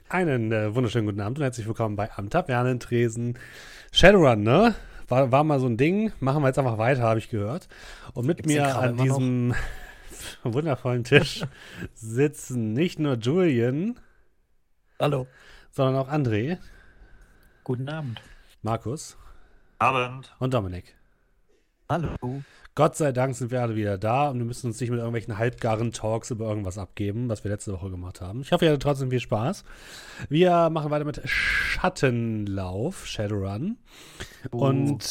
Einen wunderschönen guten Abend und herzlich willkommen bei Am Tavernentresen. Shadowrun, ne? War mal so ein Ding. Machen wir jetzt einfach weiter, habe ich gehört. Und mit Gibt's den mir Kram an immer noch? diesem wundervollen Tisch sitzen nicht nur Julian, Hallo. sondern auch André, Guten Abend. Markus Abend. und Dominik. Hallo. Gott sei Dank sind wir alle wieder da und wir müssen uns nicht mit irgendwelchen halbgaren Talks über irgendwas abgeben, was wir letzte Woche gemacht haben. Ich hoffe, ihr hattet trotzdem viel Spaß. Wir machen weiter mit Schattenlauf, Shadowrun. Und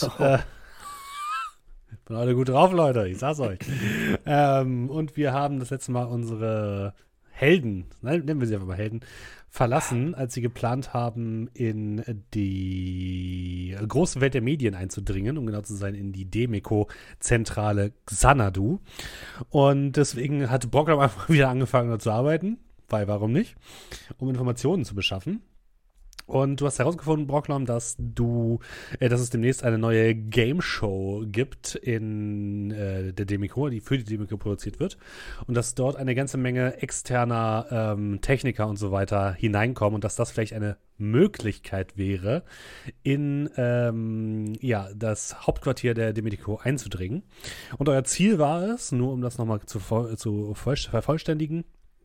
bin alle gut drauf, Leute, ich sag's euch. Und wir haben das letzte Mal unsere Helden, nennen wir sie einfach mal Helden, verlassen, als sie geplant haben, in die große Welt der Medien einzudringen, um genau zu sein, in die Demeko-Zentrale Xanadu. Und deswegen hat Brocklam einfach wieder angefangen, da zu arbeiten, weil warum nicht, um Informationen zu beschaffen. Und du hast herausgefunden, Brocklam, dass es demnächst eine neue Game Show gibt in der Demiko, die für die Demiko produziert wird. Und dass dort eine ganze Menge externer Techniker und so weiter hineinkommen und dass das vielleicht eine Möglichkeit wäre, in das Hauptquartier der Demiko einzudringen. Und euer Ziel war es, nur um das nochmal zu vervollständigen,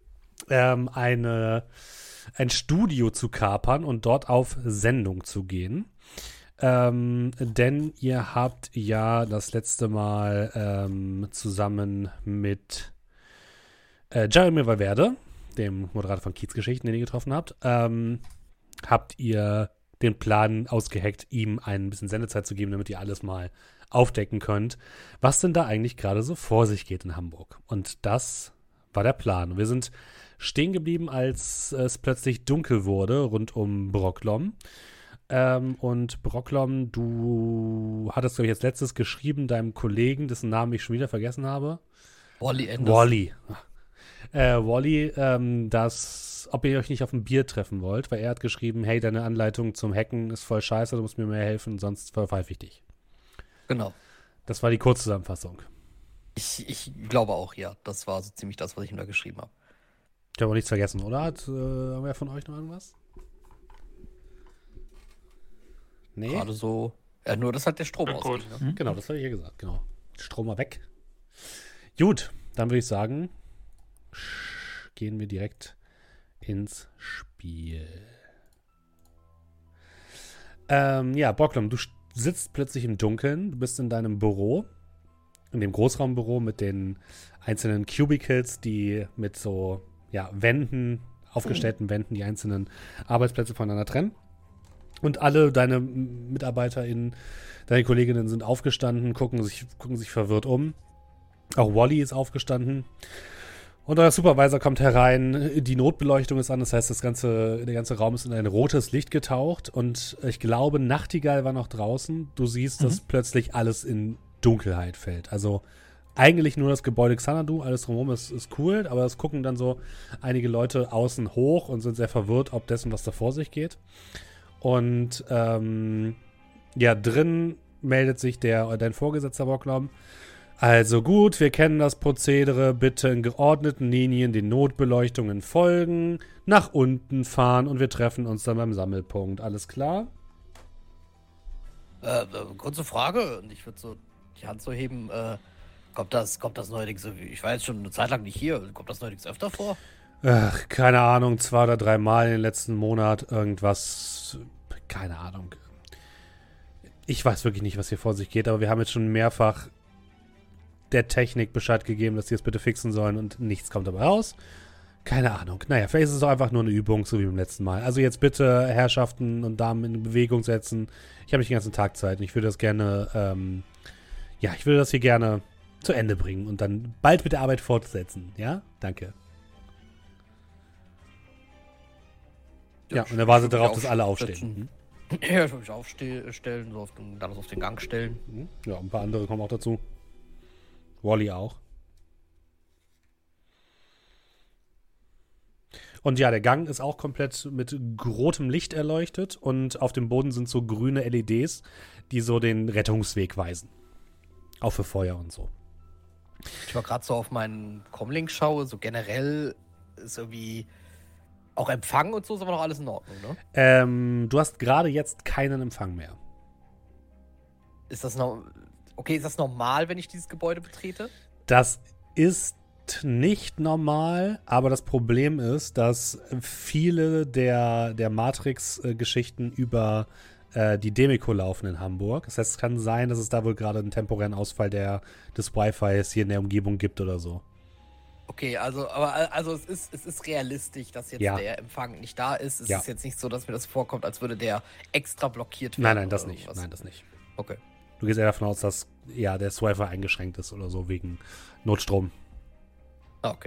ein Studio zu kapern und dort auf Sendung zu gehen. Denn ihr habt ja das letzte Mal zusammen mit Jeremy Valverde, dem Moderator von Kiezgeschichten, den ihr getroffen habt, habt ihr den Plan ausgeheckt, ihm ein bisschen Sendezeit zu geben, damit ihr alles mal aufdecken könnt, was denn da eigentlich gerade so vor sich geht in Hamburg. Und das war der Plan. Und wir sind stehen geblieben, als es plötzlich dunkel wurde rund um Brocklom. Und Brocklom, du hattest, glaube ich, als letztes geschrieben, deinem Kollegen, dessen Namen ich schon wieder vergessen habe. Wally Anderson. Wally, ob ihr euch nicht auf ein Bier treffen wollt, weil er hat geschrieben, hey, deine Anleitung zum Hacken ist voll scheiße, du musst mir mehr helfen, sonst verpfeife ich dich. Genau. Das war die Kurzzusammenfassung. Ich glaube auch, ja. Das war so ziemlich das, was ich ihm da geschrieben habe. Ich habe auch nichts vergessen, oder? Hat wer von euch noch irgendwas? Nee? Gerade so. Ja, nur, dass halt der Strom Ja, gut. ausging. Ne? Genau, das habe ich ja gesagt, genau. Strom mal weg. Gut, dann würde ich sagen, gehen wir direkt ins Spiel. Brocklom, du sitzt plötzlich im Dunkeln, du bist in deinem Büro, in dem Großraumbüro mit den einzelnen Cubicles, die mit so Wänden, aufgestellten Wänden, die einzelnen Arbeitsplätze voneinander trennen. Und alle deine MitarbeiterInnen, deine Kolleginnen sind aufgestanden, gucken sich verwirrt um. Auch Wally ist aufgestanden. Und euer Supervisor kommt herein, die Notbeleuchtung ist an, das heißt, der ganze Raum ist in ein rotes Licht getaucht. Und ich glaube, Nachtigall war noch draußen. Du siehst, dass plötzlich alles in Dunkelheit fällt. Also eigentlich nur das Gebäude Xanadu, alles drumherum ist cool, aber es gucken dann so einige Leute außen hoch und sind sehr verwirrt, ob dessen, was da vor sich geht. Und drin meldet sich dein Vorgesetzter Brocklom. Also gut, wir kennen das Prozedere, bitte in geordneten Linien den Notbeleuchtungen folgen, nach unten fahren und wir treffen uns dann beim Sammelpunkt. Alles klar? Kurze Frage. Und ich würde so die Hand so heben. Kommt das neuerdings so wie? Ich war jetzt schon eine Zeit lang nicht hier. Kommt das neuerdings öfter vor? Ach, keine Ahnung, 2 oder 3 Mal in den letzten Monat irgendwas. Keine Ahnung. Ich weiß wirklich nicht, was hier vor sich geht, aber wir haben jetzt schon mehrfach der Technik Bescheid gegeben, dass sie es bitte fixen sollen und nichts kommt dabei raus. Keine Ahnung. Naja, vielleicht ist es auch einfach nur eine Übung, so wie beim letzten Mal. Also jetzt bitte Herrschaften und Damen in Bewegung setzen. Ich habe nicht den ganzen Tag Zeit und ich würde das gerne, ich würde das hier gerne zu Ende bringen und dann bald mit der Arbeit fortsetzen. Ja? Danke. Ja, und er wartet darauf, dass alle aufstehen. Ja, ich würde mich aufstellen, dann auf den Gang stellen. Ja, ein paar andere kommen auch dazu. Wally auch. Und ja, der Gang ist auch komplett mit rotem Licht erleuchtet und auf dem Boden sind so grüne LEDs, die so den Rettungsweg weisen. Auch für Feuer und so. Ich war gerade so auf meinen Comlink schaue, so generell ist irgendwie Auch Empfang und so ist aber noch alles in Ordnung, ne? Du hast gerade jetzt keinen Empfang mehr. Ist das noch. Okay, ist das normal, wenn ich dieses Gebäude betrete? Das ist nicht normal, aber das Problem ist, dass viele der Matrix-Geschichten über die Demiko laufen in Hamburg. Das heißt, es kann sein, dass es da wohl gerade einen temporären Ausfall des Wi-Fi hier in der Umgebung gibt oder so. Okay, also es ist realistisch, dass jetzt Ja. der Empfang nicht da ist. Es Ja. ist jetzt nicht so, dass mir das vorkommt, als würde der extra blockiert Nein, werden. nein, das oder nicht. irgendwas. Nein, das nicht. Okay. Du gehst eher davon aus, dass ja der Wi-Fi eingeschränkt ist oder so wegen Notstrom. Ah, okay.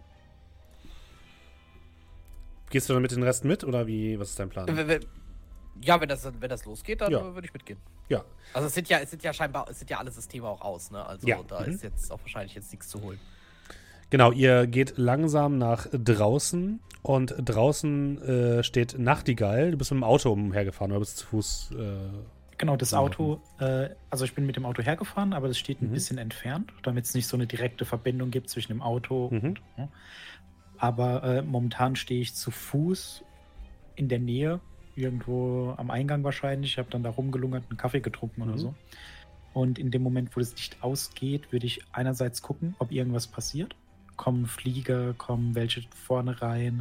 Gehst du dann mit den Rest mit oder wie? Was ist dein Plan? Ja, wenn das losgeht, dann Ja. würde ich mitgehen. Ja. Also es sind ja alle Systeme auch aus, ne? Also Ja. da ist jetzt auch wahrscheinlich jetzt nichts zu holen. Genau, ihr geht langsam nach draußen und draußen steht Nachtigall. Du bist mit dem Auto umhergefahren oder bist zu Fuß. Genau, das Auto, also ich bin mit dem Auto hergefahren, aber das steht ein bisschen entfernt, damit es nicht so eine direkte Verbindung gibt zwischen dem Auto und. Ja. Aber momentan stehe ich zu Fuß in der Nähe, irgendwo am Eingang wahrscheinlich. Ich habe dann da rumgelungert, einen Kaffee getrunken oder so. Und in dem Moment, wo das Licht ausgeht, würde ich einerseits gucken, ob irgendwas passiert. Kommen Flieger, kommen welche vorne rein.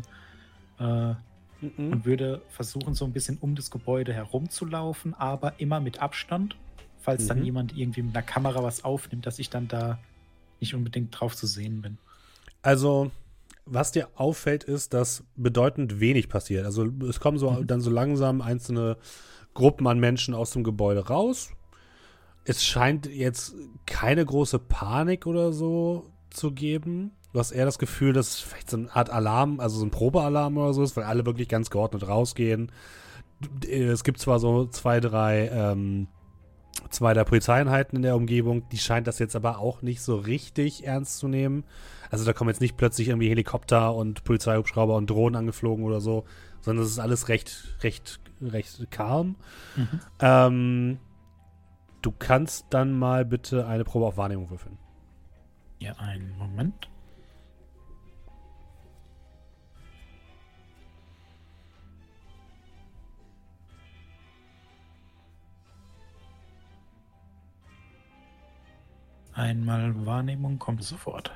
Und würde versuchen, so ein bisschen um das Gebäude herumzulaufen, aber immer mit Abstand, falls dann jemand irgendwie mit einer Kamera was aufnimmt, dass ich dann da nicht unbedingt drauf zu sehen bin. Also, was dir auffällt, ist, dass bedeutend wenig passiert. Also, es kommen dann so langsam einzelne Gruppen an Menschen aus dem Gebäude raus. Es scheint jetzt keine große Panik oder so zu geben. Du hast eher das Gefühl, dass es vielleicht so eine Art Alarm, also so ein Probealarm oder so ist, weil alle wirklich ganz geordnet rausgehen. Es gibt zwar so zwei, drei Polizeieinheiten in der Umgebung, die scheint das jetzt aber auch nicht so richtig ernst zu nehmen. Also da kommen jetzt nicht plötzlich irgendwie Helikopter und Polizeihubschrauber und Drohnen angeflogen oder so, sondern es ist alles recht calm. Du kannst dann mal bitte eine Probe auf Wahrnehmung würfeln. Ja, einen Moment. Einmal Wahrnehmung kommt sofort.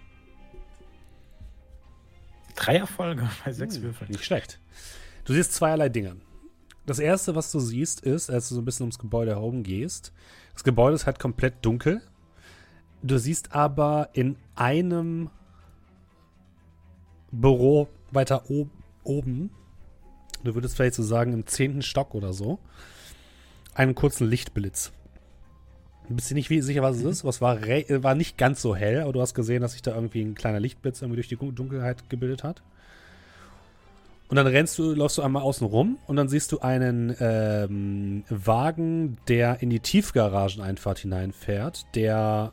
3 Erfolge bei 6 Würfeln. Nicht schlecht. Du siehst zweierlei Dinge. Das erste, was du siehst, ist, als du so ein bisschen ums Gebäude herum gehst, das Gebäude ist halt komplett dunkel. Du siehst aber in einem Büro weiter oben, du würdest vielleicht so sagen im 10. Stock oder so, einen kurzen Lichtblitz. Du bist dir nicht sicher, was es ist, aber es war nicht ganz so hell, aber du hast gesehen, dass sich da irgendwie ein kleiner Lichtblitz irgendwie durch die Dunkelheit gebildet hat. Und dann läufst du einmal außen rum und dann siehst du einen Wagen, der in die Tiefgarageneinfahrt hineinfährt, der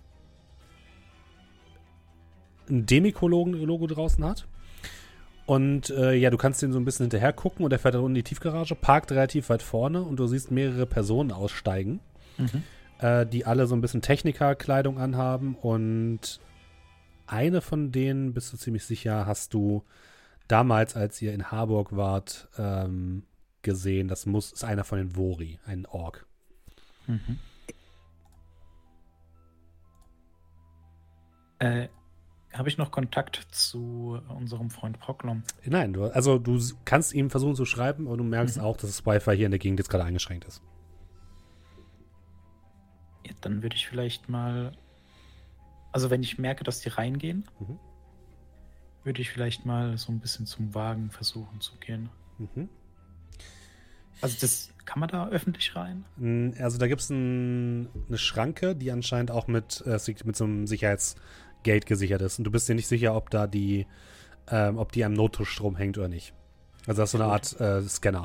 ein Demiko-Logo draußen hat. Und du kannst den so ein bisschen hinterher gucken und der fährt dann unten in die Tiefgarage, parkt relativ weit vorne und du siehst mehrere Personen aussteigen, die alle so ein bisschen Technikerkleidung anhaben und eine von denen, bist du ziemlich sicher, hast du damals, als ihr in Harburg wart, gesehen. Das ist einer von den Vori, ein Ork. Habe ich noch Kontakt zu unserem Freund Proklom? Nein, du kannst ihm versuchen zu schreiben, aber du merkst auch, dass das Wi-Fi hier in der Gegend jetzt gerade eingeschränkt ist. Ja, dann würde ich vielleicht mal, also wenn ich merke, dass die reingehen, würde ich vielleicht mal so ein bisschen zum Wagen versuchen zu gehen. Also kann man da öffentlich rein? Also da gibt es eine Schranke, die anscheinend auch mit so einem Sicherheitsgate gesichert ist. Und du bist dir nicht sicher, ob die am Notstrom hängt oder nicht. Also das ist so eine Art Scanner.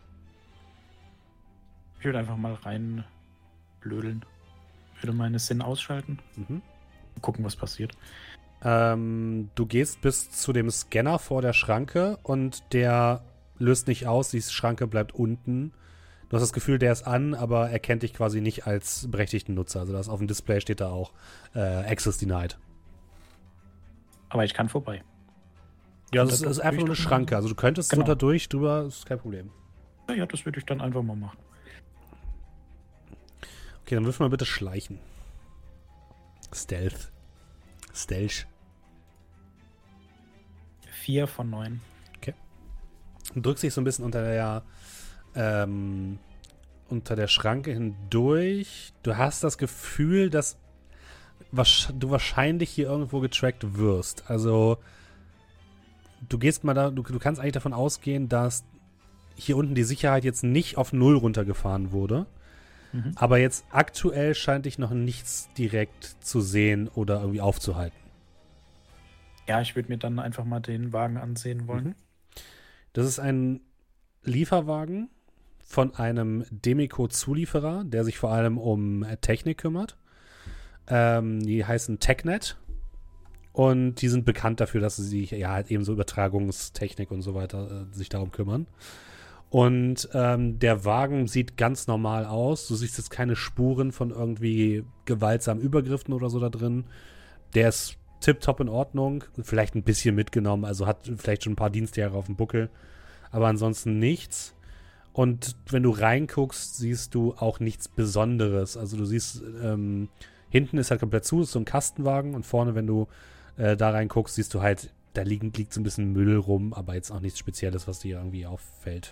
Ich würde einfach mal rein blödeln. Würde meine Sinn ausschalten. Gucken, was passiert. Du gehst bis zu dem Scanner vor der Schranke und der löst nicht aus. Die Schranke bleibt unten. Du hast das Gefühl, der ist an, aber er kennt dich quasi nicht als berechtigten Nutzer. Also das auf dem Display steht da auch Access denied. Aber ich kann vorbei. Ja, das ist einfach nur eine Schranke. Also du könntest so da drüber, ist kein Problem. Ja, das würde ich dann einfach mal machen. Okay, dann wirf mal bitte Schleichen. Stealth. 4 von 9. Okay. Du drückst dich so ein bisschen unter der Schranke hindurch. Du hast das Gefühl, dass du wahrscheinlich hier irgendwo getrackt wirst. Also du kannst eigentlich davon ausgehen, dass hier unten die Sicherheit jetzt nicht auf 0 runtergefahren wurde. Mhm. Aber jetzt aktuell scheint dich noch nichts direkt zu sehen oder irgendwie aufzuhalten. Ja, ich würde mir dann einfach mal den Wagen ansehen wollen. Mhm. Das ist ein Lieferwagen von einem Demeco-Zulieferer, der sich vor allem um Technik kümmert. Die heißen TechNet. Und die sind bekannt dafür, dass sie sich ja halt eben so Übertragungstechnik und so weiter sich darum kümmern. Und der Wagen sieht ganz normal aus. Du siehst jetzt keine Spuren von irgendwie gewaltsamen Übergriffen oder so da drin. Der ist tipptopp in Ordnung. Vielleicht ein bisschen mitgenommen. Also hat vielleicht schon ein paar Dienstjahre auf dem Buckel. Aber ansonsten nichts. Und wenn du reinguckst, siehst du auch nichts Besonderes. Also du siehst, hinten ist halt komplett zu, ist so ein Kastenwagen. Und vorne, wenn du da reinguckst, siehst du halt, da liegt so ein bisschen Müll rum. Aber jetzt auch nichts Spezielles, was dir irgendwie auffällt.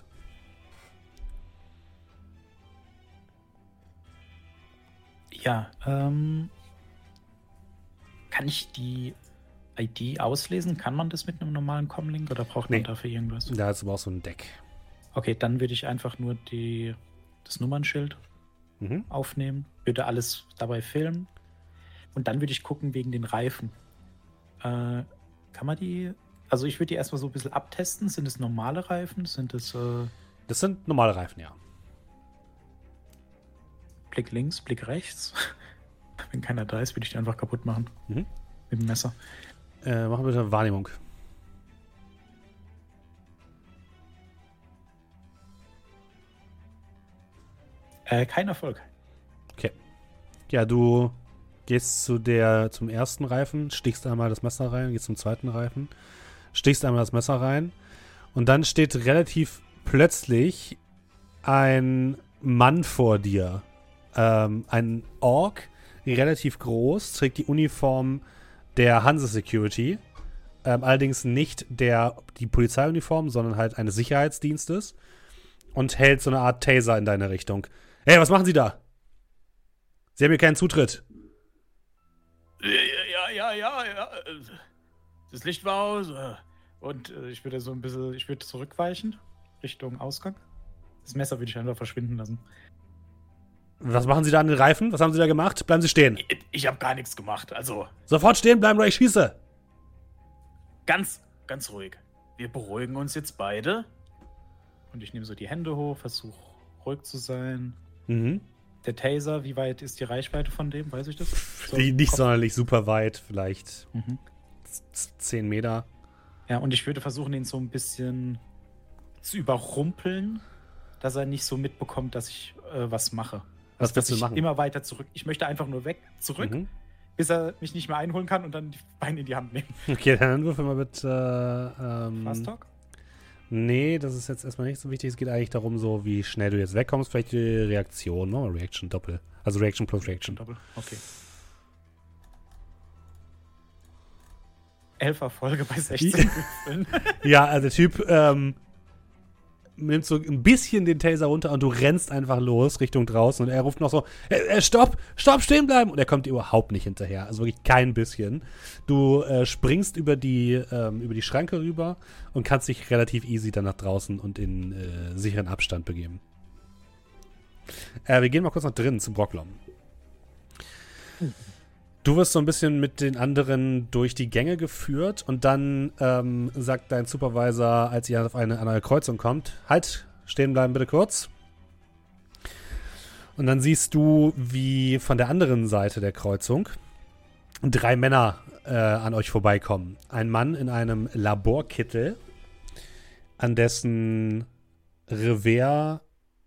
Ja, kann ich die ID auslesen? Kann man das mit einem normalen Comlink oder braucht man dafür irgendwas? Da ist aber auch so ein Deck. Okay, dann würde ich einfach nur das Nummernschild aufnehmen, würde alles dabei filmen und dann würde ich gucken wegen den Reifen. Kann man die, also ich würde die erstmal so ein bisschen abtesten. Sind es normale Reifen? Das sind normale Reifen, ja. Blick links, Blick rechts. Wenn keiner da ist, würde ich die einfach kaputt machen. Mit dem Messer. Machen wir bitte Wahrnehmung. Kein Erfolg. Okay. Ja, du gehst zum ersten Reifen, stichst einmal das Messer rein, gehst zum zweiten Reifen, stichst einmal das Messer rein und dann steht relativ plötzlich ein Mann vor dir. Ein Ork, relativ groß, trägt die Uniform der Hanse Security. Allerdings nicht die Polizeiuniform, sondern halt eines Sicherheitsdienstes. Und hält so eine Art Taser in deine Richtung. Hey, was machen Sie da? Sie haben hier keinen Zutritt. Ja. Das Licht war aus. Und ich würde zurückweichen Richtung Ausgang. Das Messer würde ich einfach verschwinden lassen. Was machen Sie da an den Reifen? Was haben Sie da gemacht? Bleiben Sie stehen. Ich habe gar nichts gemacht, also. Sofort stehen bleiben oder ich schieße. Ganz ruhig. Wir beruhigen uns jetzt beide. Und ich nehme so die Hände hoch, versuche ruhig zu sein. Mhm. Der Taser, wie weit ist die Reichweite von dem? Weiß ich das? So nicht sonderlich super weit, vielleicht 10 Meter. Ja, und ich würde versuchen, ihn so ein bisschen zu überrumpeln, dass er nicht so mitbekommt, dass ich was mache. Was willst du machen? Immer weiter zurück. Ich möchte einfach nur zurück, bis er mich nicht mehr einholen kann und dann die Beine in die Hand nehmen. Okay, dann würfel mal bitte. Fast Talk? Nee, das ist jetzt erstmal nicht so wichtig. Es geht eigentlich darum, so wie schnell du jetzt wegkommst. Vielleicht die Reaktion. Machen wir Reaction Doppel. Also Reaction plus Reaction. Doppel, okay. 11 Erfolge bei 16 Würfeln. Ja, also der Typ nimmt so ein bisschen den Taser runter und du rennst einfach los Richtung draußen und er ruft noch so, stopp, stehen bleiben und er kommt dir überhaupt nicht hinterher, also wirklich kein bisschen. Du springst über die Schranke rüber und kannst dich relativ easy dann nach draußen und in sicheren Abstand begeben. Wir gehen mal kurz nach drinnen zu Brocklom. Du wirst so ein bisschen mit den anderen durch die Gänge geführt und dann sagt dein Supervisor, als ihr auf eine andere Kreuzung kommt, halt, stehen bleiben bitte kurz. Und dann siehst du, wie von der anderen Seite der Kreuzung 3 Männer an euch vorbeikommen. Ein Mann in einem Laborkittel, an dessen Revers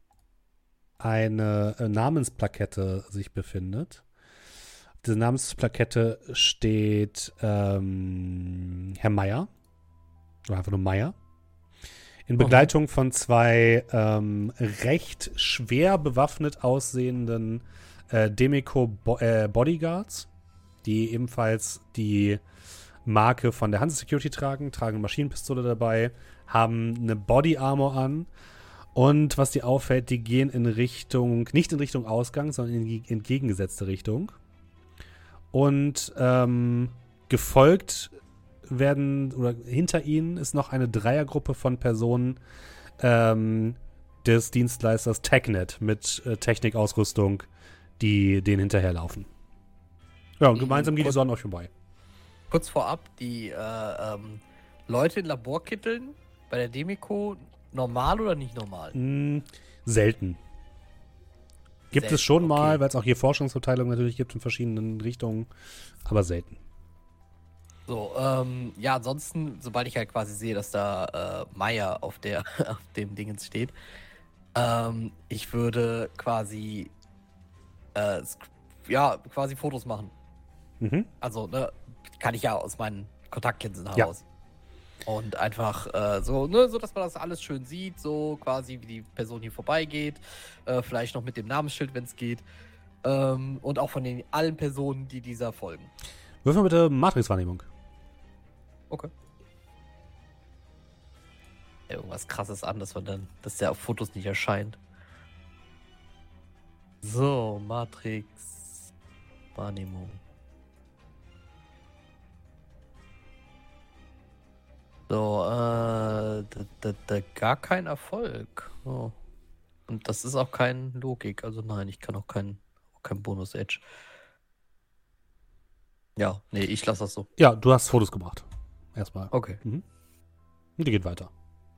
eine Namensplakette sich befindet. Diese Namensplakette steht Herr Meier. Oder einfach nur Meier. In Begleitung von zwei recht schwer bewaffnet aussehenden Demeco Bodyguards, die ebenfalls die Marke von der Hanse Security tragen eine Maschinenpistole dabei, haben eine Body Armor an und was dir auffällt, die gehen nicht in Richtung Ausgang, sondern in die entgegengesetzte Richtung. Und gefolgt werden, oder hinter ihnen ist noch eine Dreiergruppe von Personen des Dienstleisters TechNet mit Technikausrüstung, die denen hinterherlaufen. Ja, und gemeinsam geht die Sonne euch vorbei. Kurz vorab, die Leute in Laborkitteln bei der Demeco normal oder nicht normal? Selten. Gibt es schon mal, okay. weil es auch hier Forschungsabteilungen natürlich gibt in verschiedenen Richtungen, aber selten. So, ja, ansonsten, sobald ich halt quasi sehe, dass da Meier auf dem Dingens steht, ich würde quasi quasi Fotos machen. Mhm. Also, ne, kann ich ja aus meinen Kontaktlinsen Ja. heraus. Und einfach so, dass man das alles schön sieht, so quasi wie die Person hier vorbeigeht, vielleicht noch mit dem Namensschild, wenn es geht, und auch von allen Personen, die dieser folgen. Wirf mal bitte Matrix-Wahrnehmung. Okay. Irgendwas Krasses an, dass der auf Fotos nicht erscheint. So, Matrix Wahrnehmung. So, gar kein Erfolg. Oh. Und das ist auch kein Logik. Also nein, ich kann auch kein Bonus-Edge. Ja, nee, ich lasse das so. Ja, du hast Fotos gemacht. Erstmal. Okay. Und die geht weiter.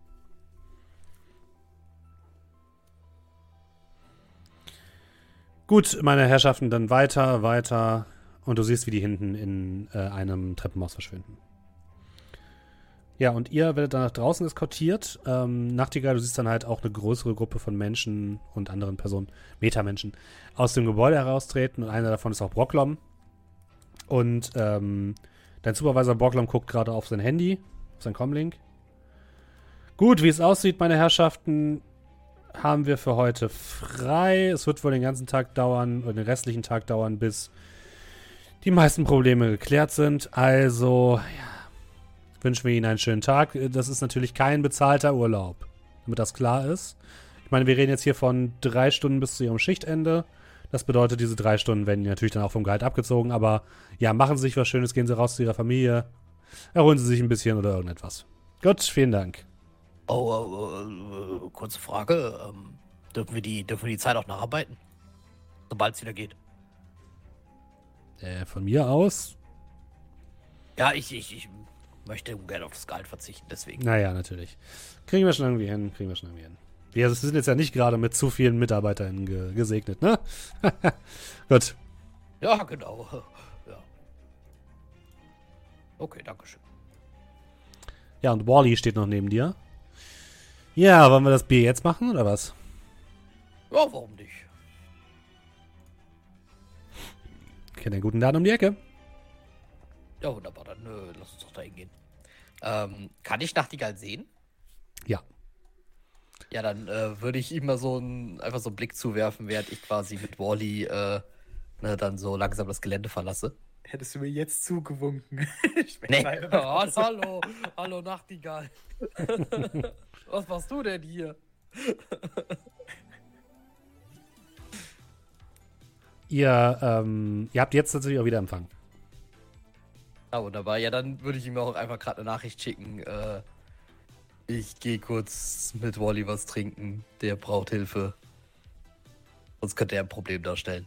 Gut, meine Herrschaften, dann weiter. Und du siehst, wie die hinten in einem Treppenhaus verschwinden. Ja, und ihr werdet dann nach draußen eskortiert. Nachtigall, du siehst dann halt auch eine größere Gruppe von Menschen und anderen Personen, Metamenschen, aus dem Gebäude heraustreten. Und einer davon ist auch Brocklom. Und dein Supervisor Brocklom guckt gerade auf sein Handy, auf sein Comlink. Gut, wie es aussieht, meine Herrschaften, haben wir für heute frei. Es wird wohl den ganzen Tag dauern, oder den restlichen Tag dauern, bis die meisten Probleme geklärt sind. Also, ja, wünschen wir Ihnen einen schönen Tag. Das ist natürlich kein bezahlter Urlaub, damit das klar ist. Ich meine, wir reden jetzt hier von 3 Stunden bis zu Ihrem Schichtende. Das bedeutet, diese 3 Stunden werden natürlich dann auch vom Gehalt abgezogen. Aber ja, machen Sie sich was Schönes, gehen Sie raus zu Ihrer Familie, erholen Sie sich ein bisschen oder irgendetwas. Gut, vielen Dank. Kurze Frage. Dürfen wir die Zeit auch nacharbeiten? Sobald es wieder geht. Von mir aus? Ja, ich möchte ungern auf das Gehalt verzichten, deswegen. Naja, natürlich. Kriegen wir schon irgendwie hin. Wir sind jetzt ja nicht gerade mit zu vielen Mitarbeitern gesegnet, ne? Gut. Ja, genau. Ja. Okay, dankeschön. Ja, und Wally steht noch neben dir. Ja, wollen wir das Bier jetzt machen, oder was? Ja, warum nicht? Ich kenne den guten Laden um die Ecke. Ja, wunderbar, dann lass uns doch da hingehen. Kann ich Nachtigall sehen? Ja. Ja, dann würde ich ihm mal einfach so einen Blick zuwerfen, während ich quasi mit Wally dann so langsam das Gelände verlasse. Hättest du mir jetzt zugewunken? Nee. Hallo Nachtigall. Was machst du denn hier? Ihr habt jetzt natürlich auch wieder Empfang. Ah, wunderbar. Ja, dann würde ich ihm auch einfach gerade eine Nachricht schicken. Ich gehe kurz mit Wally was trinken. Der braucht Hilfe. Sonst könnte er ein Problem darstellen.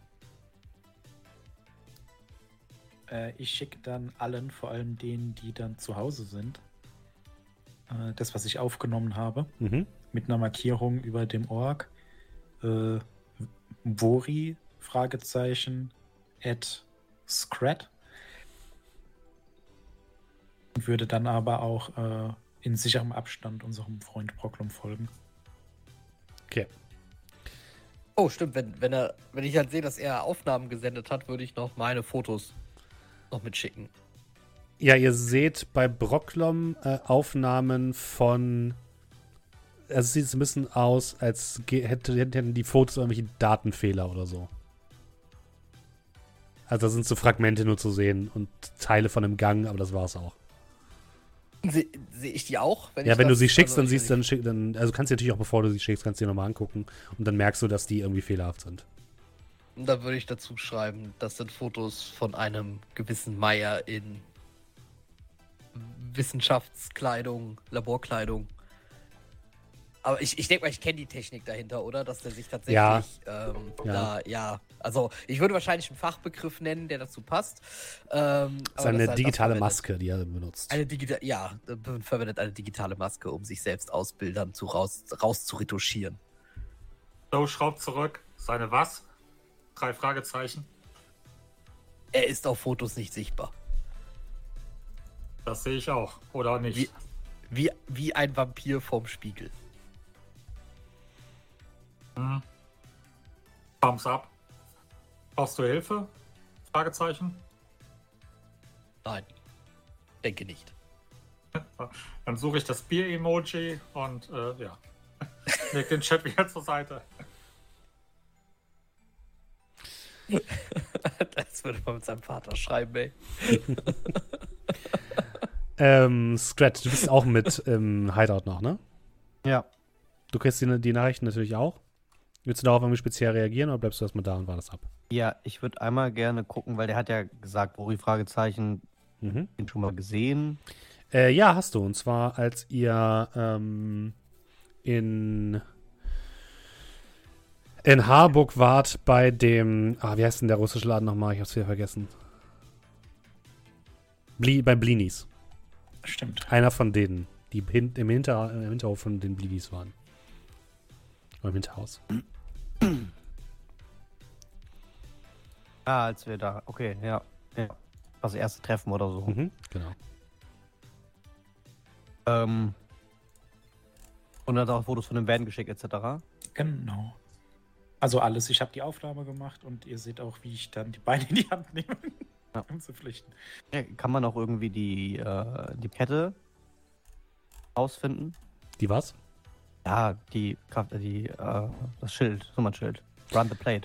Ich schicke dann allen, vor allem denen, die dann zu Hause sind, das, was ich aufgenommen habe, mit einer Markierung über dem Org. Wori, Fragezeichen, @Scrat. Und würde dann aber auch in sicherem Abstand unserem Freund Brocklom folgen. Okay. Oh, stimmt. Wenn ich halt sehe, dass er Aufnahmen gesendet hat, würde ich noch meine Fotos noch mitschicken. Ja, ihr seht bei Brocklom Aufnahmen von. Also es sieht so ein bisschen aus, als hätten die Fotos irgendwelche Datenfehler oder so. Also da sind so Fragmente nur zu sehen und Teile von einem Gang, aber das war's auch. Sehe ich die auch? Wenn du sie schickst, dann siehst du also kannst du natürlich auch, bevor du sie schickst, kannst du die nochmal angucken und dann merkst du, dass die irgendwie fehlerhaft sind. Und da würde ich dazu schreiben, das sind Fotos von einem gewissen Meier in Wissenschaftskleidung, Laborkleidung. Aber ich denke mal, ich kenne die Technik dahinter, oder? Dass der sich tatsächlich also ich würde wahrscheinlich einen Fachbegriff nennen, der dazu passt. Das ist eine digitale Maske, die er benutzt. Verwendet eine digitale Maske, um sich selbst aus Bildern raus zu retuschieren. So, schraubt zurück. Seine was? 3 Fragezeichen. Er ist auf Fotos nicht sichtbar. Das sehe ich auch. Oder nicht. Wie ein Vampir vorm Spiegel. Thumbs up. Brauchst du Hilfe? Fragezeichen. Nein. Denke nicht. Dann suche ich das Bier-Emoji und leg den Chat wieder zur Seite. Das würde man mit seinem Vater schreiben, ey. Scratch, du bist auch mit im Hideout noch, ne? Ja. Du kriegst die Nachrichten natürlich auch. Willst du darauf irgendwie speziell reagieren oder bleibst du erstmal da und wartest ab? Ja, ich würde einmal gerne gucken, weil der hat ja gesagt, Rory Fragezeichen, den schon mal gesehen. Ja, hast du. Und zwar, als ihr in Harburg wart bei dem, wie heißt denn der russische Laden nochmal? Ich hab's wieder vergessen. Bei Blinis. Stimmt. Einer von denen, die im Hinterhof von den Blinis waren. Oder im Hinterhaus. Als wir da, okay, ja. Das erste Treffen oder so. Genau. Und hat auch Fotos von dem Van geschickt, etc. Genau. Also alles. Ich habe die Aufnahme gemacht und ihr seht auch, wie ich dann die Beine in die Hand nehme, um zu flüchten. Ja, kann man auch irgendwie die Kette ausfinden? Die was? Ja, das Schild, Nummernschild. Run the plate.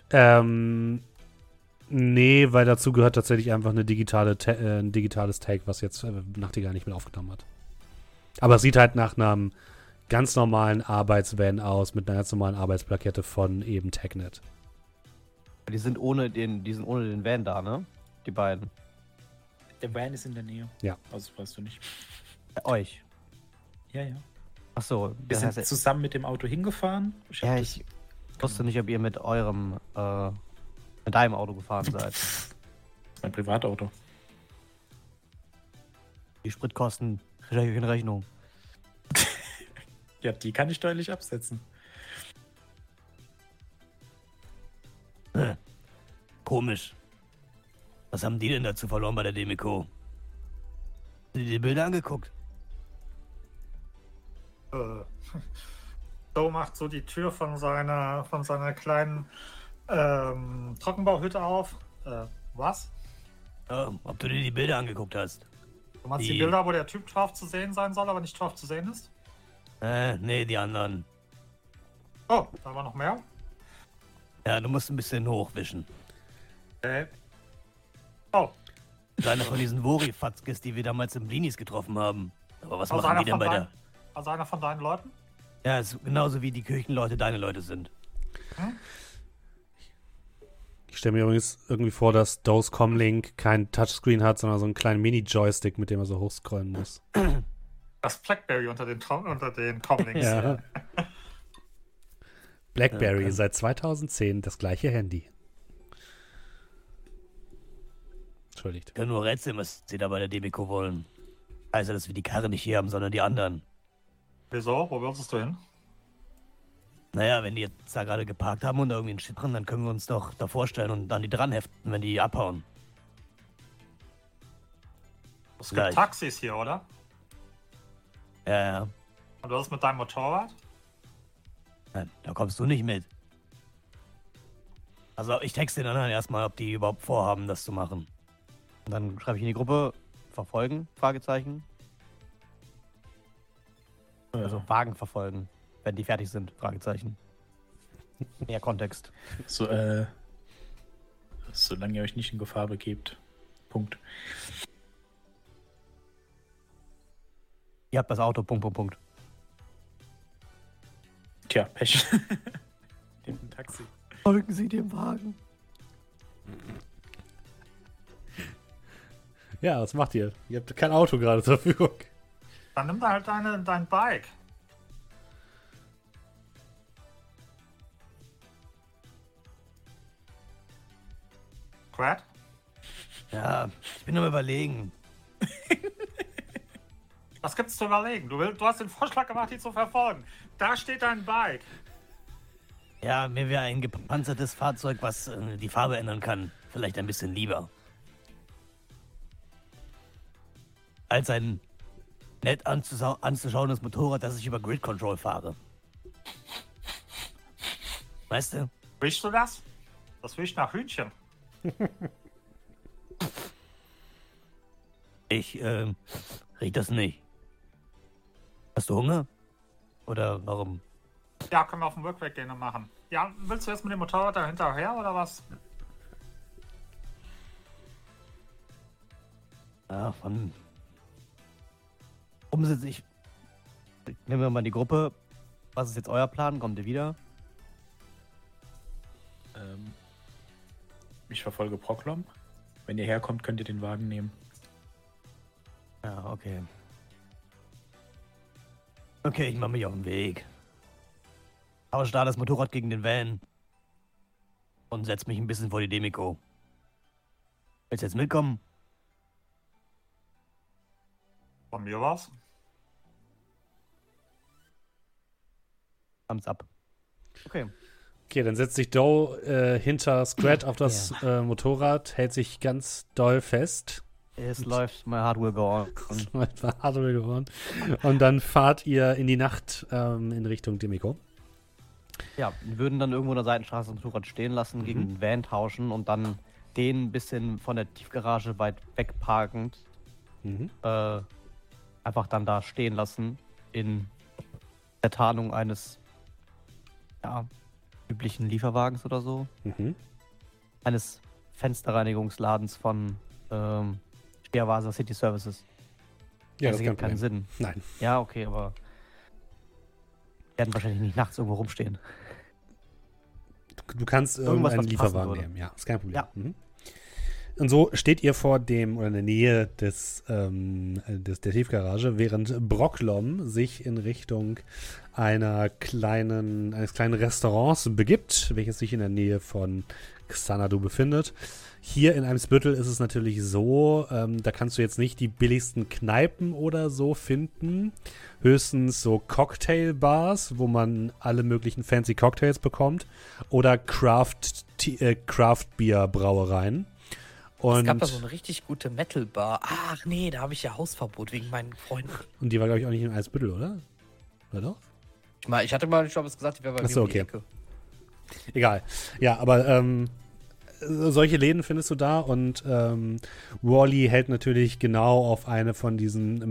Nee, weil dazu gehört tatsächlich einfach ein digitales Tag, was jetzt Nachtigall nicht mit aufgenommen hat. Aber es sieht halt nach einem ganz normalen Arbeitsvan aus, mit einer ganz normalen Arbeitsplakette von eben Tagnet. Die sind ohne den Van da, ne? Die beiden. Der Van ist in der Nähe. Ja. Also weißt du nicht. Euch. Ja. Ach so. Wir sind zusammen mit dem Auto hingefahren. Ich wusste nicht, ob ihr mit deinem Auto gefahren seid. Mein Privatauto. Die Spritkosten stelle ich in Rechnung. Ja, die kann ich deutlich absetzen. Komisch. Was haben die denn dazu verloren bei der Demico? Haben die die Bilder angeguckt? So macht so die Tür von seiner kleinen Trockenbauhütte auf. Was? Ob du dir die Bilder angeguckt hast? Du meinst die Bilder, wo der Typ drauf zu sehen sein soll, aber nicht drauf zu sehen ist? Nee, die anderen. Oh, da war noch mehr? Ja, du musst ein bisschen hochwischen. Okay. Oh. Einer von diesen Wori-Fatzkes, die wir damals im Blinis getroffen haben. Aber was Also machen die denn bei der... Also einer von deinen Leuten? Ja, ist genauso wie die Kirchenleute deine Leute sind. Ich stelle mir übrigens irgendwie vor, dass Dose Comlink kein Touchscreen hat, sondern so einen kleinen Mini-Joystick, mit dem er so hochscrollen muss. Das Blackberry unter den Comlinks. Ja. Blackberry, seit 2010 das gleiche Handy. Entschuldigt. Ich kann nur rätseln, was sie da bei der Demico wollen. Also, dass wir die Karre nicht hier haben, sondern die anderen. Wieso? Wo willst du hin? Naja, wenn die jetzt da gerade geparkt haben und irgendwie einen Shit machen, dann können wir uns doch da vorstellen und dann die dran heften, wenn die abhauen. Es gibt Taxis hier, oder? Ja. Und was ist mit deinem Motorrad? Nein, da kommst du nicht mit. Also ich texte den anderen erstmal, ob die überhaupt vorhaben, das zu machen. Und dann schreibe ich in die Gruppe, verfolgen? Fragezeichen. Also Wagen verfolgen, wenn die fertig sind? Fragezeichen. Mehr Kontext. So, solange ihr euch nicht in Gefahr begebt. Punkt. Ihr habt das Auto, Punkt. Tja, Pech. Nehmt ein Taxi. Folgen Sie dem Wagen. Ja, was macht ihr? Ihr habt kein Auto gerade zur Verfügung. Dann nimm da halt dein Bike. Quad? Ja, ich bin am Überlegen. Was gibt's zu überlegen? Du hast den Vorschlag gemacht, die zu verfolgen. Da steht dein Bike. Ja, mir wäre ein gepanzertes Fahrzeug, was die Farbe ändern kann, vielleicht ein bisschen lieber. Als ein nett anzuschauendes Motorrad, das ich über Grid Control fahre. Weißt du? Riechst du das? Das riecht nach Hühnchen. Ich riech das nicht. Hast du Hunger? Oder warum? Ja, können wir auf dem Rückweg gehen und machen. Ja, willst du jetzt mit dem Motorrad da hinterher oder was? Ja, umsetzen ich. Nehmen wir mal die Gruppe. Was ist jetzt euer Plan? Kommt ihr wieder? Ich verfolge Proklom. Wenn ihr herkommt, könnt ihr den Wagen nehmen. Ja, okay. Okay, ich mache mich auf den Weg. Tausche da das Motorrad gegen den Van. Und setz mich ein bisschen vor die Demiko. Willst du jetzt mitkommen? Von mir was? Thumbs up. Okay. Okay, dann setzt sich Doe hinter Scrat auf das Motorrad, hält sich ganz doll fest. Es läuft, my heart will go on. Hardware geworden. Und dann fahrt ihr in die Nacht in Richtung Demiko. Ja, wir würden dann irgendwo in der Seitenstraße das Motorrad stehen lassen, gegen den Van tauschen und dann den ein bisschen von der Tiefgarage weit weg parkend einfach dann da stehen lassen in der Tarnung eines üblichen Lieferwagens oder so. Eines Fensterreinigungsladens von Scherwasser City Services. Ja, das ergibt keinen Sinn. Nein. Ja, okay, aber werden wahrscheinlich nicht nachts irgendwo rumstehen. Du kannst Irgendwas, einen was Lieferwagen passen nehmen, ja, ist kein Problem. Ja. Und so steht ihr vor dem oder in der Nähe der Tiefgarage, während Brocklom sich in Richtung eines kleinen Restaurants begibt, welches sich in der Nähe von Xanadu befindet. Hier in Eimsbüttel ist es natürlich so, da kannst du jetzt nicht die billigsten Kneipen oder so finden. Höchstens so Cocktailbars, wo man alle möglichen fancy Cocktails bekommt. Oder Craft-Bier-Brauereien. Es gab da so eine richtig gute Metal-Bar. Ach nee, da habe ich ja Hausverbot wegen meinen Freunden. Und die war, glaube ich, auch nicht in Eimsbüttel, oder? Oder doch? Ich hatte mal, ich glaube, es gesagt, die wäre bei mir um die Ecke. Egal. Ja, aber solche Läden findest du da und Wally hält natürlich genau auf eine von diesen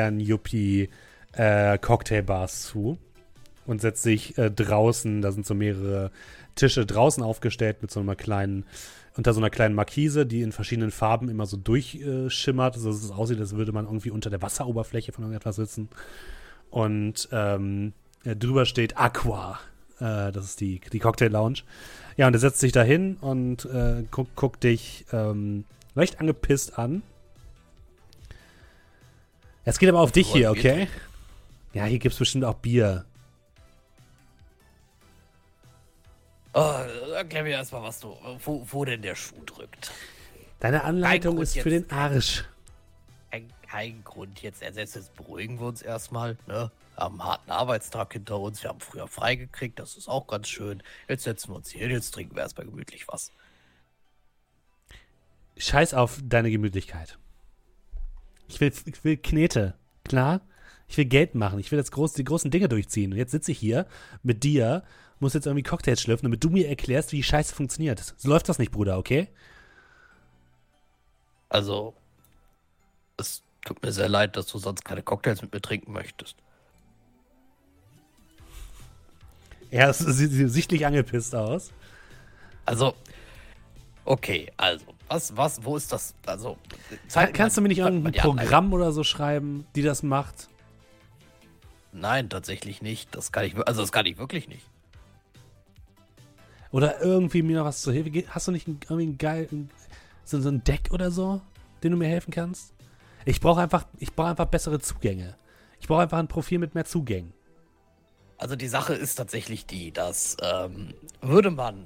Möchtegern-Yuppie-Cocktailbars zu und setzt sich draußen, da sind so mehrere Tische draußen aufgestellt mit so einer kleinen, unter so einer kleinen Markise, die in verschiedenen Farben immer so durchschimmert, also dass es aussieht, als würde man irgendwie unter der Wasseroberfläche von irgendetwas sitzen. Und drüber steht Aqua. Das ist die Cocktail-Lounge. Ja, und er setzt sich da hin und guckt dich leicht angepisst an. Es geht aber auf dich hier, okay? Ja, hier gibt es bestimmt auch Bier. Erklär mir erstmal, wo denn der Schuh drückt. Deine Anleitung ist für den Arsch. Kein Grund jetzt. Jetzt beruhigen wir uns erstmal, ne? Haben einen harten Arbeitstag hinter uns. Wir haben früher freigekriegt, das ist auch ganz schön. Jetzt setzen wir uns hier hin, jetzt trinken wir erstmal gemütlich was. Scheiß auf deine Gemütlichkeit. Ich will Knete, klar? Ich will Geld machen, ich will jetzt die großen Dinge durchziehen. Und jetzt sitze ich hier mit dir, muss jetzt irgendwie Cocktails schlürfen, damit du mir erklärst, wie die Scheiße funktioniert. So läuft das nicht, Bruder, okay? Also, Es tut mir sehr leid, dass du sonst keine Cocktails mit mir trinken möchtest. Er sieht sichtlich angepisst aus. Also, okay, also, wo ist das? Also, Kannst du mir nicht irgendein Programm oder so schreiben, die das macht? Nein, tatsächlich nicht. Das kann ich wirklich nicht. Oder irgendwie mir noch was zur Hilfe. Hast du nicht irgendwie einen geilen, so ein Deck oder so, den du mir helfen kannst? Ich brauche einfach bessere Zugänge. Ich brauche einfach ein Profil mit mehr Zugängen. Also die Sache ist tatsächlich die, dass würde man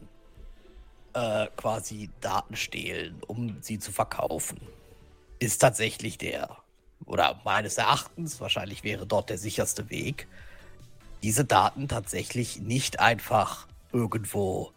quasi Daten stehlen, um sie zu verkaufen, ist tatsächlich oder meines Erachtens, wahrscheinlich wäre dort der sicherste Weg, diese Daten tatsächlich nicht einfach irgendwo,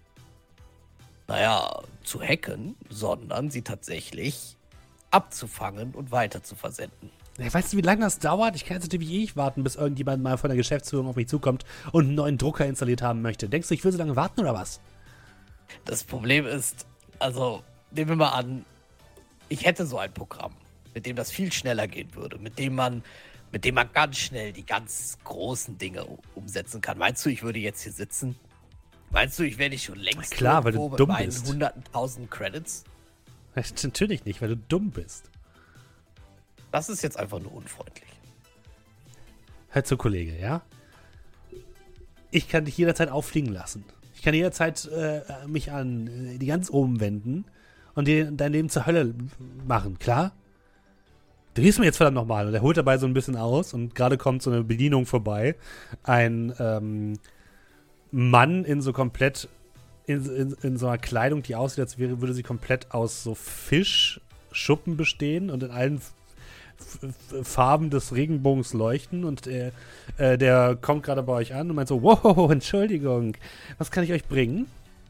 zu hacken, sondern sie tatsächlich abzufangen und weiter zu versenden. Ja, weißt du, wie lange das dauert? Ich kann jetzt natürlich nicht warten, bis irgendjemand mal von der Geschäftsführung auf mich zukommt und einen neuen Drucker installiert haben möchte. Denkst du, ich will so lange warten oder was? Das Problem ist, also nehmen wir mal an, ich hätte so ein Programm, mit dem das viel schneller gehen würde, mit dem man ganz schnell die ganz großen Dinge umsetzen kann. Meinst du, ich würde jetzt hier sitzen? Meinst du, ich wäre nicht schon längst klar, weil du dumm mit meinen bist. 100.000 Credits? Natürlich nicht, weil du dumm bist. Das ist jetzt einfach nur unfreundlich. Hör zu, Kollege, ja? Ich kann dich jederzeit auffliegen lassen. Ich kann jederzeit mich an die ganz oben wenden und dir dein Leben zur Hölle machen, klar? Du hilfst mir jetzt verdammt nochmal. Und er holt dabei so ein bisschen aus und gerade kommt so eine Bedienung vorbei. Ein Mann in so komplett, in so einer Kleidung, die aussieht, als würde sie komplett aus so Fischschuppen bestehen und in allen Farben des Regenbogens leuchten. Und der kommt gerade bei euch an und meint so, wow, Entschuldigung, was kann ich euch bringen?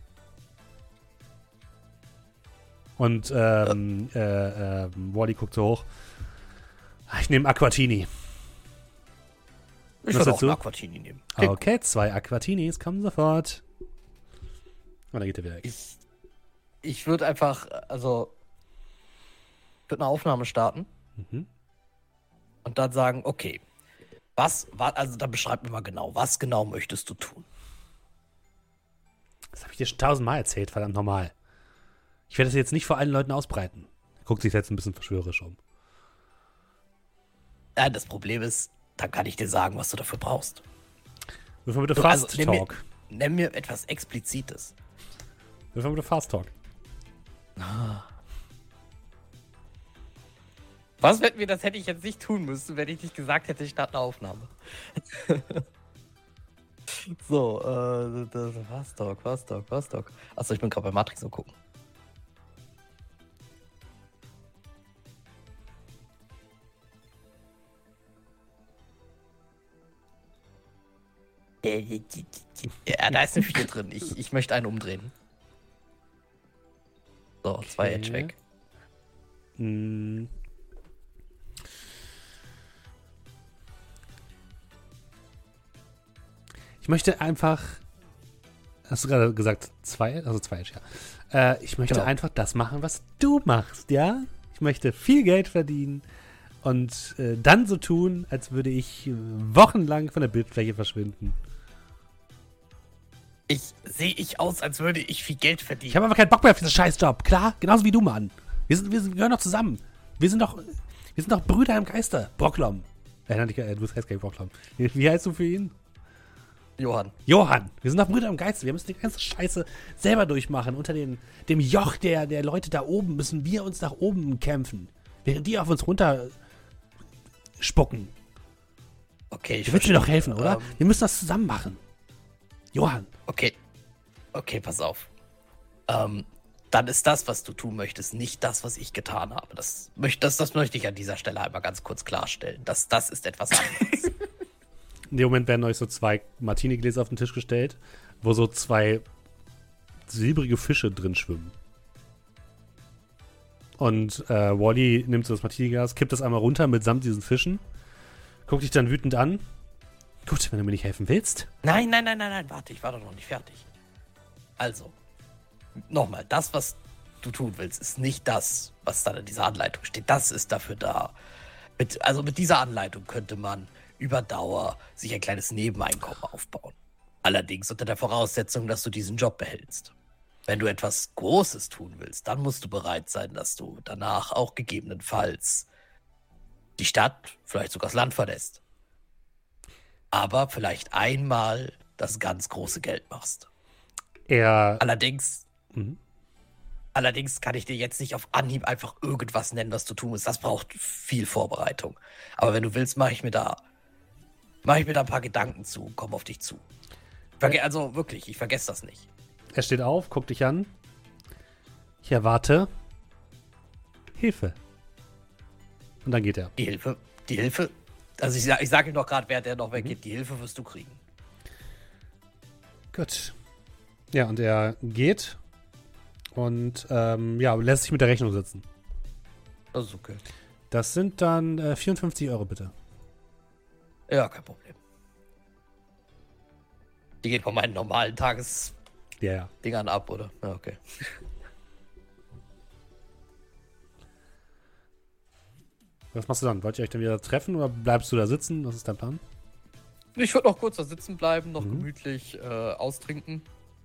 Und Wally guckt so hoch. Ich nehme Aquatini. Ich würde auch einen Aquatini nehmen. Okay, 2 Aquatinis, kommen sofort. Und dann geht er wieder weg. Ich würde einfach, eine Aufnahme starten. Mhm. Und dann sagen, okay, dann beschreib mir mal genau, was genau möchtest du tun? Das habe ich dir schon 1000-mal erzählt, verdammt normal. Ich werde das jetzt nicht vor allen Leuten ausbreiten. Er guckt sich jetzt ein bisschen verschwörerisch um. Ja, das Problem ist, dann kann ich dir sagen, was du dafür brauchst. Wirf mal bitte Fast Talk. Nenn mir etwas Explizites. Wirf mal bitte Fast Talk. Was hätten wir, das hätte ich jetzt nicht tun müssen, wenn ich nicht gesagt hätte, ich starte eine Aufnahme. So, Fast Talk. Achso, ich bin gerade bei Matrix und gucken. Ja, da ist eine 4 drin. Ich möchte einen umdrehen. So, 2 Edge weg. Ich möchte einfach. Hast du gerade gesagt 2? Also 2 Edge, ja. Ich möchte einfach das machen, was du machst, ja? Ich möchte viel Geld verdienen und dann so tun, als würde ich wochenlang von der Bildfläche verschwinden. Sehe ich aus, als würde ich viel Geld verdienen. Ich habe aber keinen Bock mehr auf diesen Scheißjob, klar? Genauso wie du, Mann. Wir gehören doch zusammen. Wir sind doch Brüder im Geiste. Brocklom. Du heißt gar nicht Brocklom. Wie heißt du für ihn? Johann. Wir sind doch Brüder im Geiste. Wir müssen die ganze Scheiße selber durchmachen. Unter dem Joch der Leute da oben müssen wir uns nach oben kämpfen. Während die auf uns runter spucken. Okay, Du willst mir doch helfen, oder? Wir müssen das zusammen machen. Johann. Okay, pass auf. Dann ist das, was du tun möchtest, nicht das, was ich getan habe. Das möchte ich an dieser Stelle einmal ganz kurz klarstellen. Das ist etwas anderes. In dem Moment werden euch so 2 Martini-Gläser auf den Tisch gestellt, wo so 2 silbrige Fische drin schwimmen. Und Wally nimmt so das Martini-Glas, kippt das einmal runter mitsamt diesen Fischen, guckt dich dann wütend an. Gut, wenn du mir nicht helfen willst. Nein, warte, ich war doch noch nicht fertig. Also, nochmal, das, was du tun willst, ist nicht das, was dann in dieser Anleitung steht. Das ist dafür da. Mit dieser Anleitung könnte man über Dauer sich ein kleines Nebeneinkommen aufbauen. Allerdings unter der Voraussetzung, dass du diesen Job behältst. Wenn du etwas Großes tun willst, dann musst du bereit sein, dass du danach auch gegebenenfalls die Stadt, vielleicht sogar das Land verlässt. Aber vielleicht einmal das ganz große Geld machst. Allerdings kann ich dir jetzt nicht auf Anhieb einfach irgendwas nennen, was du tun musst. Das braucht viel Vorbereitung. Aber wenn du willst, mache ich mir da ein paar Gedanken zu und komme auf dich zu. Also wirklich, ich vergesse das nicht. Er steht auf, guckt dich an. Ich erwarte Hilfe. Und dann geht er. Die Hilfe. Also ich sage ihm doch gerade, während er noch weggeht, die Hilfe wirst du kriegen. Gut. Ja, und er geht und lässt sich mit der Rechnung sitzen. Das ist okay. Das sind dann 54 Euro, bitte. Ja, kein Problem. Die geht von meinen normalen Tagesdingern ab, oder? Ja, okay. Was machst du dann? Wollt ihr euch dann wieder treffen oder bleibst du da sitzen? Was ist dein Plan? Ich würde noch kurz da sitzen bleiben, noch gemütlich austrinken.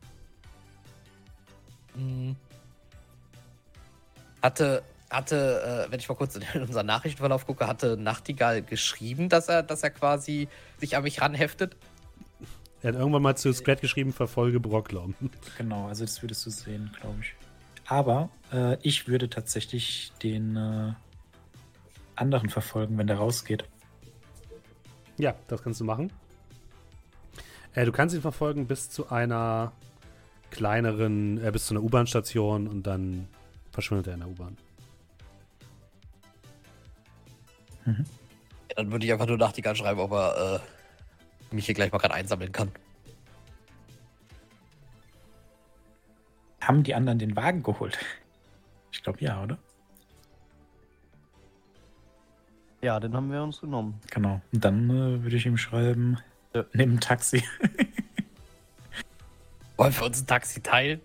Wenn ich mal kurz in unseren Nachrichtenverlauf gucke, hatte Nachtigall geschrieben, dass er quasi sich an mich ranheftet? Er hat irgendwann mal zu Scrat geschrieben, verfolge Brocklom. Genau, also das würdest du sehen, glaube ich. Aber ich würde tatsächlich den anderen verfolgen, wenn der rausgeht. Ja, das kannst du machen. Du kannst ihn verfolgen bis zu einer kleineren, bis zu einer U-Bahn-Station und dann verschwindet er in der U-Bahn. Ja, dann würde ich einfach nur Nachtigall schreiben, ob er mich hier gleich mal gerade einsammeln kann. Haben die anderen den Wagen geholt? Ich glaube ja, oder? Ja, den haben wir uns genommen. Genau. Und dann würde ich ihm schreiben, nimm ein Taxi. Wollen wir uns ein Taxi teilen?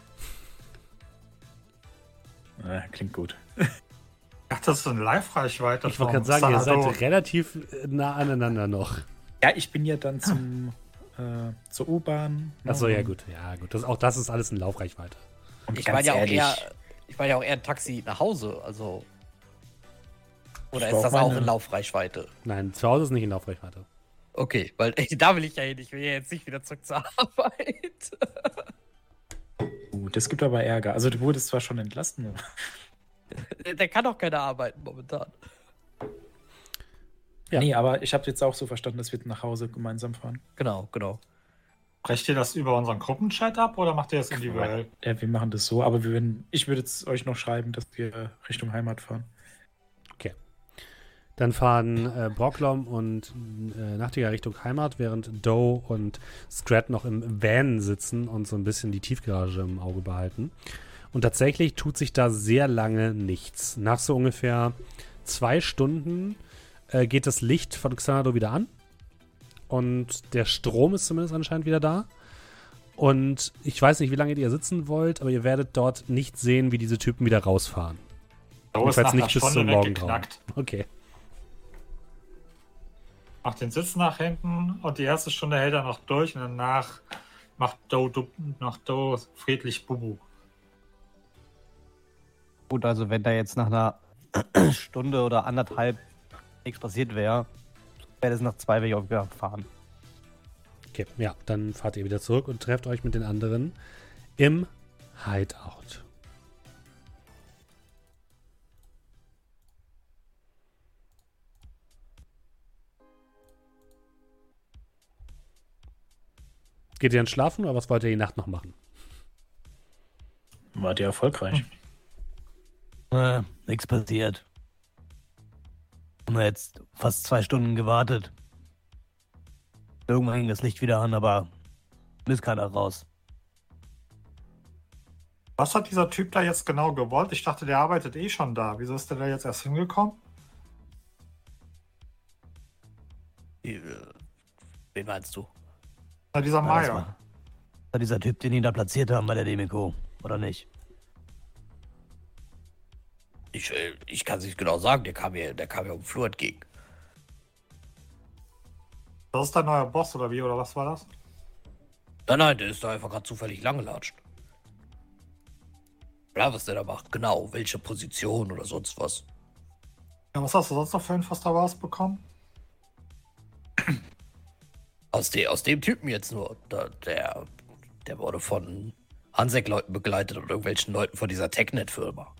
Klingt gut. Ach, das ist eine Live-Reichweite. Ich wollte gerade sagen, ihr seid relativ nah aneinander noch. Ja, ich bin ja dann zur U-Bahn. Achso, ja gut. Ja, gut. Das ist alles in Laufreichweite. Und Ich ganz meine ja ehrlich, auch eher ein Taxi nach Hause, also. Oder Ich ist das brauch auch meine- in Laufreichweite? Nein, zu Hause ist nicht in Laufreichweite. Okay, weil da will ich ja hin. Ich will ja jetzt nicht wieder zurück zur Arbeit. das gibt aber Ärger. Also du wurdest zwar schon entlassen. Der kann doch keine arbeiten momentan. Ja. Nee, aber ich habe jetzt auch so verstanden, dass wir nach Hause gemeinsam fahren. Genau. Brecht ihr das über unseren Gruppenchat ab oder macht ihr das individuell? Wir machen das so, aber ich würde jetzt euch noch schreiben, dass wir Richtung Heimat fahren. Okay. Dann fahren Brocklom und Nachtigall Richtung Heimat, während Doe und Scrat noch im Van sitzen und so ein bisschen die Tiefgarage im Auge behalten. Und tatsächlich tut sich da sehr lange nichts. Nach so ungefähr 2 Stunden geht das Licht von Xanadu wieder an. Und der Strom ist zumindest anscheinend wieder da. Und ich weiß nicht, wie lange ihr sitzen wollt, aber ihr werdet dort nicht sehen, wie diese Typen wieder rausfahren. Da ist Jedenfalls nach einer nicht bis Stunde zum Morgengrauen. weggeknackt. Okay. Macht den Sitz nach hinten und die erste Stunde hält er noch durch und danach macht Doe friedlich Bubu. Gut, also wenn da jetzt nach einer Stunde oder anderthalb nichts passiert wäre das nach 2 wäre ich auch wieder fahren. Okay, ja, dann fahrt ihr wieder zurück und trefft euch mit den anderen im Hideout. Geht ihr dann schlafen oder was wollt ihr die Nacht noch machen? Wart ihr erfolgreich? Nichts passiert. Haben wir jetzt fast 2 Stunden gewartet. Irgendwann ging das Licht wieder an, aber ist keiner raus. Was hat dieser Typ da jetzt genau gewollt? Ich dachte, der arbeitet eh schon da. Wieso ist der da jetzt erst hingekommen? Wen meinst du? Na, dieser Das Meier. war dieser Typ, den die da platziert haben bei der Demiko, oder nicht? Ich kann es nicht genau sagen, der kam mir auf dem Flur entgegen. Das ist dein neuer Boss oder wie, oder was war das? Nein, der ist da einfach gerade zufällig langgelatscht. Ja, was der da macht, genau, welche Position oder sonst was. Ja, was hast du sonst noch für Infos da rausbekommen? Aus dem Typen jetzt nur. Der wurde von Hansek-Leuten begleitet oder irgendwelchen Leuten von dieser TechNet-Firma.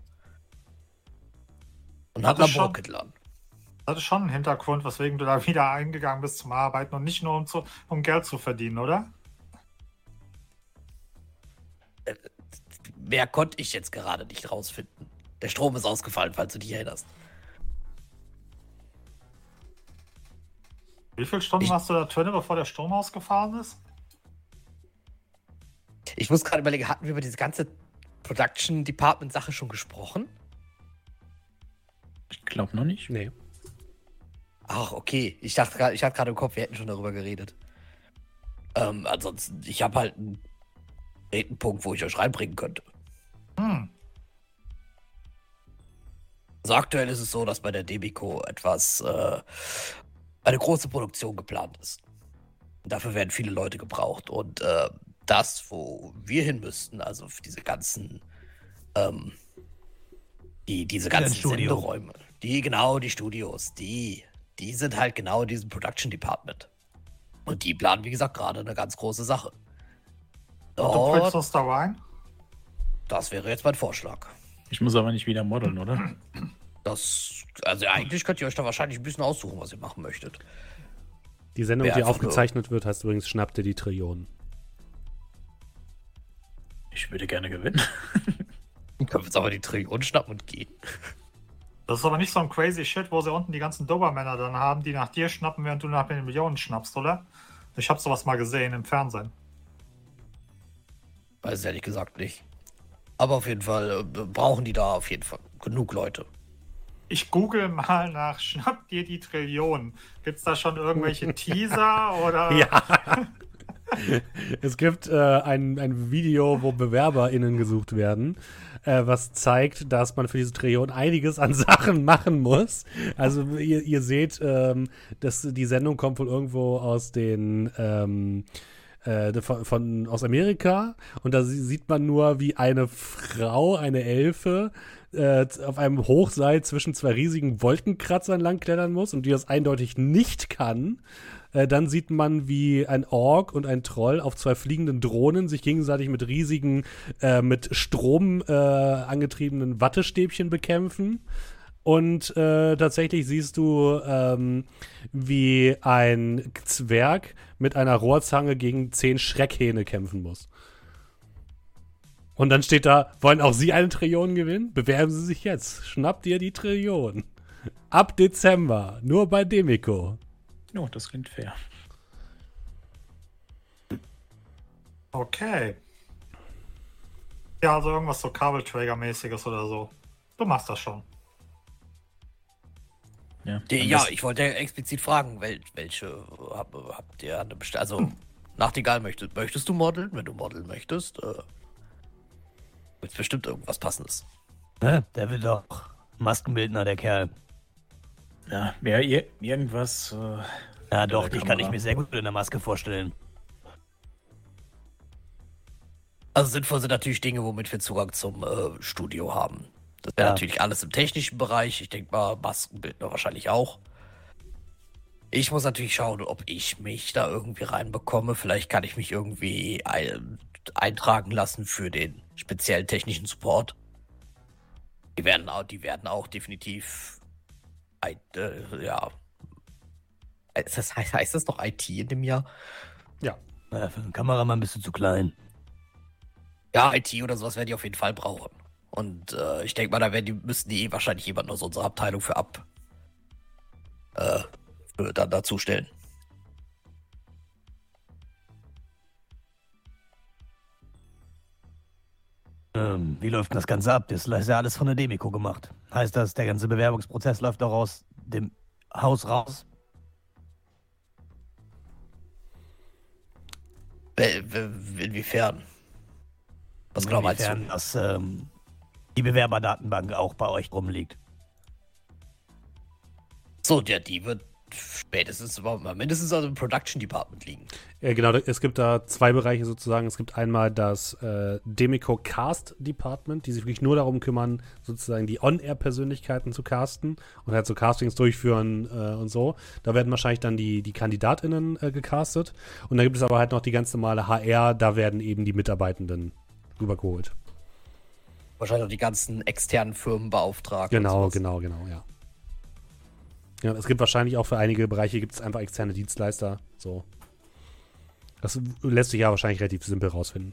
Und hat Laborkittel an. Das ist schon ein Hintergrund, weswegen du da wieder eingegangen bist zum Arbeiten und nicht nur um Geld zu verdienen, oder? Mehr konnte ich jetzt gerade nicht rausfinden. Der Strom ist ausgefallen, falls du dich erinnerst. Wie viele Stunden warst du da drin, bevor der Strom ausgefallen ist? Ich muss gerade überlegen, hatten wir über diese ganze Production Department Sache schon gesprochen? Ich glaube noch nicht. Nee. Ach, okay. Ich hatte gerade im Kopf, wir hätten schon darüber geredet. Ansonsten, ich habe halt einen Punkt, wo ich euch reinbringen könnte. Also aktuell ist es so, dass bei der Debico eine große Produktion geplant ist. Dafür werden viele Leute gebraucht. Und das, wo wir hin müssten, also für diese ganzen diese ganzen Senderäume, die Studios, die sind halt genau in diesem Production Department. Und die planen, wie gesagt, gerade eine ganz große Sache. Und du bringst uns da rein? Das wäre jetzt mein Vorschlag. Ich muss aber nicht wieder modeln, oder? Also eigentlich könnt ihr euch da wahrscheinlich ein bisschen aussuchen, was ihr machen möchtet. Die Sendung, Wer die einfach aufgezeichnet wird, heißt übrigens Schnapp dir die Trillionen. Ich würde gerne gewinnen. Dann können wir jetzt aber die Trillionen schnappen und gehen. Das ist aber nicht so ein crazy Shit, wo sie unten die ganzen Dobermänner dann haben, die nach dir schnappen, während du nach den Millionen schnappst, oder? Ich habe sowas mal gesehen im Fernsehen. Weiß es ehrlich gesagt nicht. Aber auf jeden Fall brauchen die da auf jeden Fall genug Leute. Ich google mal nach Schnapp dir die Trillionen. Gibt's da schon irgendwelche Teaser oder? Ja. Es gibt ein Video, wo BewerberInnen gesucht werden, was zeigt, dass man für diese Trillion einiges an Sachen machen muss. Also ihr seht, dass die Sendung kommt wohl irgendwo aus den aus Amerika, und da sieht man nur, wie eine Frau, eine Elfe, auf einem Hochseil zwischen zwei riesigen Wolkenkratzern langklettern muss und die das eindeutig nicht kann. Dann sieht man, wie ein Ork und ein Troll auf zwei fliegenden Drohnen sich gegenseitig mit riesigen, mit Strom angetriebenen Wattestäbchen bekämpfen. Und tatsächlich siehst du, wie ein Zwerg mit einer Rohrzange gegen 10 Schreckhähne kämpfen muss. Und dann steht da, wollen auch Sie eine Trillion gewinnen? Bewerben Sie sich jetzt. Schnappt ihr die Trillion. Ab Dezember. Nur bei Demico. Oh, das klingt fair. Okay. Ja, also irgendwas so Kabelträger-mäßiges oder so. Du machst das schon. Ja, Ja, ich wollte ja explizit fragen, welche habt ihr an der Also, Nachtigall, möchtest du modeln? Wenn du modeln möchtest, gibt's bestimmt irgendwas Passendes. Der will doch Maskenbildner, der Kerl. Ja, irgendwas. Ja, doch, der dich kann ich Kamera. mir sehr gut in der Maske vorstellen. Also sinnvoll sind natürlich Dinge, womit wir Zugang zum Studio haben. Das wäre Ja. natürlich alles im technischen Bereich. Ich denke mal, Maskenbildner wahrscheinlich auch. Ich muss natürlich schauen, ob ich mich da irgendwie reinbekomme. Vielleicht kann ich mich irgendwie eintragen lassen für den speziellen technischen Support. Die werden auch definitiv ja. Heißt das noch IT in dem Jahr? Ja. Für den Kameramann bist du zu klein. Ja, IT oder sowas werden die auf jeden Fall brauchen. Und ich denke mal, müssten die wahrscheinlich jemanden aus unserer Abteilung für dann dazu stellen. Wie läuft denn das Ganze ab? Das ist ja alles von der Demico gemacht. Heißt das, der ganze Bewerbungsprozess läuft auch aus dem Haus raus? Inwiefern? Was genau meinst du? Inwiefern, dass die Bewerberdatenbank auch bei euch rumliegt. So, ja, die wird spätestens, mindestens also im Production Department liegen. Ja, genau, es gibt da zwei Bereiche sozusagen. Es gibt einmal das Demico Cast Department, die sich wirklich nur darum kümmern, sozusagen die On-Air-Persönlichkeiten zu casten und halt so Castings durchführen und so. Da werden wahrscheinlich dann die KandidatInnen gecastet. Und dann gibt es aber halt noch die ganz normale HR, da werden eben die Mitarbeitenden rübergeholt. Wahrscheinlich auch die ganzen externen Firmen beauftragt. Genau, ja. Ja, es gibt wahrscheinlich auch für einige Bereiche gibt es einfach externe Dienstleister. So. Das lässt sich ja wahrscheinlich relativ simpel rausfinden.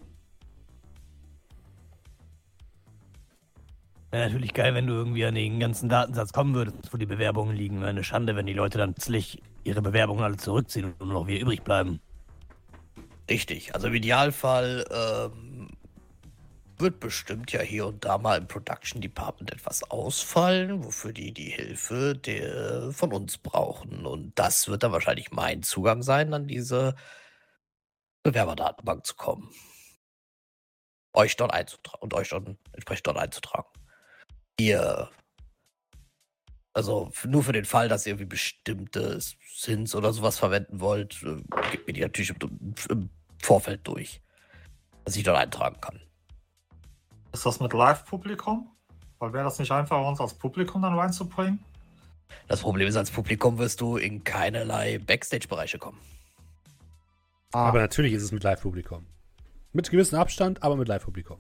Wäre natürlich geil, wenn du irgendwie an den ganzen Datensatz kommen würdest, wo die Bewerbungen liegen. Wäre eine Schande, wenn die Leute dann plötzlich ihre Bewerbungen alle zurückziehen und nur noch wir übrig bleiben. Richtig. Also im Idealfall wird bestimmt ja hier und da mal im Production Department etwas ausfallen, wofür die Hilfe von uns brauchen. Und das wird dann wahrscheinlich mein Zugang sein, an diese Bewerberdatenbank zu kommen. Euch dort einzutragen und euch dann entsprechend dort einzutragen. Ihr, also nur für den Fall, dass ihr irgendwie bestimmte Sins oder sowas verwenden wollt, gebt mir die natürlich im Vorfeld durch, dass ich dort eintragen kann. Ist das mit Live-Publikum? Weil wäre das nicht einfacher, uns als Publikum dann reinzubringen? Das Problem ist, als Publikum wirst du in keinerlei Backstage-Bereiche kommen. Aber natürlich ist es mit Live-Publikum. Mit gewissem Abstand, aber mit Live-Publikum.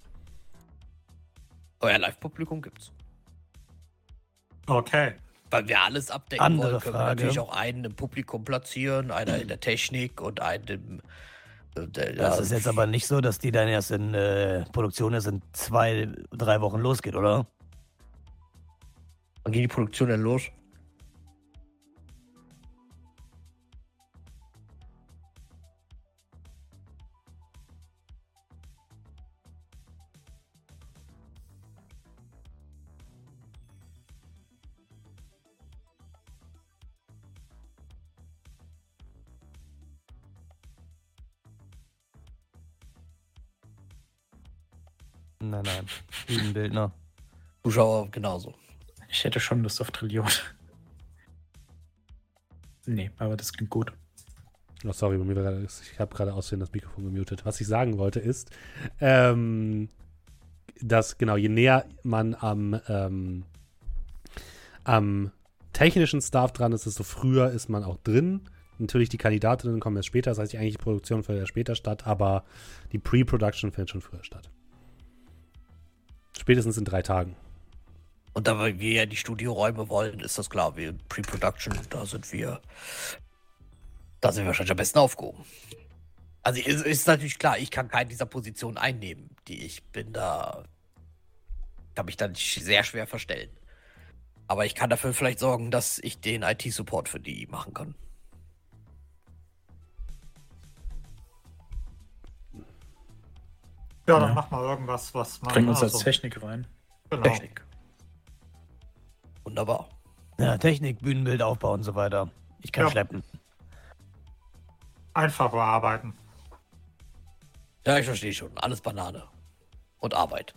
Euer Live-Publikum gibt's. Okay. Weil wir alles abdecken Andere wollen, können wir Frage. natürlich auch einen im Publikum platzieren, einer in der Technik und einen im... Das ist jetzt aber nicht so, dass die dann erst in Produktion erst in 2-3 Wochen losgeht, oder? Wann geht die Produktion denn los? Nein. Bühnenbildner. Zuschauer genauso. Ich hätte schon Lust auf Trillion. Nee, aber das klingt gut. Oh, sorry, ich habe gerade aussehen das Mikrofon gemutet. Was ich sagen wollte ist, dass genau, je näher man am technischen Staff dran ist, desto früher ist man auch drin. Natürlich, die Kandidatinnen kommen erst später, das heißt, die eigentliche Produktion findet erst später statt, aber die Pre-Production findet schon früher statt. Spätestens in 3 Tagen. Und da wir ja die Studioräume wollen, ist das klar, wir Pre-Production, da sind wir wahrscheinlich am besten aufgehoben. Also ist natürlich klar, ich kann keine dieser Positionen einnehmen, die ich bin, da kann mich dann sehr schwer verstellen. Aber ich kann dafür vielleicht sorgen, dass ich den IT-Support für die machen kann. Ja, dann mach mal irgendwas, was man... Bringen uns als Technik rein. Genau. Technik. Wunderbar. Ja, Technik, Bühnenbild, Aufbau und so weiter. Ich kann Ja. schleppen. Einfach bearbeiten. Ja, ich verstehe schon. Alles Banane. Und Arbeit.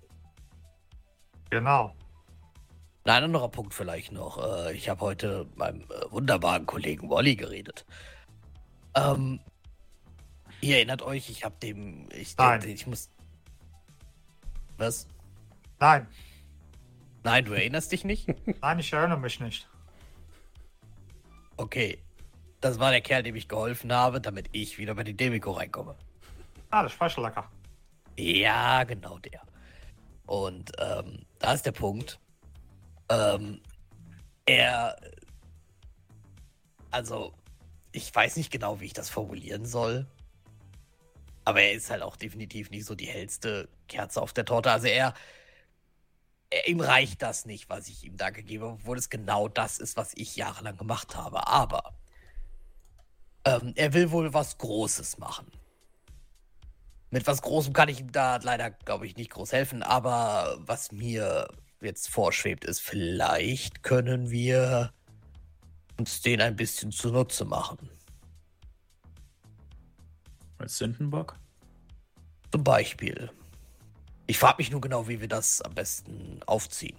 Genau. Ein anderer Punkt vielleicht noch. Ich habe heute mit meinem wunderbaren Kollegen Wally geredet. Ihr erinnert euch, ich habe ich muss... Was? Nein. Nein, du erinnerst dich nicht? Nein, ich erinnere mich nicht. Okay. Das war der Kerl, dem ich geholfen habe, damit ich wieder bei die Demico reinkomme. Ah, der Speichellecker. Ja, genau der. Und da ist der Punkt. Also, ich weiß nicht genau, wie ich das formulieren soll. Aber er ist halt auch definitiv nicht so die hellste Kerze auf der Torte. Also ihm reicht das nicht, was ich ihm da gegeben habe, obwohl es genau das ist, was ich jahrelang gemacht habe. Aber er will wohl was Großes machen. Mit was Großem kann ich ihm da leider, glaube ich, nicht groß helfen. Aber was mir jetzt vorschwebt, ist, vielleicht können wir uns den ein bisschen zunutze machen. Als Sündenbock? Zum Beispiel. Ich frage mich nur genau, wie wir das am besten aufziehen.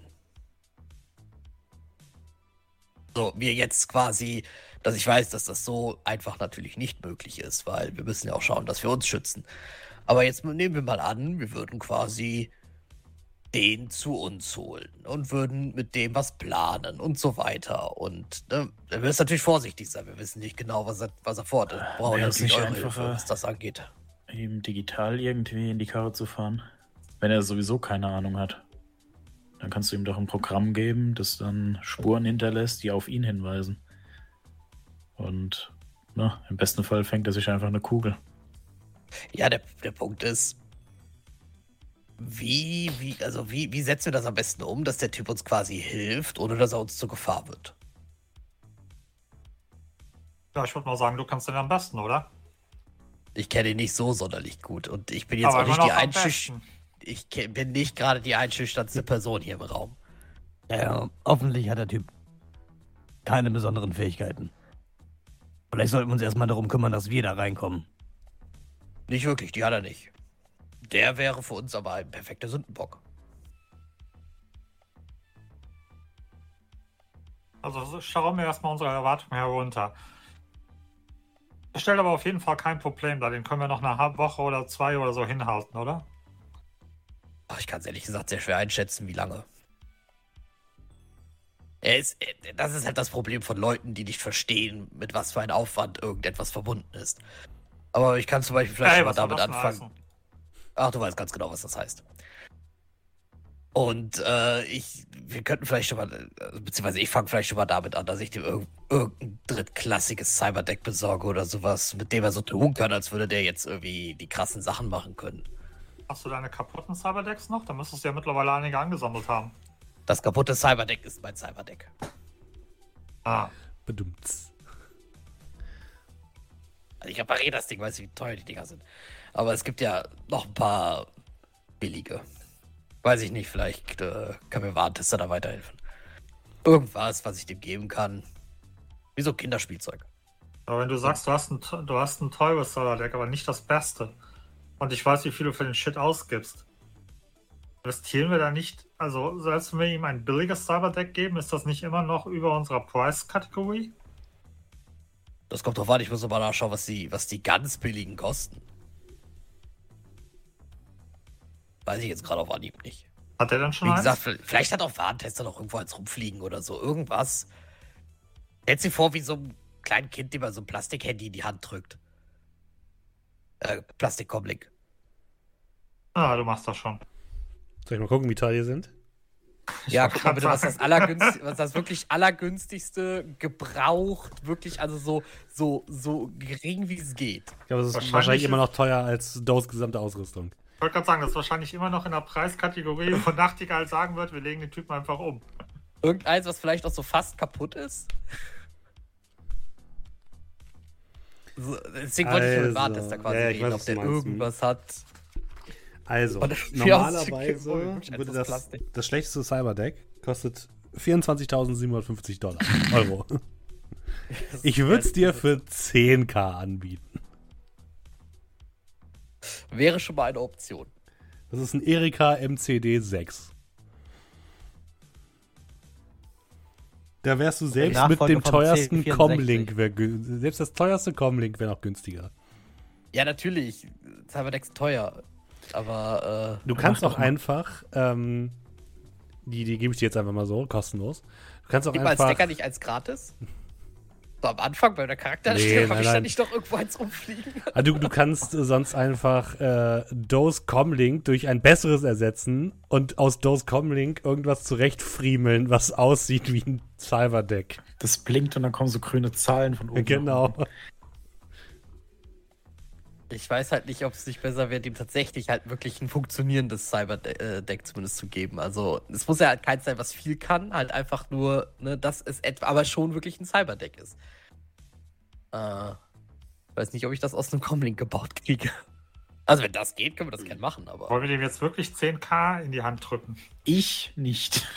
So, wir jetzt quasi, dass ich weiß, dass das so einfach natürlich nicht möglich ist, weil wir müssen ja auch schauen, dass wir uns schützen. Aber jetzt nehmen wir mal an, wir würden quasi den zu uns holen und würden mit dem was planen und so weiter. Und ne, wir müssen natürlich vorsichtig sein. Wir wissen nicht genau, was er vorhat. Wir brauchen Wäre es natürlich nicht eure Hilfe, einfacher, was das angeht. ihm digital irgendwie in die Karre zu fahren? Wenn er sowieso keine Ahnung hat. Dann kannst du ihm doch ein Programm geben, das dann Spuren hinterlässt, die auf ihn hinweisen. Und im besten Fall fängt er sich einfach eine Kugel. Ja, der Punkt ist, wie setzen wir das am besten um, dass der Typ uns quasi hilft, ohne dass er uns zur Gefahr wird? Ja, ich würde mal sagen, du kannst den am besten, oder? Ich kenne ihn nicht so sonderlich gut und ich bin jetzt Aber auch nicht immer die noch am besten. bin nicht gerade die einschüchternste Person hier im Raum. Ja, offensichtlich hat der Typ keine besonderen Fähigkeiten. Vielleicht sollten wir uns erstmal darum kümmern, dass wir da reinkommen. Nicht wirklich, die hat er nicht. Der wäre für uns aber ein perfekter Sündenbock. Also schauen wir erstmal unsere Erwartungen herunter. Das stellt aber auf jeden Fall kein Problem dar. Den können wir noch eine Woche oder 2 oder so hinhalten, oder? Ich kann es ehrlich gesagt sehr schwer einschätzen, wie lange. Das ist halt das Problem von Leuten, die nicht verstehen, mit was für ein Aufwand irgendetwas verbunden ist. Aber ich kann zum Beispiel vielleicht schon mal was soll damit das denn anfangen. heißen? Ach, du weißt ganz genau, was das heißt. Und wir könnten vielleicht schon mal, beziehungsweise ich fange vielleicht schon mal damit an, dass ich dem irgendein drittklassiges Cyberdeck besorge oder sowas, mit dem er so tun kann, als würde der jetzt irgendwie die krassen Sachen machen können. Hast du deine kaputten Cyberdecks noch? Da müsstest du ja mittlerweile einige angesammelt haben. Das kaputte Cyberdeck ist mein Cyberdeck. Ah. Bedumts. Also ich repariere das Ding, weiß ich, wie teuer die Dinger sind. Aber es gibt ja noch ein paar billige. Weiß ich nicht, vielleicht kann mir Warentester da weiterhelfen. Irgendwas, was ich dem geben kann. Wie so Kinderspielzeug. Aber wenn du sagst, du hast ein teures Cyberdeck, aber nicht das Beste. Und ich weiß, wie viel du für den Shit ausgibst. Investieren wir da nicht, also selbst wenn wir ihm ein billiges Cyberdeck geben, ist das nicht immer noch über unserer Price-Kategorie? Das kommt drauf an, ich muss aber nachschauen, was die ganz billigen kosten. Weiß ich jetzt gerade auf Anhieb nicht. Hat der dann schon Wie eins? gesagt, vielleicht hat auch Warentester noch irgendwo eins rumfliegen oder so. Irgendwas. Stellt sich vor, wie so ein kleines Kind, dem man so ein Plastikhandy in die Hand drückt. Plastik-Comlink. Ah, du machst das schon. Soll ich mal gucken, wie teuer die sind? Ja, guck mal bitte, was das wirklich allergünstigste gebraucht, wirklich, also so gering wie es geht. Ich glaube, es ist Wahrscheinlich wahrscheinlich immer ist- noch teuer als Dose gesamte Ausrüstung. Ich wollte gerade sagen, das ist wahrscheinlich immer noch in der Preiskategorie, wo Nachtigall sagen wird, wir legen den Typen einfach um. Irgendeins, was vielleicht auch so fast kaputt ist. So, deswegen wollte ich mit Warentester quasi ja, ich reden, weiß, ob was du der meinst. irgendwas hat. Also, Und für normalerweise wirklich würde etwas Plastik. das schlechteste Cyberdeck kostet $24.750 Euro. Ich würde es dir für 10.000 anbieten. Wäre schon mal eine Option. Das ist ein Erika MCD 6. Da wärst du selbst mit Nachfolger dem vom teuersten C64. Comlink, selbst das teuerste Comlink wäre noch günstiger. Ja, natürlich. Cyberdeck ist teuer. Aber, Du kannst mach auch doch mal. einfach, die gebe ich dir jetzt einfach mal so, kostenlos. Du kannst auch gib mal als einfach. Decker nicht eins gratis? So am Anfang bei der Nee, Charaktererstellung habe ich da nein. nicht doch irgendwo eins rumfliegen. Du kannst sonst einfach Dose Comlink durch ein besseres ersetzen und aus Dose Comlink irgendwas zurechtfriemeln, was aussieht wie ein Cyberdeck. Das blinkt und dann kommen so grüne Zahlen von oben. Genau. Ich weiß halt nicht, ob es nicht besser wäre, dem tatsächlich halt wirklich ein funktionierendes Cyberdeck zumindest zu geben. Also, es muss ja halt keins sein, was viel kann, halt einfach nur, ne, dass es etwa, aber schon wirklich ein Cyberdeck ist. Weiß nicht, ob ich das aus einem Comlink gebaut kriege. Also, wenn das geht, können wir das gerne machen, aber. Wollen wir dem jetzt wirklich 10.000 in die Hand drücken? Ich nicht.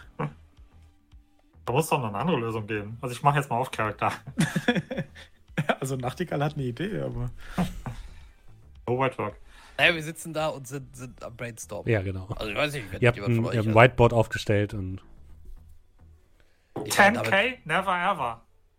Da muss doch noch eine andere Lösung geben. Also ich mache jetzt mal auf Charakter. Also Nachtigall hat eine Idee, aber. Oh, White Work. Naja, wir sitzen da und sind am Brainstormen. Ja, genau. Also ich weiß nicht, wenn Ihr habt jemand von euch... ein Whiteboard aufgestellt und 10k? Never ever.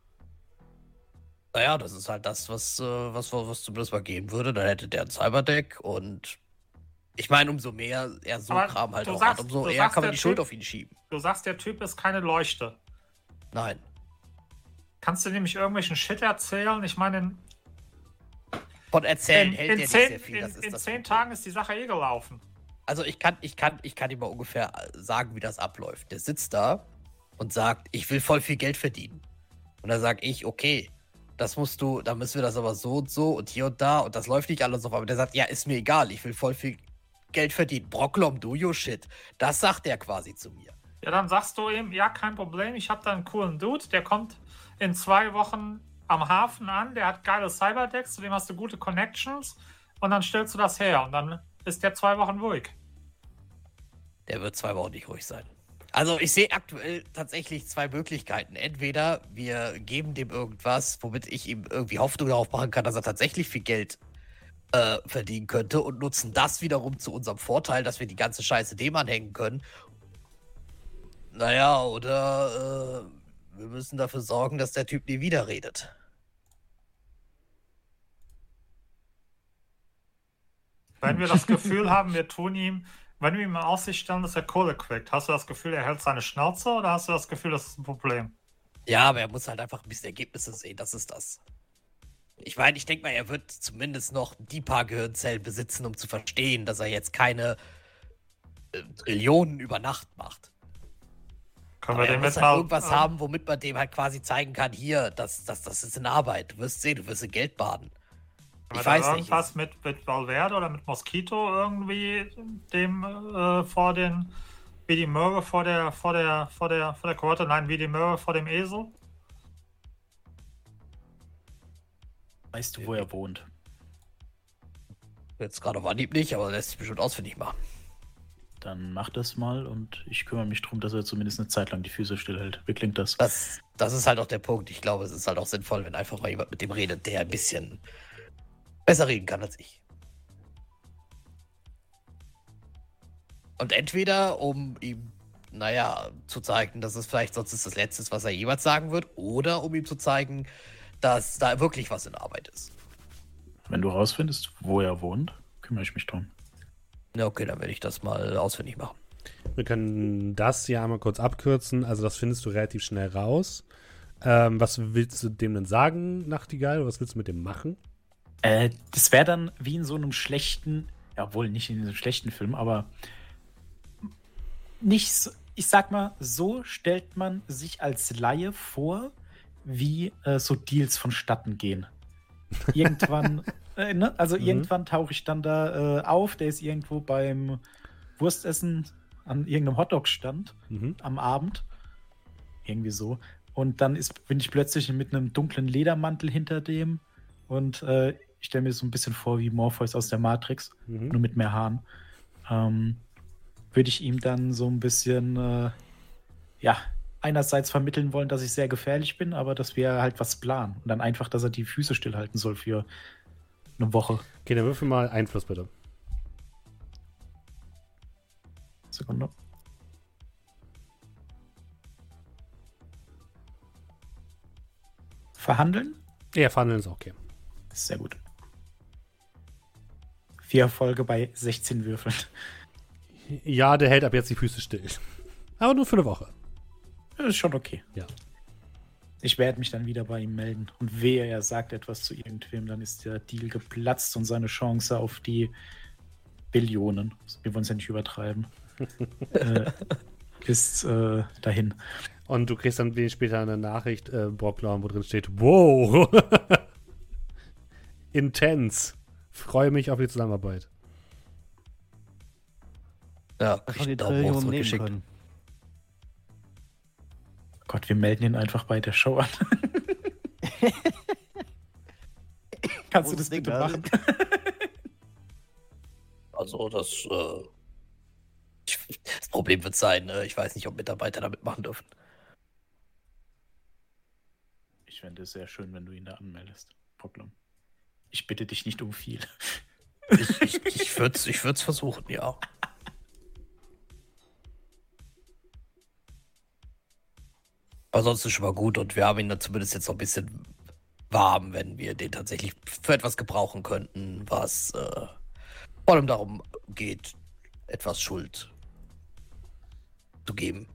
Naja, das ist halt das, was zumindest mal gehen würde. Dann hätte der ein Cyberdeck und ich meine, umso mehr er so Aber Kram halt du auch sagst- hat, umso du eher sagst, kann man der die Schuld Typ- auf ihn schieben. Du sagst, der Typ ist keine Leuchte. Nein. Kannst du nämlich irgendwelchen Shit erzählen? Ich meine, Von erzählen hält er in nicht 10, sehr viel. Das ist in das 10 Problem. Tagen ist die Sache eh gelaufen. Also ich kann ihm mal ungefähr sagen, wie das abläuft. Der sitzt da und sagt, ich will voll viel Geld verdienen. Und dann sage ich, okay, da müssen wir das aber so und so und hier und da und das läuft nicht alles auf. Aber der sagt, ja, ist mir egal, ich will voll viel Geld verdienen. Brocklom, do your shit. Das sagt er quasi zu mir. Ja, dann sagst du ihm, ja, kein Problem, ich habe da einen coolen Dude, der kommt in 2 Wochen am Hafen an, der hat geile Cyberdecks, zu dem hast du gute Connections und dann stellst du das her und dann ist der 2 Wochen ruhig. Der wird 2 Wochen nicht ruhig sein. Also ich sehe aktuell tatsächlich 2 Möglichkeiten. Entweder wir geben dem irgendwas, womit ich ihm irgendwie Hoffnung darauf machen kann, dass er tatsächlich viel Geld verdienen könnte und nutzen das wiederum zu unserem Vorteil, dass wir die ganze Scheiße dem anhängen können. Naja, oder wir müssen dafür sorgen, dass der Typ nie wieder redet. Wenn wir das Gefühl haben, wenn wir ihm in Aussicht stellen, dass er Kohle kriegt, hast du das Gefühl, er hält seine Schnauze oder hast du das Gefühl, das ist ein Problem? Ja, aber er muss halt einfach ein bisschen Ergebnisse sehen, das ist das. Ich meine, ich denke mal, er wird zumindest noch die paar Gehirnzellen besitzen, um zu verstehen, dass er jetzt keine Trillionen über Nacht macht. Können Aber wir er dem muss jetzt halt mal irgendwas haben, womit man dem halt quasi zeigen kann, hier, das ist in Arbeit. Du wirst sehen, du wirst in Geld baden. Können Ich wir da weiß nicht. irgendwas mit Valverde oder mit Mosquito irgendwie dem wie die Möwe vor der Karotte, nein, wie die Möwe vor dem Esel? Weißt du, wo er wohnt? Jetzt gerade auf Anhieb nicht, aber lässt sich bestimmt ausfindig machen. Dann mach das mal und ich kümmere mich darum, dass er zumindest eine Zeit lang die Füße stillhält. Wie klingt das? Das ist halt auch der Punkt. Ich glaube, es ist halt auch sinnvoll, wenn einfach mal jemand mit dem redet, der ein bisschen besser reden kann als ich. Und entweder, um ihm, zu zeigen, dass es vielleicht sonst ist das Letzte, was er jemals sagen wird, oder um ihm zu zeigen, dass da wirklich was in Arbeit ist. Wenn du rausfindest, wo er wohnt, kümmere ich mich drum. Ja, okay, dann werde ich das mal ausfindig machen. wir können das ja einmal kurz abkürzen. Also das findest du relativ schnell raus. Was willst du dem denn sagen, Nachtigall? Oder was willst du mit dem machen? Das wäre dann wie in so einem schlechten, ja, wohl nicht in einem schlechten Film, aber nicht so, ich sag mal, so stellt man sich als Laie vor, wie so Deals vonstatten gehen. Irgendwann, irgendwann tauche ich dann da auf, der ist irgendwo beim Wurstessen an irgendeinem Hotdog-Stand am Abend. Irgendwie so. Und dann bin ich plötzlich mit einem dunklen Ledermantel hinter dem und ich stelle mir so ein bisschen vor wie Morpheus aus der Matrix, nur mit mehr Haaren. Würde ich ihm dann so ein bisschen, einerseits vermitteln wollen, dass ich sehr gefährlich bin, aber dass wir halt was planen. Und dann einfach, dass er die Füße stillhalten soll für eine Woche. Okay, dann würfel mal Einfluss, bitte. Sekunde. Verhandeln? Ja, verhandeln ist okay. Das ist sehr gut. 4 Erfolge bei 16 Würfeln. Ja, der hält ab jetzt die Füße still. Aber nur für eine Woche. Das ist schon okay. Ja. Ich werde mich dann wieder bei ihm melden. Und wehe, er sagt etwas zu irgendwem, dann ist der Deal geplatzt und seine Chance auf die Billionen, wir wollen es ja nicht übertreiben, ist dahin. Und du kriegst dann wenig später eine Nachricht, Brocklaum, wo drin steht, wow, intens. Freue mich auf die Zusammenarbeit. Ja, Dass wir die Daumen hoch Trillionen nehmen zurückgeschickt. können. Gott, wir melden ihn einfach bei der Show an. Kannst du das bitte machen? Also das Problem wird sein, ich weiß nicht, ob Mitarbeiter damit machen dürfen. Ich fände es sehr schön, wenn du ihn da anmeldest, Brocklom. Ich bitte dich nicht um viel. Ich würd's versuchen, ja. Aber sonst ist schon mal gut und wir haben ihn dann zumindest jetzt noch ein bisschen warm, wenn wir den tatsächlich für etwas gebrauchen könnten, was vor allem darum geht, etwas Schuld zu geben.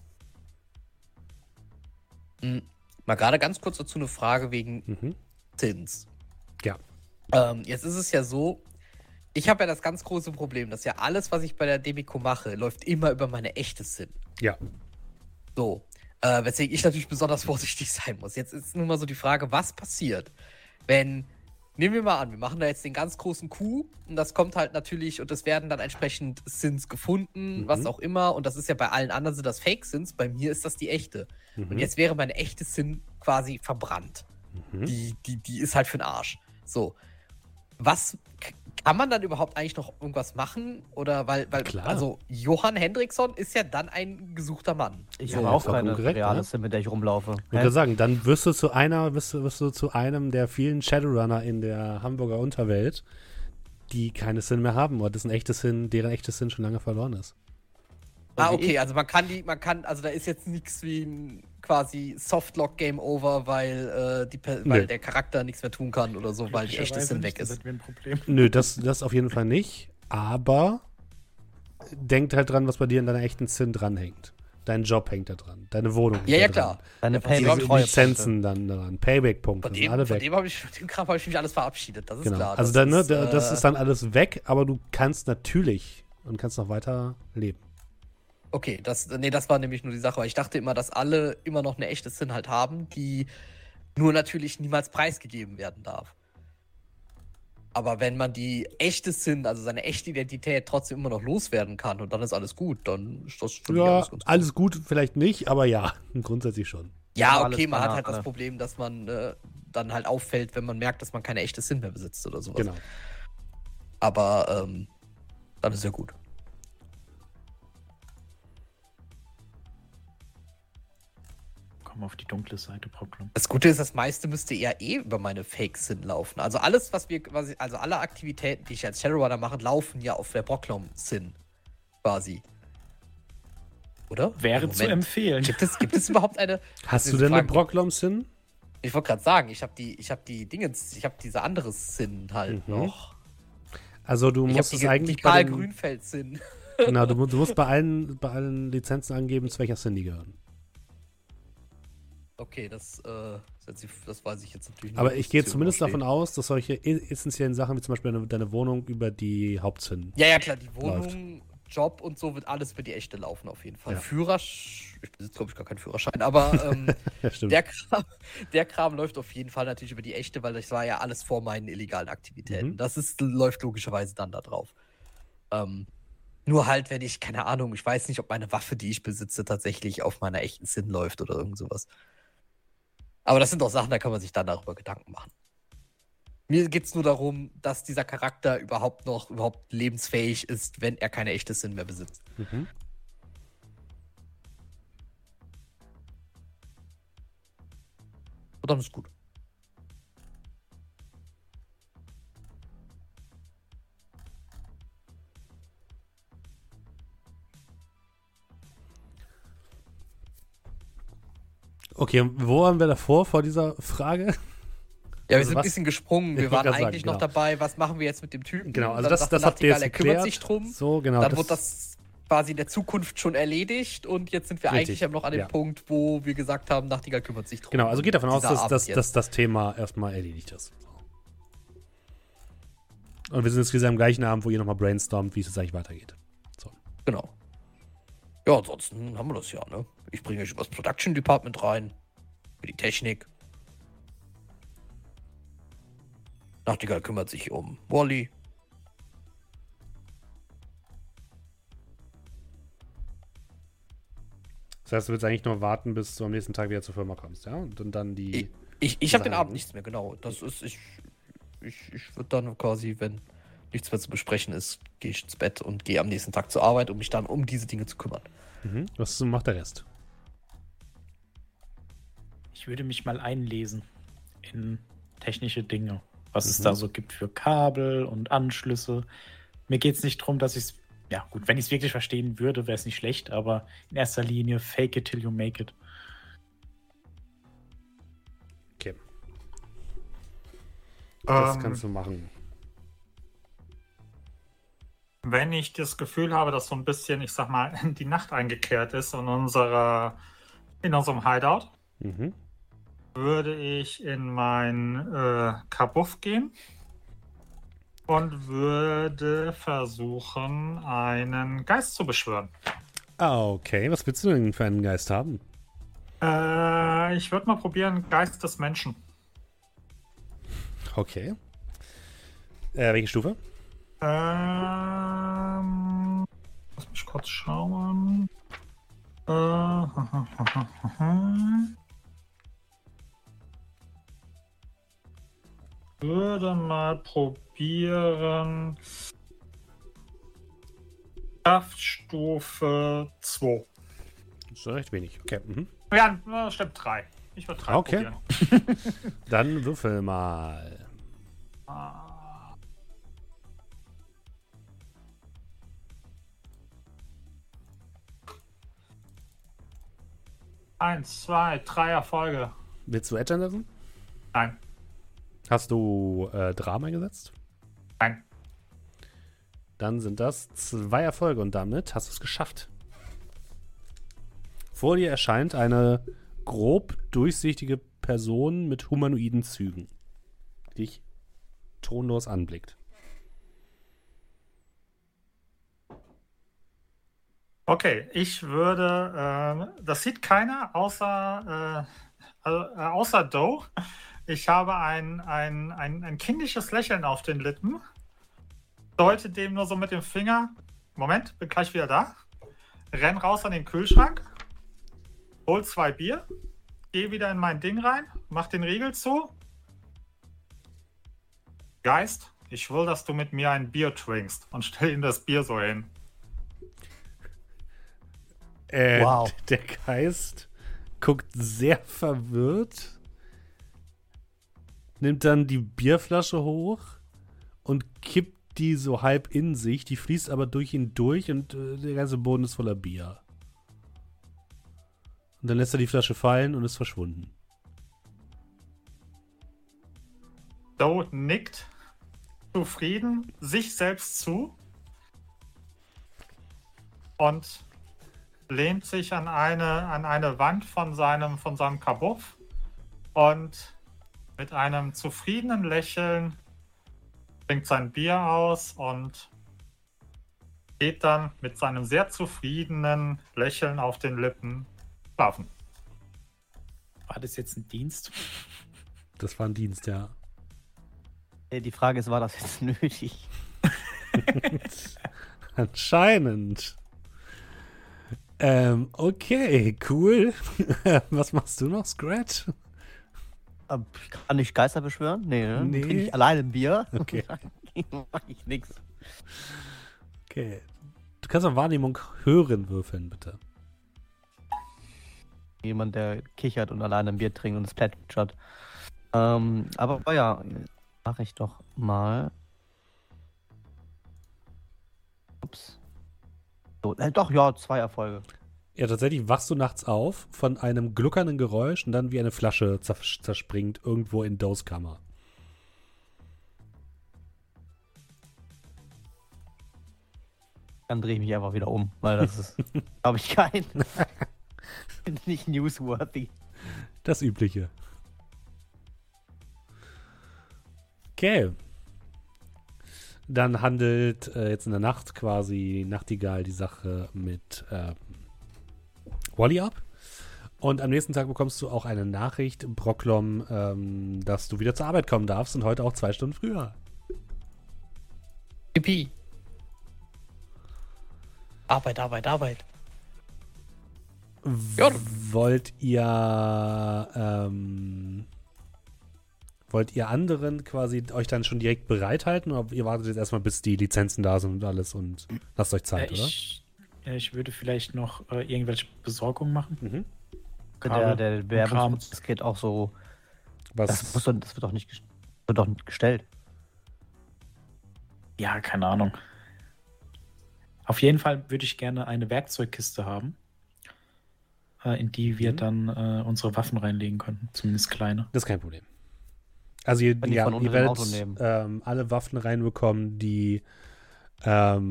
Mal gerade ganz kurz dazu eine Frage wegen Zins. Ja. Jetzt ist es ja so, ich habe ja das ganz große Problem, dass ja alles, was ich bei der Demico mache, läuft immer über meine echte Sin. Ja. So. Weswegen ich natürlich besonders vorsichtig sein muss. Jetzt ist nun mal so die Frage, was passiert, wenn, nehmen wir mal an, wir machen da jetzt den ganz großen Coup und das kommt halt natürlich und es werden dann entsprechend Sins gefunden, was auch immer, und das ist ja bei allen anderen sind das Fake-Sins, bei mir ist das die echte. Und jetzt wäre meine echte Sin quasi verbrannt. Die ist halt für den Arsch. So. Kann man dann überhaupt eigentlich noch irgendwas machen? Oder weil Klar. Also Johann Hendrickson ist ja dann ein gesuchter Mann. Ich Ja, habe das auch ist vollkommen keine korrekt, reale ja. Sim, mit der ich rumlaufe. Ich würde sagen, dann wirst du zu einem der vielen Shadowrunner in der Hamburger Unterwelt, die keine Sin mehr haben oder deren echtes Sin schon lange verloren ist. Okay, also also da ist jetzt nichts wie ein quasi Softlock Game Over, weil der Charakter nichts mehr tun kann oder so, weil die echte Sin weg ist. Das ein Problem. Nö, das auf jeden Fall nicht. Aber denkt halt dran, was bei dir in deiner echten Sin dranhängt. Dein Job hängt da dran. Deine Wohnung hängt Ja, da klar. dran. Deine Die Lizenzen dann dran. Payback-Punkte Von sind alle weg. dem Kram habe ich mich alles verabschiedet, das ist Genau. klar. Also das ist dann alles weg, aber du kannst natürlich und kannst noch weiter leben. Okay, das war nämlich nur die Sache, weil ich dachte immer, dass alle immer noch eine echte Sin halt haben, die nur natürlich niemals preisgegeben werden darf. Aber wenn man die echte Sin, also seine echte Identität trotzdem immer noch loswerden kann und dann ist alles gut, dann ist das für mich Ja, ganz alles gut vielleicht nicht, aber ja, grundsätzlich schon. Ja, Aber okay, alles man hat danach, halt das ne? Problem, dass man dann halt auffällt, wenn man merkt, dass man keine echte Sin mehr besitzt oder sowas. Genau. Aber dann ist ja gut. Komm auf die dunkle Seite, Brocklum. Das Gute ist, das meiste müsste ja über meine Fake-Sin laufen. Also alles, also alle Aktivitäten, die ich als Shadowrunner mache, laufen ja auf der Brocklom-Sin. Quasi. Oder? Wäre zu empfehlen. Gibt es überhaupt eine. Hast du Diese denn eine Frage- Brocklom-Sin? Ich wollte gerade sagen, ich habe die Dingens, ich habe diese andere Sin halt noch. Also du Ich musst habe es die eigentlich bei Karl den, Grünfeld-Sin. genau, du musst bei allen Lizenzen angeben, zu welcher Sin die gehören. Okay, das weiß ich jetzt natürlich nicht. Aber ich gehe was zumindest hier davon aus, dass solche essentiellen Sachen, wie zum Beispiel deine Wohnung, über die Hauptsin. Ja, klar, die Wohnung, Job und so wird alles für die echte laufen auf jeden Fall. Ja. Ich besitze, glaube ich, gar keinen Führerschein, aber Ja, stimmt. der Kram läuft auf jeden Fall natürlich über die echte, weil das war ja alles vor meinen illegalen Aktivitäten. Mhm. Läuft logischerweise dann da drauf. Nur halt, wenn ich, keine Ahnung, ich weiß nicht, ob meine Waffe, die ich besitze, tatsächlich auf meiner echten Sin läuft oder irgend sowas. Aber das sind doch Sachen, da kann man sich dann darüber Gedanken machen. Mir geht es nur darum, dass dieser Charakter überhaupt lebensfähig ist, wenn er keine echte Sin mehr besitzt. Mhm. Und dann ist gut. Okay, und wo waren wir davor, vor dieser Frage? Ja, wir Also sind was- ein bisschen gesprungen. Ich Wir wollte waren grad sagen, eigentlich noch genau. dabei, was machen wir jetzt mit dem Typen? Genau, also Dann das sagte habt ihr jetzt Nachtigall, er kümmert geklärt. sich drum. So, genau. Dann wurde das quasi in der Zukunft schon erledigt und jetzt sind wir Richtig, eigentlich noch an dem ja. Punkt, wo wir gesagt haben, Nachtigall kümmert sich drum. Genau, also geht davon aus, Dieser Abend dass jetzt. das Thema erstmal erledigt ist. Und wir sind jetzt wieder am gleichen Abend, wo ihr nochmal brainstormt, wie es jetzt eigentlich weitergeht. So. Genau. Ja, ansonsten haben wir das ja, ne? Ich bringe euch übers Production Department rein. Für die Technik. Nachtigall kümmert sich um Wally. Das heißt, du willst eigentlich nur warten, bis du am nächsten Tag wieder zur Firma kommst, ja? Und dann die. Ich habe den Sachen. Abend nichts mehr, genau. Das ist, ich würde dann quasi, wenn nichts mehr zu besprechen ist, gehe ich ins Bett und gehe am nächsten Tag zur Arbeit, um mich dann um diese Dinge zu kümmern. Was macht der Rest? Ich würde mich mal einlesen in technische Dinge. was es da so gibt für Kabel und Anschlüsse. Mir geht es nicht darum, dass ich es, ja gut, wenn ich es wirklich verstehen würde, wäre es nicht schlecht, aber in erster Linie fake it till you make it. Okay. Das kannst du machen. Wenn ich das Gefühl habe, dass so ein bisschen, ich sag mal, die Nacht eingekehrt ist in unserem Hideout, würde ich in mein Kabuff gehen und würde versuchen, einen Geist zu beschwören. Okay, was willst du denn für einen Geist haben? Ich würde mal probieren, Geist des Menschen. Okay. Welche Stufe? Lass mich kurz schauen. Würde mal probieren. Kraftstufe 2. Das ist recht wenig. Okay. Ja, stimmt 3. Ich würde 3 probieren. Dann würfel mal. 1, 2, 3 Erfolge. Willst du Edge einsetzen? Nein. Hast du Drama eingesetzt? Nein. Dann sind das 2 Erfolge und damit hast du es geschafft. Vor dir erscheint eine grob durchsichtige Person mit humanoiden Zügen, die dich tonlos anblickt. Okay, ich würde, das sieht keiner außer Doe. Ich habe ein kindisches Lächeln auf den Lippen. Deute dem nur so mit dem Finger. Moment, bin gleich wieder da. Renn raus an den Kühlschrank. Hol 2 Bier. Geh wieder in mein Ding rein. Mach den Riegel zu. Geist, ich will, dass du mit mir ein Bier trinkst. Und stell ihm das Bier so hin. Wow. Der Geist guckt sehr verwirrt, nimmt dann die Bierflasche hoch und kippt die so halb in sich. Die fließt aber durch ihn durch und der ganze Boden ist voller Bier. Und dann lässt er die Flasche fallen und ist verschwunden. Doe nickt zufrieden sich selbst zu und lehnt sich an eine Wand von seinem Kabuff und mit einem zufriedenen Lächeln trinkt sein Bier aus und geht dann mit seinem sehr zufriedenen Lächeln auf den Lippen schlafen. War das jetzt ein Dienst? Das war ein Dienst, ja. Die Frage ist, war das jetzt nötig? Anscheinend. Okay, cool. Was machst du noch, Scratch? Ich kann nicht Geister beschwören? Nee, ne? Nee. Trinke ich alleine ein Bier? Okay. Mach ich nix. Okay. Du kannst auf Wahrnehmung hören würfeln, bitte. Jemand, der kichert und alleine ein Bier trinkt und es plätschert. Aber ja, mache ich doch mal. Ups. So, doch, ja, 2 Erfolge. Ja, tatsächlich wachst du nachts auf von einem gluckernden Geräusch und dann wie eine Flasche zerspringt irgendwo in Does Kammer. Dann drehe ich mich einfach wieder um, weil das ist, glaube ich, nicht newsworthy. Das Übliche. Okay. Dann handelt jetzt in der Nacht quasi Nachtigall die Sache mit Wally ab. Und am nächsten Tag bekommst du auch eine Nachricht, Brocklom, dass du wieder zur Arbeit kommen darfst und heute auch 2 Stunden früher. Yippie. Arbeit. Ja. Wollt ihr anderen quasi euch dann schon direkt bereithalten oder ihr wartet jetzt erstmal, bis die Lizenzen da sind und alles und lasst euch Zeit, oder? Ich würde vielleicht noch irgendwelche Besorgungen machen. Mhm. Der Bewerbungsprozess geht auch so. Was? Das wird doch nicht. Wird doch nicht gestellt. Ja, keine Ahnung. Auf jeden Fall würde ich gerne eine Werkzeugkiste haben, in die wir dann unsere Waffen reinlegen können. Zumindest kleine. Das ist kein Problem. Also ihr Wenn die von unter dem Auto werdet alle Waffen reinbekommen, die ja,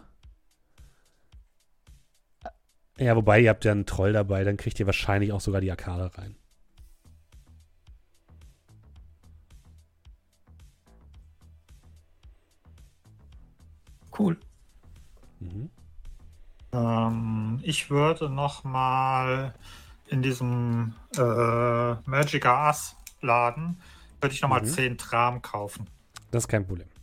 wobei ihr habt ja einen Troll dabei, dann kriegt ihr wahrscheinlich auch sogar die Arkade rein. Cool. Mhm. Ich würde noch mal in diesem Magica Ass Laden würde ich noch mal 10 Tram kaufen. Das ist kein Problem.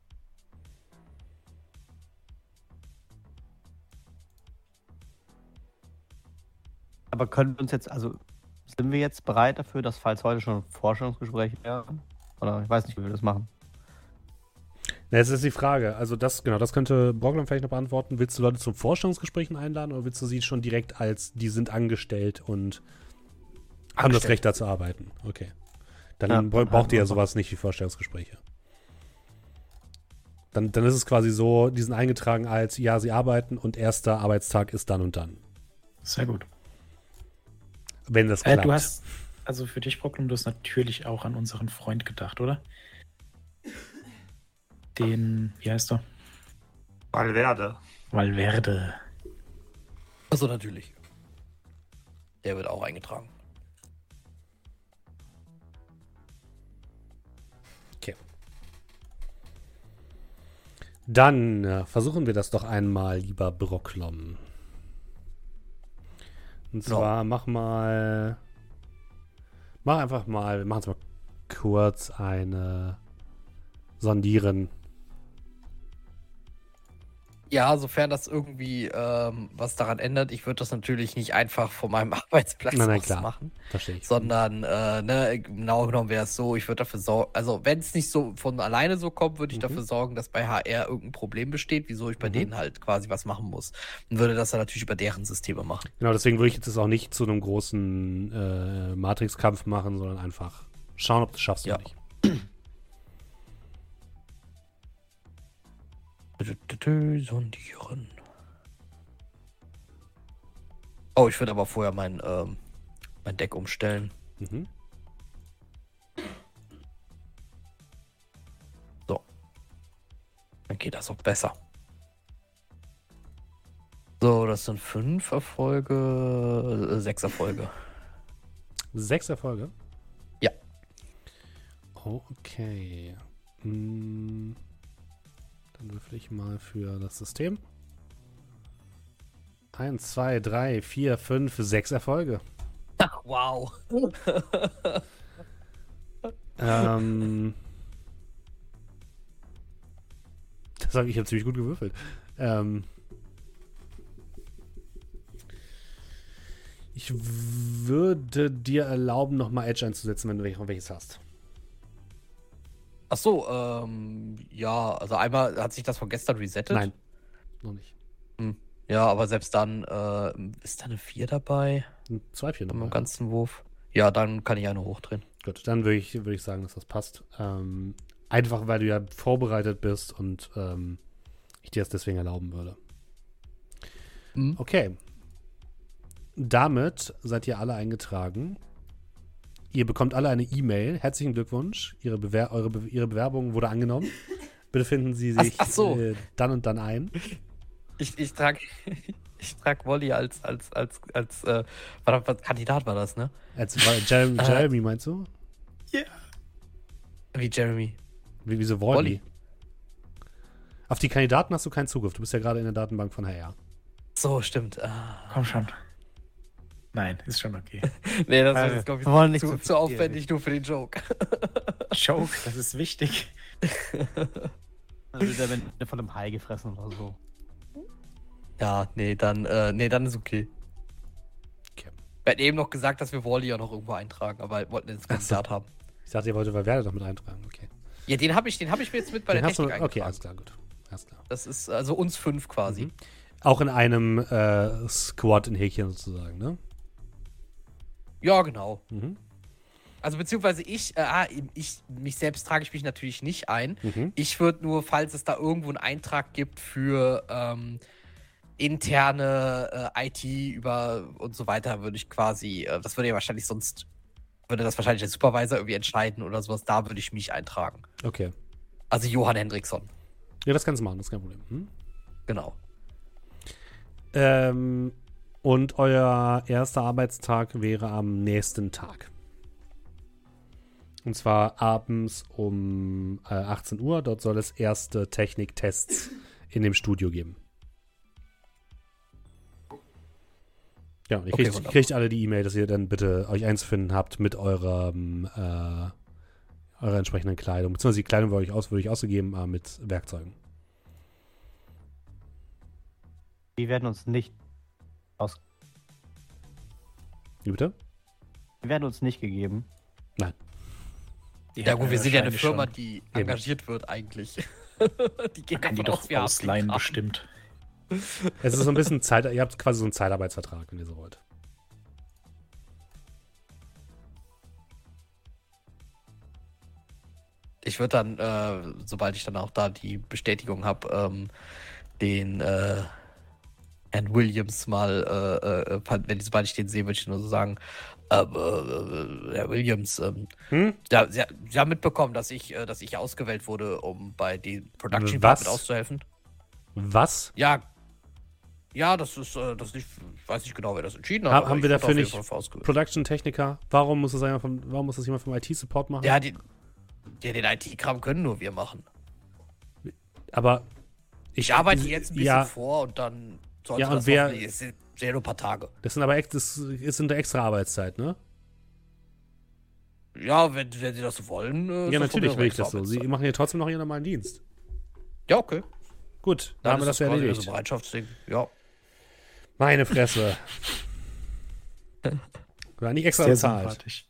Aber können wir uns jetzt, also sind wir jetzt bereit dafür, dass falls heute schon Forschungsgespräche wären? Oder ich weiß nicht, wie wir das machen. Ja, jetzt ist die Frage. Also das könnte Borglum vielleicht noch beantworten. Willst du Leute zum Vorstellungsgesprächen einladen oder willst du sie schon direkt als, die sind angestellt und haben das Recht da zu arbeiten? Okay. Dann braucht ihr ja sowas nicht wie Vorstellungsgespräche. Dann ist es quasi so, die sind eingetragen als, ja, sie arbeiten und erster Arbeitstag ist dann und dann. Sehr gut. Wenn das klappt. Du hast, also für dich, Brocklum, du hast natürlich auch an unseren Freund gedacht, oder? Den, wie heißt er? Valverde. Also natürlich. Der wird auch eingetragen. Okay. Dann versuchen wir das doch einmal, lieber Brocklom. Und zwar wir machen es mal kurz eine Sondieren. Ja, sofern das irgendwie was daran ändert, ich würde das natürlich nicht einfach von meinem Arbeitsplatz aus machen. Verstehe ich. Sondern, genau genommen wäre es so, ich würde dafür sorgen, also wenn es nicht so von alleine so kommt, würde ich dafür sorgen, dass bei HR irgendein Problem besteht, wieso ich bei denen halt quasi was machen muss. Und würde das dann natürlich über deren Systeme machen. Genau, deswegen würde ich jetzt das auch nicht zu einem großen Matrix-Kampf machen, sondern einfach schauen, ob du es schaffst oder nicht. Sondieren. Oh, ich würde aber vorher mein Deck umstellen. So. Dann geht das auch besser. So, das sind 5 Erfolge, 6 Erfolge. 6 Erfolge? Ja. Okay. Dann würfel ich mal für das System. 1, 2, 3, 4, 5, 6 Erfolge. Ach, wow. Das habe ich jetzt ziemlich gut gewürfelt. Ich würde dir erlauben, nochmal Edge einzusetzen, wenn du welches hast. Ach so, ja, also einmal hat sich das von gestern resettet. Nein, noch nicht. Ja, aber selbst dann ist da eine 4 dabei. 2 4 Beim ganzen Wurf. Ja, dann kann ich eine hochdrehen. Gut, dann würde ich sagen, dass das passt. Einfach, weil du ja vorbereitet bist und ich dir das deswegen erlauben würde. Okay. Damit seid ihr alle eingetragen. Ihr bekommt alle eine E-Mail. Herzlichen Glückwunsch. Ihre Bewerbung wurde angenommen. Bitte finden Sie sich dann und dann ein. Ich trage Wally als was Kandidat war das, ne? Jeremy meinst du? Ja. Wie Jeremy? Wieso Wally? Auf die Kandidaten hast du keinen Zugriff. Du bist ja gerade in der Datenbank von HR. So, stimmt. Komm schon. Nein, ist schon okay. Nee, das ist, glaube ich, zu aufwendig nur für den Joke. Joke, das ist wichtig. Also der wird von einem Hai gefressen oder so. Ja, dann ist okay. Wir hatten eben noch gesagt, dass wir Wally ja noch irgendwo eintragen, aber wollten den Kandidat haben. Ich dachte, ihr wolltet Valverde doch mit eintragen, okay. Ja, den hab ich mir jetzt mit bei der Technik eingetragen. Okay, alles klar, gut. Alles klar. Das ist also uns 5 quasi. Auch in einem Squad in Häkchen sozusagen, ne? Ja, genau. Also beziehungsweise mich selbst trage ich mich natürlich nicht ein. Mhm. Ich würde nur, falls es da irgendwo einen Eintrag gibt für interne IT und so weiter, würde ich quasi, das würde das wahrscheinlich der Supervisor irgendwie entscheiden oder sowas, da würde ich mich eintragen. Okay. Also Johann Hendrickson. Ja, das kannst du machen, das ist kein Problem. Genau. Und euer erster Arbeitstag wäre am nächsten Tag. Und zwar abends um 18 Uhr. Dort soll es erste Techniktests in dem Studio geben. Ja, und ihr kriegt alle die E-Mail, dass ihr dann bitte euch einzufinden habt mit eurer entsprechenden Kleidung. Beziehungsweise die Kleidung würde ich ausgegeben, aber mit Werkzeugen. Die werden uns nicht Wie bitte? Die werden uns nicht gegeben. Nein. Ja gut, wir sind ja eine Firma, schon. die engagiert wird eigentlich. Die gehen Kann die davon doch aus, wir haben ausleihen den Kram. bestimmt. Es ist so ein bisschen ihr habt quasi so einen Zeitarbeitsvertrag, wenn ihr so wollt. Ich würde dann, sobald ich dann auch da die Bestätigung habe, den Herrn Williams mal, sobald ich den sehe, würde ich nur so sagen, Herr Williams, ja, Sie haben mitbekommen, dass ich ausgewählt wurde, um bei den Production Department auszuhelfen. Was? Ja, das ist, ich weiß nicht genau, wer das entschieden hat. Haben wir ich wurde dafür auf jeden nicht Fall für ausgewählt. Production-Techniker? Warum muss das jemand vom IT-Support machen? Ja, den IT-Kram können nur wir machen. Aber Ich arbeite jetzt ein bisschen vor und dann sollte Ja, und das hoffentlich, es sind ja nur ein paar Tage. Das sind aber das ist in der extra Arbeitszeit, ne? Ja, wenn Sie das so wollen. Ja, ist natürlich will ich das so. Arbeitszeit. Sie machen ja trotzdem noch ihren normalen Dienst. Ja, okay. Gut, dann haben wir das quasi erledigt. so Bereitschaftsding. Ja. Meine Fresse. War nicht extra Sehr bezahlt. sympathisch.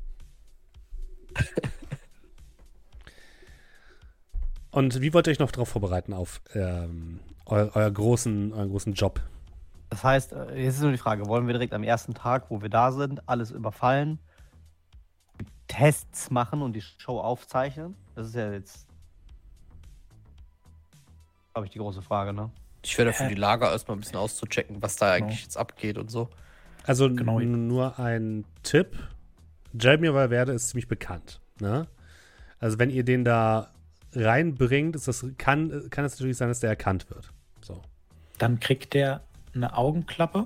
Und wie wollt ihr euch noch darauf vorbereiten, auf euren großen Job? Das heißt, jetzt ist nur die Frage, wollen wir direkt am ersten Tag, wo wir da sind, alles überfallen, Tests machen und die Show aufzeichnen? Das ist ja jetzt, glaube ich, die große Frage, ne? Ich wäre dafür, die Lager erstmal ein bisschen auszuchecken, was da eigentlich jetzt abgeht und so. Also Genau. nur ein Tipp. Jeremy Valverde ist ziemlich bekannt. Ne? Also wenn ihr den da reinbringt, kann es natürlich sein, dass der erkannt wird. So. Dann kriegt der eine Augenklappe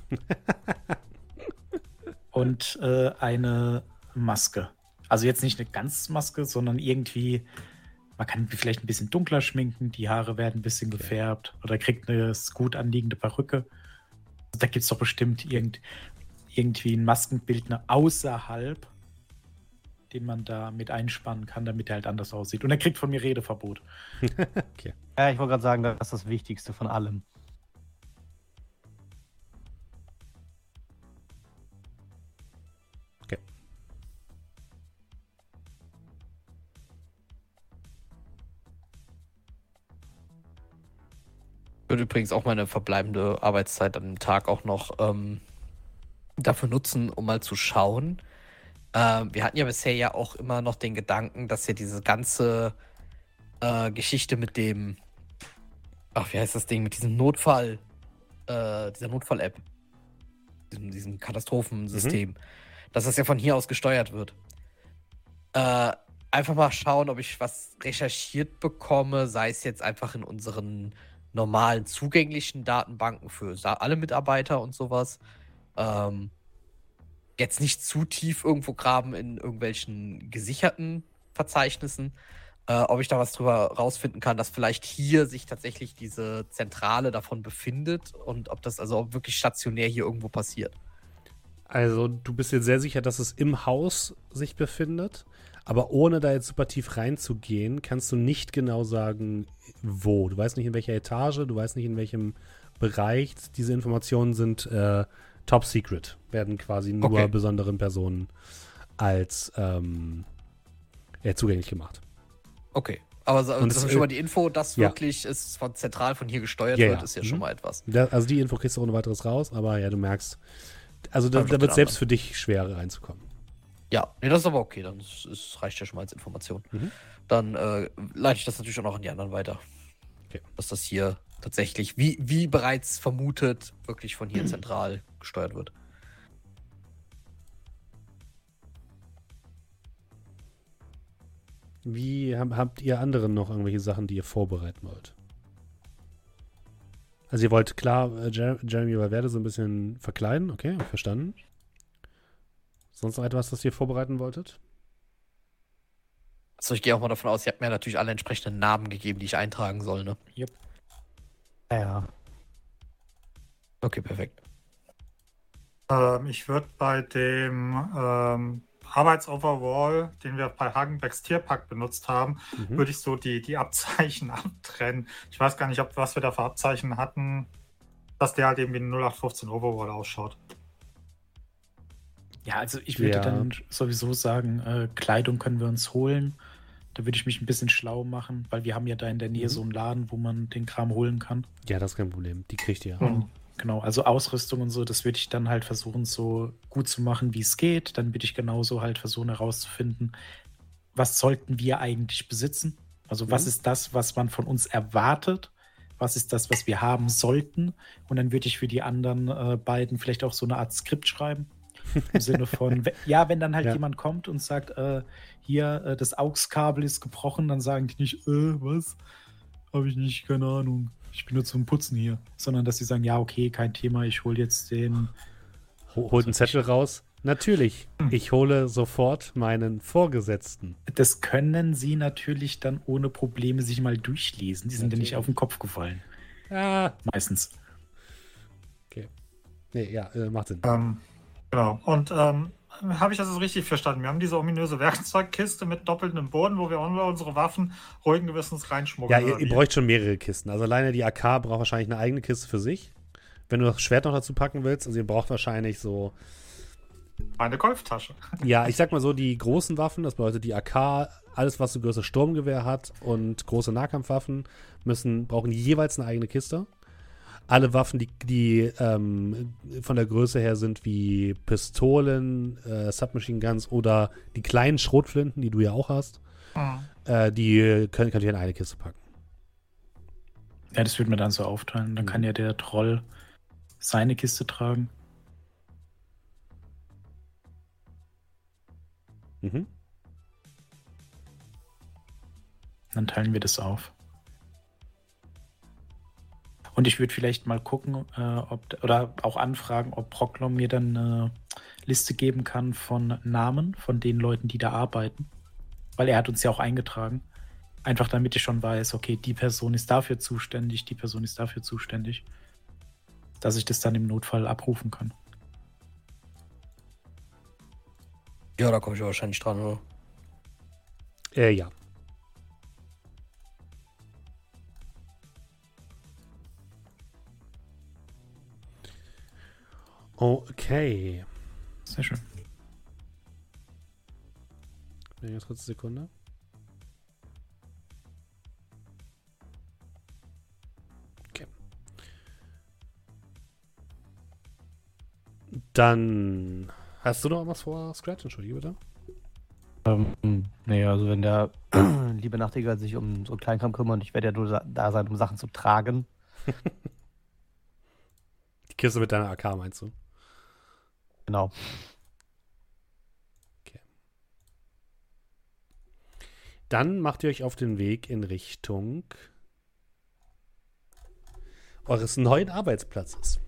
und eine Maske. Also jetzt nicht eine Ganzmaske, sondern irgendwie, man kann vielleicht ein bisschen dunkler schminken, die Haare werden ein bisschen gefärbt oder kriegt eine gut anliegende Perücke. Da gibt es doch bestimmt irgendwie ein Maskenbildner außerhalb, den man da mit einspannen kann, damit er halt anders aussieht. Und er kriegt von mir Redeverbot. Okay. Ja, ich wollte gerade sagen, das ist das Wichtigste von allem. Okay. Ich würde übrigens auch meine verbleibende Arbeitszeit an dem Tag auch noch dafür nutzen, um mal zu schauen. Wir hatten ja bisher ja auch immer noch den Gedanken, dass ja diese ganze Geschichte mit dem, wie heißt das Ding, mit diesem Notfall, dieser Notfall-App, diesem Katastrophensystem, dass das ja von hier aus gesteuert wird. Einfach mal schauen, ob ich was recherchiert bekomme, sei es jetzt einfach in unseren normalen zugänglichen Datenbanken für alle Mitarbeiter und sowas. Jetzt nicht zu tief irgendwo graben in irgendwelchen gesicherten Verzeichnissen, ob ich da was drüber rausfinden kann, dass vielleicht hier sich tatsächlich diese Zentrale davon befindet und ob das also wirklich stationär hier irgendwo passiert. Also du bist dir sehr sicher, dass es im Haus sich befindet, aber ohne da jetzt super tief reinzugehen, kannst du nicht genau sagen, wo. Du weißt nicht, in welcher Etage, du weißt nicht, in welchem Bereich. Diese Informationen sind top secret, werden quasi nur besonderen Personen als zugänglich gemacht. Okay, aber Und das ist schon mal die Info, dass wirklich es von zentral von hier gesteuert wird, ist ja schon mal etwas. Also die Info kriegst du ohne weiteres raus, aber ja, du merkst, also da wird selbst für dich schwer reinzukommen. Ja, nee, das ist aber okay, dann reicht ja schon mal als Information. Dann leite ich das natürlich auch noch an die anderen weiter. Okay. Dass das hier tatsächlich, wie bereits vermutet, wirklich von hier zentral gesteuert wird. Wie habt ihr anderen noch irgendwelche Sachen, die ihr vorbereiten wollt? Also ihr wollt klar Jeremy Valverde so ein bisschen verkleiden, okay, verstanden. Sonst noch etwas, das ihr vorbereiten wolltet? Also ich gehe auch mal davon aus, ihr habt mir natürlich alle entsprechenden Namen gegeben, die ich eintragen soll, ne? Yep. Ja. Okay, perfekt. Ich würde bei dem Arbeitsoverall, den wir bei Hagenbecks Tierpark benutzt haben, würde ich so die Abzeichen abtrennen. Ich weiß gar nicht, was wir da für Abzeichen hatten, dass der halt eben wie ein 0815 Overall ausschaut. Ja, also ich würde dann sowieso sagen, Kleidung können wir uns holen. Da würde ich mich ein bisschen schlau machen, weil wir haben ja da in der Nähe so einen Laden, wo man den Kram holen kann. Ja, das ist kein Problem. Die kriegt ihr. Und genau, also Ausrüstung und so, das würde ich dann halt versuchen, so gut zu machen, wie es geht. Dann würde ich genauso halt versuchen herauszufinden, was sollten wir eigentlich besitzen? Also was ist das, was man von uns erwartet? Was ist das, was wir haben sollten? Und dann würde ich für die anderen beiden vielleicht auch so eine Art Skript schreiben. Im Sinne von, wenn dann halt jemand kommt und sagt, hier, das AUX-Kabel ist gebrochen, dann sagen die nicht, was? Habe ich nicht, keine Ahnung. Ich bin nur zum Putzen hier. Sondern, dass sie sagen, ja, okay, kein Thema, ich hole jetzt den... Holt einen Zettel raus. Natürlich, ich hole sofort meinen Vorgesetzten. Das können sie natürlich dann ohne Probleme sich mal durchlesen. Die sind ja nicht auf den Kopf gefallen. Ah. Meistens. Okay. Nee, ja, macht Sinn. Genau. Und habe ich das jetzt richtig verstanden? Wir haben diese ominöse Werkzeugkiste mit doppeltem Boden, wo wir unsere Waffen ruhigen Gewissens reinschmuggeln. Ja, ihr bräucht schon mehrere Kisten. Also alleine die AK braucht wahrscheinlich eine eigene Kiste für sich. Wenn du das Schwert noch dazu packen willst, also ihr braucht wahrscheinlich so... Eine Golftasche. Ja, ich sag mal so, die großen Waffen, das bedeutet die AK, alles, was so größere Sturmgewehr hat und große Nahkampfwaffen, brauchen jeweils eine eigene Kiste. Alle Waffen, die von der Größe her sind wie Pistolen, Submachine Guns oder die kleinen Schrotflinten, die du ja auch hast, die könnt ihr in eine Kiste packen. Ja, das würde man dann so aufteilen. Dann kann ja der Troll seine Kiste tragen. Dann teilen wir das auf. Und ich würde vielleicht mal gucken, oder auch anfragen, ob Brocklom mir dann eine Liste geben kann von Namen von den Leuten, die da arbeiten. Weil er hat uns ja auch eingetragen. Einfach damit ich schon weiß, okay, die Person ist dafür zuständig, die Person ist dafür zuständig. Dass ich das dann im Notfall abrufen kann. Ja, da komme ich wahrscheinlich dran, oder? Ja. Okay. Sehr schön. Eine ganz kurze Sekunde. Okay. Dann hast du noch was vor, Scratch? Entschuldige bitte. Nee, also wenn der liebe Nachtigall sich um so Kleinkram kümmert, ich werde ja nur da sein, um Sachen zu tragen. Die Kiste mit deiner AK, meinst du? Genau. Okay. Dann macht ihr euch auf den Weg in Richtung eures neuen Arbeitsplatzes.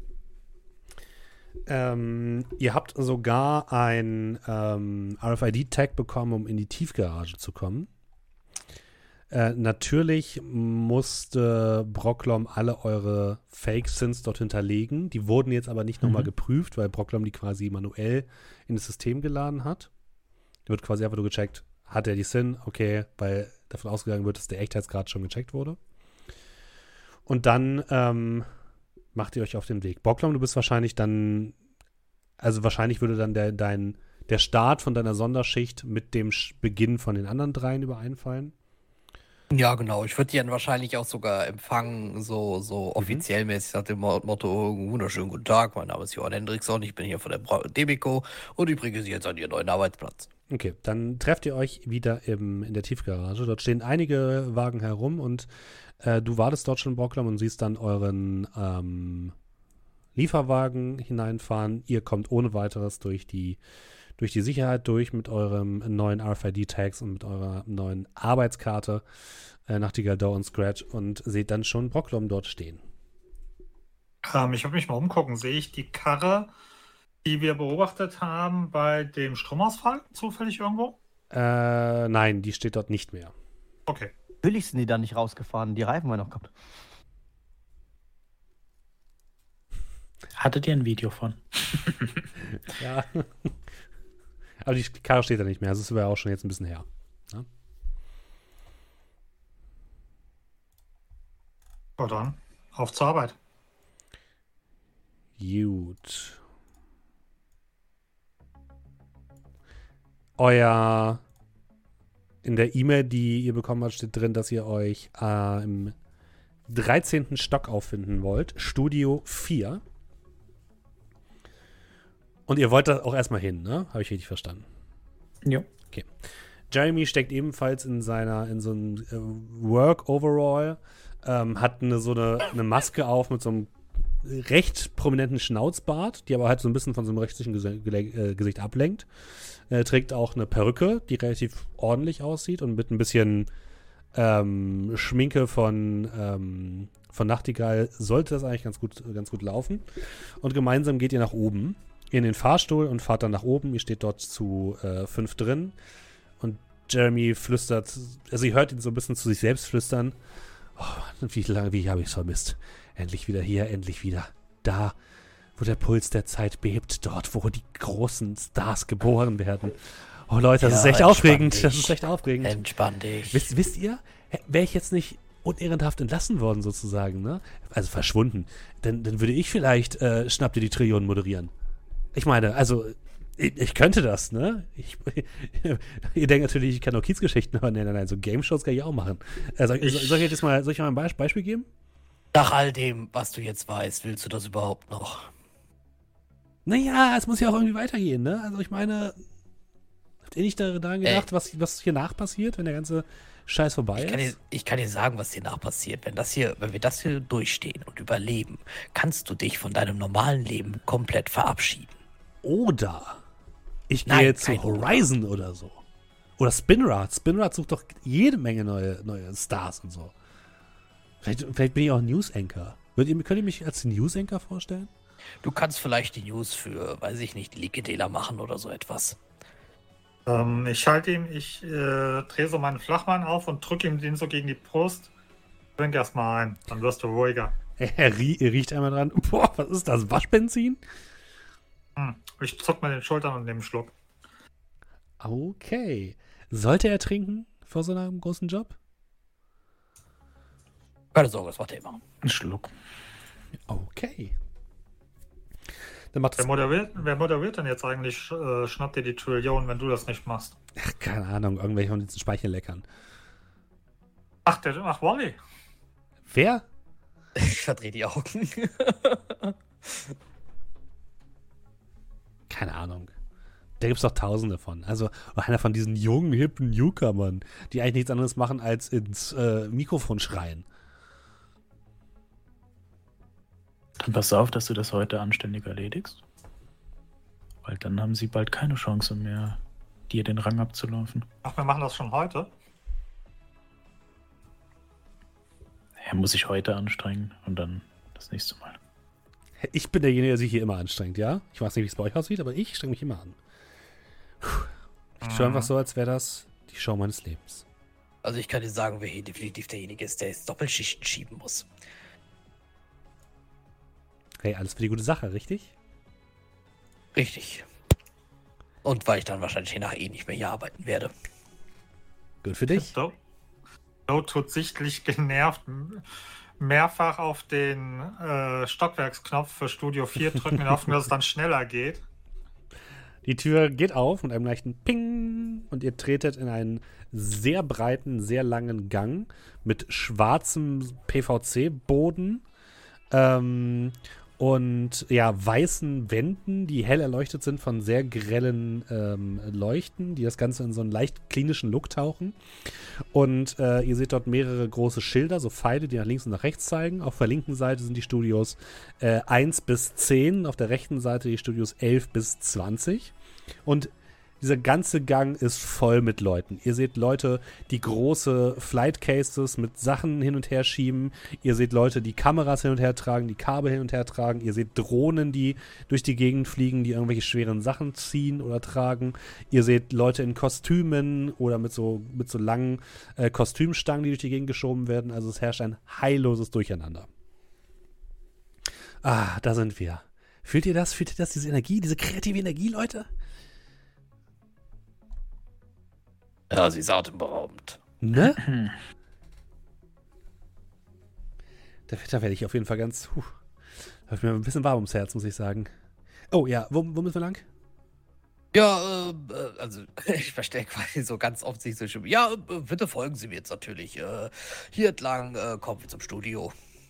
Ihr habt sogar ein RFID-Tag bekommen, um in die Tiefgarage zu kommen. Natürlich musste Brocklom alle eure Fake-Sins dort hinterlegen. Die wurden jetzt aber nicht nochmal geprüft, weil Brocklom die quasi manuell in das System geladen hat. Da wird quasi einfach nur gecheckt, hat er die Sin? Okay, weil davon ausgegangen wird, dass der Echtheitsgrad schon gecheckt wurde. Und dann macht ihr euch auf den Weg. Brocklom, du bist wahrscheinlich dann, also wahrscheinlich würde dann der Start von deiner Sonderschicht mit dem Beginn von den anderen dreien übereinfallen. Ja, genau. Ich würde die dann wahrscheinlich auch sogar empfangen, so offiziell mäßig nach dem Motto: Wunderschönen guten Tag, mein Name ist Johann Hendrickson, ich bin hier von der Demico und ich bringe Sie jetzt an Ihren neuen Arbeitsplatz. Okay, dann trefft ihr euch wieder in der Tiefgarage. Dort stehen einige Wagen herum und du wartest dort schon, Brocklam, und siehst dann euren Lieferwagen hineinfahren. Ihr kommt ohne weiteres durch die Sicherheit durch mit eurem neuen RFID-Tags und mit eurer neuen Arbeitskarte nach Tigaldor und Scratch und seht dann schon Brocklom dort stehen. Ich würde mich mal umgucken. Sehe ich die Karre, die wir beobachtet haben, bei dem Stromausfall zufällig irgendwo? Nein, die steht dort nicht mehr. Okay. Natürlich sind die da nicht rausgefahren, die Reifen waren noch gehabt. Hattet ihr ein Video von? Ja. Aber die Karre steht da nicht mehr. Das ist aber auch schon jetzt ein bisschen her. Ja? So, dann auf zur Arbeit. Gut. In der E-Mail, die ihr bekommen habt, steht drin, dass ihr euch im 13. Stock auffinden wollt. Studio 4. Und ihr wollt da auch erstmal hin, ne? Habe ich richtig verstanden? Ja. Okay. Jeremy steckt ebenfalls in so einem Work-Overall, hat eine Maske auf mit so einem recht prominenten Schnauzbart, die aber halt so ein bisschen von so einem rechtlichen Gesicht ablenkt. Trägt auch eine Perücke, die relativ ordentlich aussieht und mit ein bisschen Schminke von Nachtigall sollte das eigentlich ganz gut laufen. Und gemeinsam geht ihr nach oben in den Fahrstuhl und fahrt dann nach oben. Ihr steht dort zu 5 drin und Jeremy flüstert, also ihr hört ihn so ein bisschen zu sich selbst flüstern. Oh, wie habe ich es vermisst. Endlich wieder hier, endlich wieder da, wo der Puls der Zeit bebt, dort, wo die großen Stars geboren werden. Oh Leute, das ist echt aufregend. Das ist echt aufregend. Entspann dich. Wisst ihr, wäre ich jetzt nicht unehrenhaft entlassen worden sozusagen, ne? Also verschwunden, dann würde ich vielleicht Schnapp dir die Trillionen moderieren. Ich meine, also ich könnte das, ne? Ihr denkt natürlich, ich kann auch Kiezgeschichten hören. Nein, so Game-Shows kann ich auch machen. Soll ich mal ein Beispiel geben? Nach all dem, was du jetzt weißt, willst du das überhaupt noch? Naja, es muss ja auch irgendwie weitergehen, ne? Also ich meine, habt ihr nicht daran gedacht, was hier nach passiert, wenn der ganze Scheiß vorbei ist? Ich kann dir sagen, was hier nach passiert. Wenn wir das hier durchstehen und überleben, kannst du dich von deinem normalen Leben komplett verabschieden. Oder ich gehe zu Horizon oder so. Oder Spinrad. Spinrad sucht doch jede Menge neue Stars und so. Vielleicht bin ich auch News-Anchor. Könnt ihr mich als News-Anchor vorstellen? Du kannst vielleicht die News für, weiß ich nicht, Likedela machen oder so etwas. Ich drehe so meinen Flachmann auf und drücke ihm den so gegen die Brust. Trink erst mal ein, dann wirst du ruhiger. Er riecht einmal dran. Boah, was ist das? Waschbenzin? Ich zuck mal den Schultern und nehme einen Schluck. Okay. Sollte er trinken vor so einem großen Job? Keine Sorge, das macht er immer. Ein Schluck. Okay. Dann macht Wer moderiert denn jetzt eigentlich Schnapp dir die Trillion, wenn du das nicht machst? Ach, keine Ahnung, irgendwelche von diesen Speichelleckern. Ach, Wally. Wer? Ich verdrehe die Augen. Keine Ahnung. Da gibt es doch tausende von. Also einer von diesen jungen, hippen Newcomern, die eigentlich nichts anderes machen, als ins Mikrofon schreien. Dann pass auf, dass du das heute anständig erledigst. Weil dann haben sie bald keine Chance mehr, dir den Rang abzulaufen. Ach, wir machen das schon heute? Er muss sich heute anstrengen und dann das nächste Mal. Ich bin derjenige, der sich hier immer anstrengt, ja? Ich weiß nicht, wie es bei euch aussieht, aber ich streng mich immer an. Ich tue einfach so, als wäre das die Show meines Lebens. Also ich kann dir sagen, wer hier definitiv derjenige ist, der jetzt Doppelschichten schieben muss. Hey, alles für die gute Sache, richtig? Richtig. Und weil ich dann wahrscheinlich hiernach nicht mehr hier arbeiten werde. Gut für dich. Joe tut sichtlich genervt mehrfach auf den Stockwerksknopf für Studio 4 drücken und hoffen, dass es dann schneller geht. Die Tür geht auf mit einem leichten Ping und ihr tretet in einen sehr breiten, sehr langen Gang mit schwarzem PVC-Boden und ja, weißen Wänden, die hell erleuchtet sind von sehr grellen Leuchten, die das Ganze in so einen leicht klinischen Look tauchen. Und ihr seht dort mehrere große Schilder, so Pfeile, die nach links und nach rechts zeigen. Auf der linken Seite sind die Studios 1 bis 10, auf der rechten Seite die Studios 11 bis 20. Und dieser ganze Gang ist voll mit Leuten. Ihr seht Leute, die große Flight Cases mit Sachen hin und her schieben. Ihr seht Leute, die Kameras hin und her tragen, die Kabel hin und her tragen. Ihr seht Drohnen, die durch die Gegend fliegen, die irgendwelche schweren Sachen ziehen oder tragen. Ihr seht Leute in Kostümen oder mit so langen Kostümstangen, die durch die Gegend geschoben werden. Also es herrscht ein heilloses Durcheinander. Ah, da sind wir. Fühlt ihr das? Fühlt ihr das? Diese Energie, diese kreative Energie, Leute? Ja, sie ist atemberaubend. Ne? Da werde ich auf jeden Fall ganz. Läuft mir ein bisschen warm ums Herz, muss ich sagen. Oh ja, wo müssen wir lang? Ja, also ich verstehe quasi so ganz offensichtlich so. Ja, bitte folgen Sie mir jetzt natürlich. Hier entlang kommen wir zum Studio.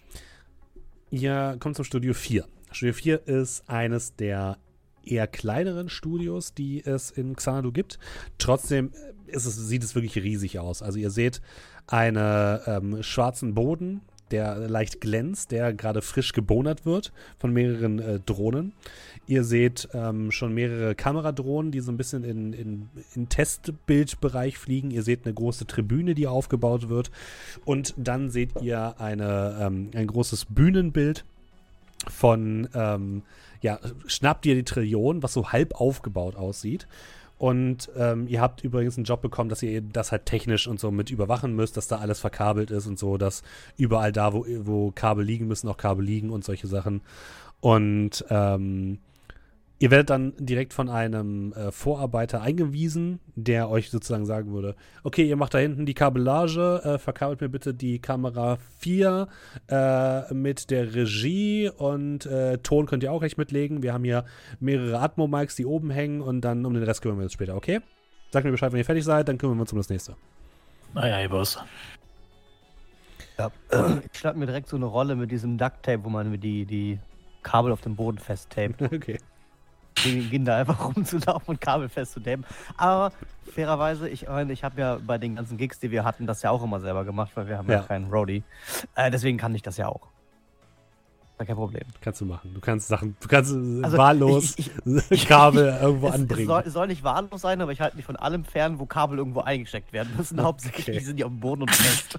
Ihr kommt zum Studio 4. Studio 4 ist eines der eher kleineren Studios, die es in Xanadu gibt. Trotzdem sieht es wirklich riesig aus. Also ihr seht einen schwarzen Boden, der leicht glänzt, der gerade frisch gebonert wird von mehreren Drohnen. Ihr seht schon mehrere Kameradrohnen, die so ein bisschen in Testbildbereich fliegen. Ihr seht eine große Tribüne, die aufgebaut wird. Und dann seht ihr ein großes Bühnenbild von schnappt ihr die Trillion, was so halb aufgebaut aussieht. Und ihr habt übrigens einen Job bekommen, dass ihr das halt technisch und so mit überwachen müsst, dass da alles verkabelt ist und so, dass überall da, wo Kabel liegen müssen, auch Kabel liegen und solche Sachen. Und ihr werdet dann direkt von einem Vorarbeiter eingewiesen, der euch sozusagen sagen würde, okay, ihr macht da hinten die Kabellage, verkabelt mir bitte die Kamera 4 mit der Regie und Ton könnt ihr auch gleich mitlegen. Wir haben hier mehrere Atmo-Mics, die oben hängen und dann um den Rest kümmern wir uns später, okay? Sagt mir Bescheid, wenn ihr fertig seid, dann kümmern wir uns um das nächste. Naja, ihr Boss. Ja, ich schlag mir direkt so eine Rolle mit diesem Duct-Tape, wo man die Kabel auf dem Boden festtaped. Okay. Die gehen da einfach rumzulaufen und Kabel festzudamen. Aber fairerweise, ich habe ja bei den ganzen Gigs, die wir hatten, das ja auch immer selber gemacht, weil wir haben ja keinen Roadie. Deswegen kann ich das ja auch. Kein Problem. Kannst du machen. Du kannst wahllos Kabel irgendwo anbringen. Es soll nicht wahllos sein, aber ich halte mich von allem fern, wo Kabel irgendwo eingesteckt werden müssen. Hauptsächlich, die sind ja auf dem Boden und fest.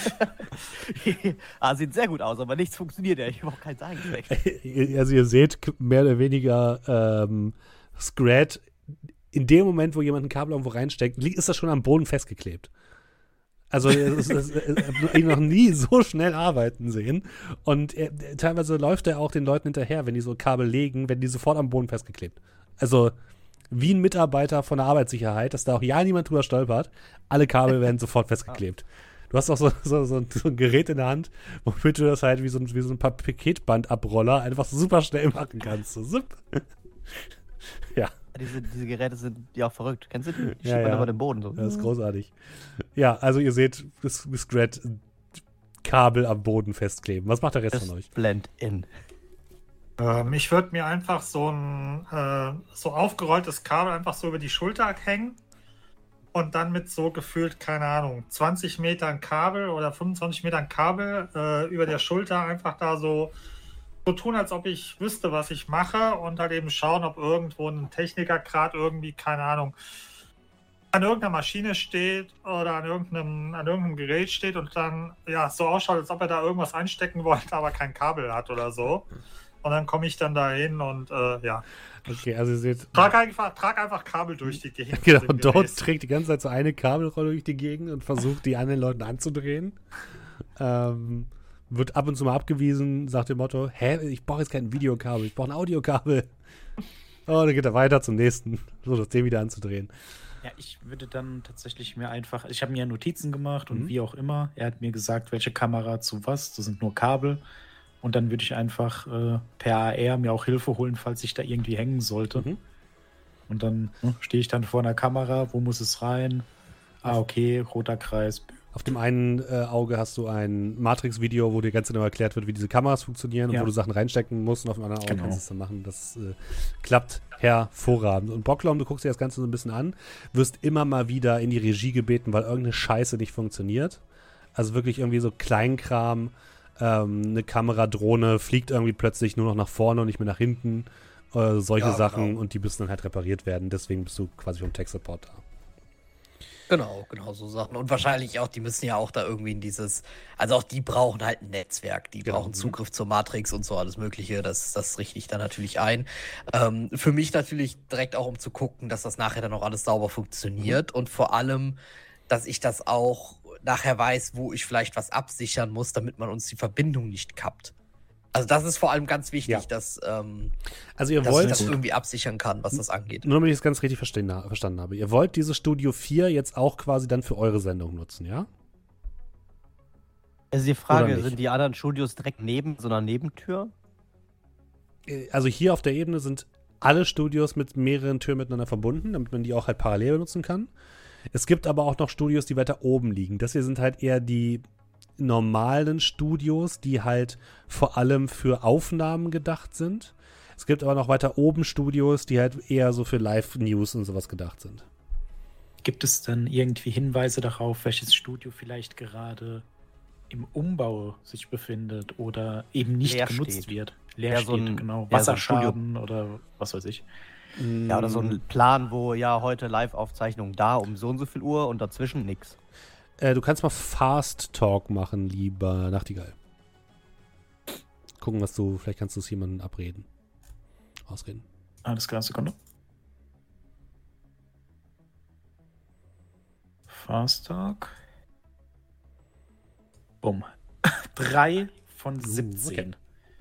Sieht sehr gut aus, aber nichts funktioniert ja. Ich habe auch keins eingesteckt. Also ihr seht mehr oder weniger Scrat, in dem Moment, wo jemand ein Kabel irgendwo reinsteckt, ist das schon am Boden festgeklebt. Also ich habe ihn noch nie so schnell arbeiten sehen. Und teilweise läuft er auch den Leuten hinterher, wenn die so Kabel legen, werden die sofort am Boden festgeklebt. Also wie ein Mitarbeiter von der Arbeitssicherheit, dass da auch ja niemand drüber stolpert. Alle Kabel werden sofort festgeklebt. Du hast auch so ein Gerät in der Hand, womit du das halt wie so ein Paketbandabroller einfach super schnell machen kannst. So, zip. Ja. Diese Geräte sind ja auch verrückt. Kennst du die? Die schiebt man über den Boden so. Das ist großartig. Ja, also ihr seht Scrat Kabel am Boden festkleben. Was macht der Rest von euch? Blend in. Ich würde mir einfach so ein so aufgerolltes Kabel einfach so über die Schulter hängen und dann mit so gefühlt, keine Ahnung, 20 Metern Kabel oder 25 Metern Kabel über der Schulter einfach da so tun, als ob ich wüsste, was ich mache und halt eben schauen, ob irgendwo ein Techniker gerade irgendwie, keine Ahnung, an irgendeiner Maschine steht oder an irgendeinem Gerät steht und dann ja so ausschaut, als ob er da irgendwas einstecken wollte, aber kein Kabel hat oder so. Und dann komme ich dann da hin und ja. Okay, also ihr seht. Trag einfach Kabel durch die Gegend. Genau, dort trägt die ganze Zeit so eine Kabelrolle durch die Gegend und versucht, die anderen Leuten anzudrehen. Wird ab und zu mal abgewiesen, sagt dem Motto, ich brauche jetzt kein Videokabel, ich brauche ein Audiokabel. Oh, dann geht er weiter zum nächsten, versucht den wieder anzudrehen. Ja, ich würde dann tatsächlich ich habe mir Notizen gemacht und wie auch immer, er hat mir gesagt, welche Kamera zu was, das sind nur Kabel. Und dann würde ich einfach per AR mir auch Hilfe holen, falls ich da irgendwie hängen sollte. Und dann stehe ich dann vor einer Kamera, wo muss es rein? Ah, okay, roter Kreis. Auf dem einen Auge hast du ein Matrix-Video, wo dir ganz genau erklärt wird, wie diese Kameras funktionieren und wo du Sachen reinstecken musst. Und auf dem anderen Auge kannst du es dann machen. Das klappt hervorragend. Und Bocklom, du guckst dir das Ganze so ein bisschen an, wirst immer mal wieder in die Regie gebeten, weil irgendeine Scheiße nicht funktioniert. Also wirklich irgendwie so Kleinkram. Eine Kameradrohne fliegt irgendwie plötzlich nur noch nach vorne und nicht mehr nach hinten. Solche Sachen. Genau. Und die müssen dann halt repariert werden. Deswegen bist du quasi vom Tech-Support da. Genau, so Sachen. Und wahrscheinlich auch, die müssen ja auch da irgendwie in dieses, also auch die brauchen halt ein Netzwerk, die brauchen Zugriff zur Matrix und so alles Mögliche, das richte ich dann natürlich ein. Für mich natürlich direkt auch, um zu gucken, dass das nachher dann auch alles sauber funktioniert und vor allem, dass ich das auch nachher weiß, wo ich vielleicht was absichern muss, damit man uns die Verbindung nicht kappt. Also das ist vor allem ganz wichtig, dass ich das irgendwie absichern kann, was das angeht. Nur damit ich es ganz richtig verstanden habe. Ihr wollt dieses Studio 4 jetzt auch quasi dann für eure Sendung nutzen, ja? Also die Frage, sind die anderen Studios direkt neben so einer Nebentür? Also hier auf der Ebene sind alle Studios mit mehreren Türen miteinander verbunden, damit man die auch halt parallel benutzen kann. Es gibt aber auch noch Studios, die weiter oben liegen. Das hier sind halt eher die normalen Studios, die halt vor allem für Aufnahmen gedacht sind. Es gibt aber noch weiter oben Studios, die halt eher so für Live-News und sowas gedacht sind. Gibt es dann irgendwie Hinweise darauf, welches Studio vielleicht gerade im Umbau sich befindet oder eben nicht genutzt wird? Leer steht, so ein, genau. Wasserschaden oder was weiß ich. Ja, oder so ein Plan, wo heute Live-Aufzeichnung da um so und so viel Uhr und dazwischen nix. Du kannst mal Fast Talk machen, lieber Nachtigall. Gucken, vielleicht kannst du es jemandem ausreden. Alles klar, Sekunde. Fast Talk. Bumm. 3 von 17. Okay.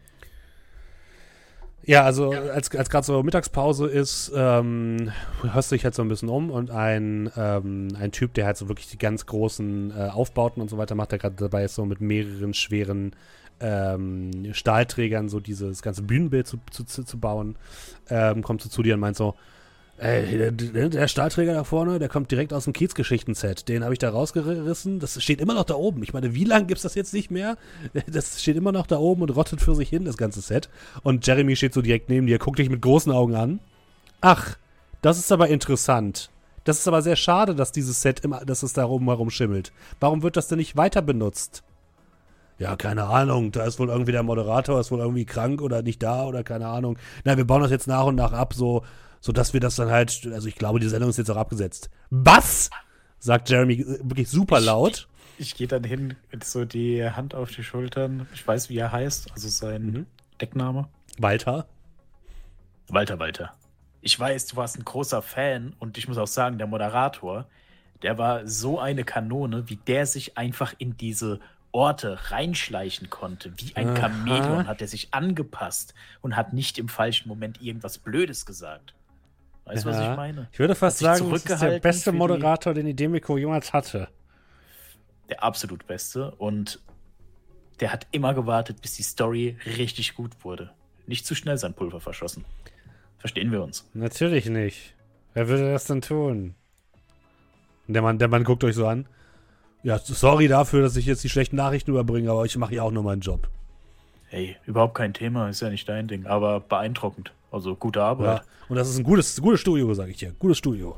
Ja, also als gerade so Mittagspause ist, hörst du dich halt so ein bisschen um und ein Typ, der halt so wirklich die ganz großen Aufbauten und so weiter macht, der gerade dabei ist, so mit mehreren schweren Stahlträgern so dieses ganze Bühnenbild zu bauen, kommt so zu dir und meint so, ey, der Stahlträger da vorne, der kommt direkt aus dem Kiezgeschichten-Set. Den habe ich da rausgerissen. Das steht immer noch da oben. Ich meine, wie lange gibt's das jetzt nicht mehr? Das steht immer noch da oben und rottet für sich hin, das ganze Set. Und Jeremy steht so direkt neben dir, guckt dich mit großen Augen an. Ach, das ist aber interessant. Das ist aber sehr schade, dass dieses Set dass es da oben herum schimmelt. Warum wird das denn nicht weiter benutzt? Ja, keine Ahnung. Da ist wohl irgendwie der Moderator, ist wohl irgendwie krank oder nicht da oder keine Ahnung. Nein, wir bauen das jetzt nach und nach ab, so dass wir das dann halt, also ich glaube, die Sendung ist jetzt auch abgesetzt. Was? Sagt Jeremy wirklich super laut. Ich gehe dann hin, mit so die Hand auf die Schultern. Ich weiß, wie er heißt, also sein Deckname. Walter. Walter. Ich weiß, du warst ein großer Fan und ich muss auch sagen, der Moderator, der war so eine Kanone, wie der sich einfach in diese Orte reinschleichen konnte. Wie ein Chamäleon hat er sich angepasst und hat nicht im falschen Moment irgendwas Blödes gesagt. Weißt du, was ich meine? Ich würde fast sagen, das ist der beste Moderator, den Idemico jemals hatte. Der absolut beste. Und der hat immer gewartet, bis die Story richtig gut wurde. Nicht zu schnell sein Pulver verschossen. Verstehen wir uns? Natürlich nicht. Wer würde das denn tun? Und der Mann guckt euch so an. Ja, sorry dafür, dass ich jetzt die schlechten Nachrichten überbringe, aber ich mache ja auch nur meinen Job. Hey, überhaupt kein Thema, ist ja nicht dein Ding, aber beeindruckend. Also gute Arbeit. Ja, und das ist ein gutes Studio, sage ich dir. Gutes Studio.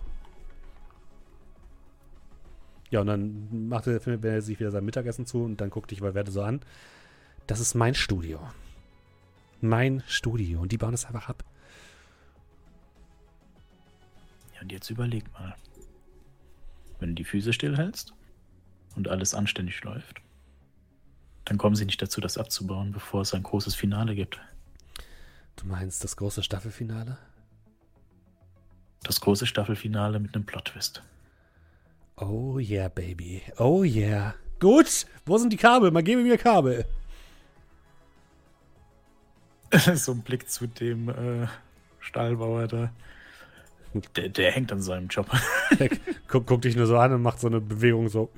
Ja, und dann findet er sich wieder sein Mittagessen zu und dann guckt dich bei Werte so an. Das ist mein Studio. Mein Studio. Und die bauen es einfach ab. Ja, und jetzt überleg mal. Wenn du die Füße stillhältst und alles anständig läuft, dann kommen sie nicht dazu, das abzubauen, bevor es ein großes Finale gibt. Du meinst das große Staffelfinale? Das große Staffelfinale mit einem Plot-Twist. Oh yeah, baby. Oh yeah. Gut, wo sind die Kabel? Man gebe mir Kabel. So ein Blick zu dem Stahlbauer da. Der hängt an seinem Job. Guckt dich nur so an und macht so eine Bewegung so.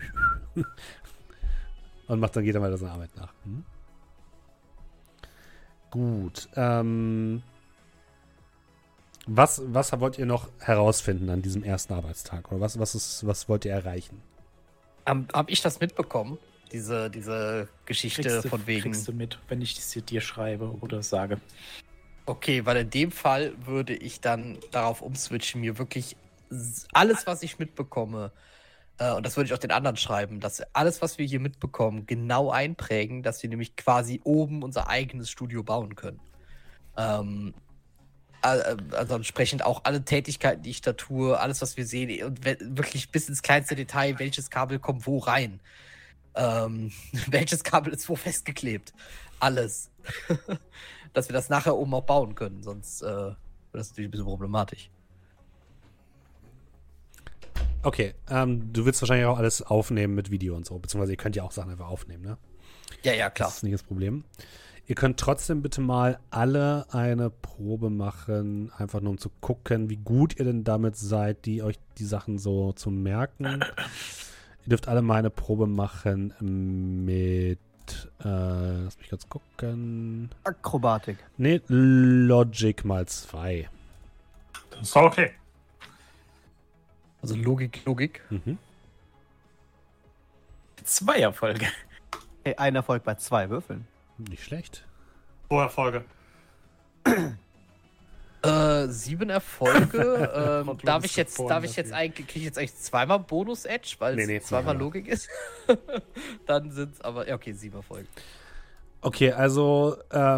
Und geht dann weiter seiner Arbeit nach. Gut. Was wollt ihr noch herausfinden an diesem ersten Arbeitstag? Oder was wollt ihr erreichen? Hab ich das mitbekommen? Diese Geschichte von wegen. Kriegst du mit, wenn ich das dir schreibe oder sage. Okay, weil in dem Fall würde ich dann darauf umswitchen, mir wirklich alles, was ich mitbekomme, und das würde ich auch den anderen schreiben, dass alles, was wir hier mitbekommen, genau einprägen, dass wir nämlich quasi oben unser eigenes Studio bauen können. Also entsprechend auch alle Tätigkeiten, die ich da tue, alles, was wir sehen, und wirklich bis ins kleinste Detail, welches Kabel kommt wo rein. Welches Kabel ist wo festgeklebt. Alles. Dass wir das nachher oben auch bauen können, sonst wird das natürlich ein bisschen problematisch. Okay, du willst wahrscheinlich auch alles aufnehmen mit Video und so, beziehungsweise ihr könnt ja auch Sachen einfach aufnehmen, ne? Ja, klar. Das ist nicht das Problem. Ihr könnt trotzdem bitte mal alle eine Probe machen, einfach nur um zu gucken, wie gut ihr denn damit seid, euch die Sachen so zu merken. Ihr dürft alle mal eine Probe machen mit, lass mich kurz gucken. Akrobatik. Nee, Logic mal 2. Das ist okay. Also Logik. Mhm. 2 Erfolge. Hey, ein Erfolg bei 2 Würfeln. Nicht schlecht. Pro Erfolge. 7 Erfolge. Darf ich jetzt kriege eigentlich, kriege ich jetzt eigentlich zweimal Bonus-Edge, weil Nee, es zweimal ja. Logik ist? Dann sind es aber, ja okay, 7 Erfolge. Okay, also Bei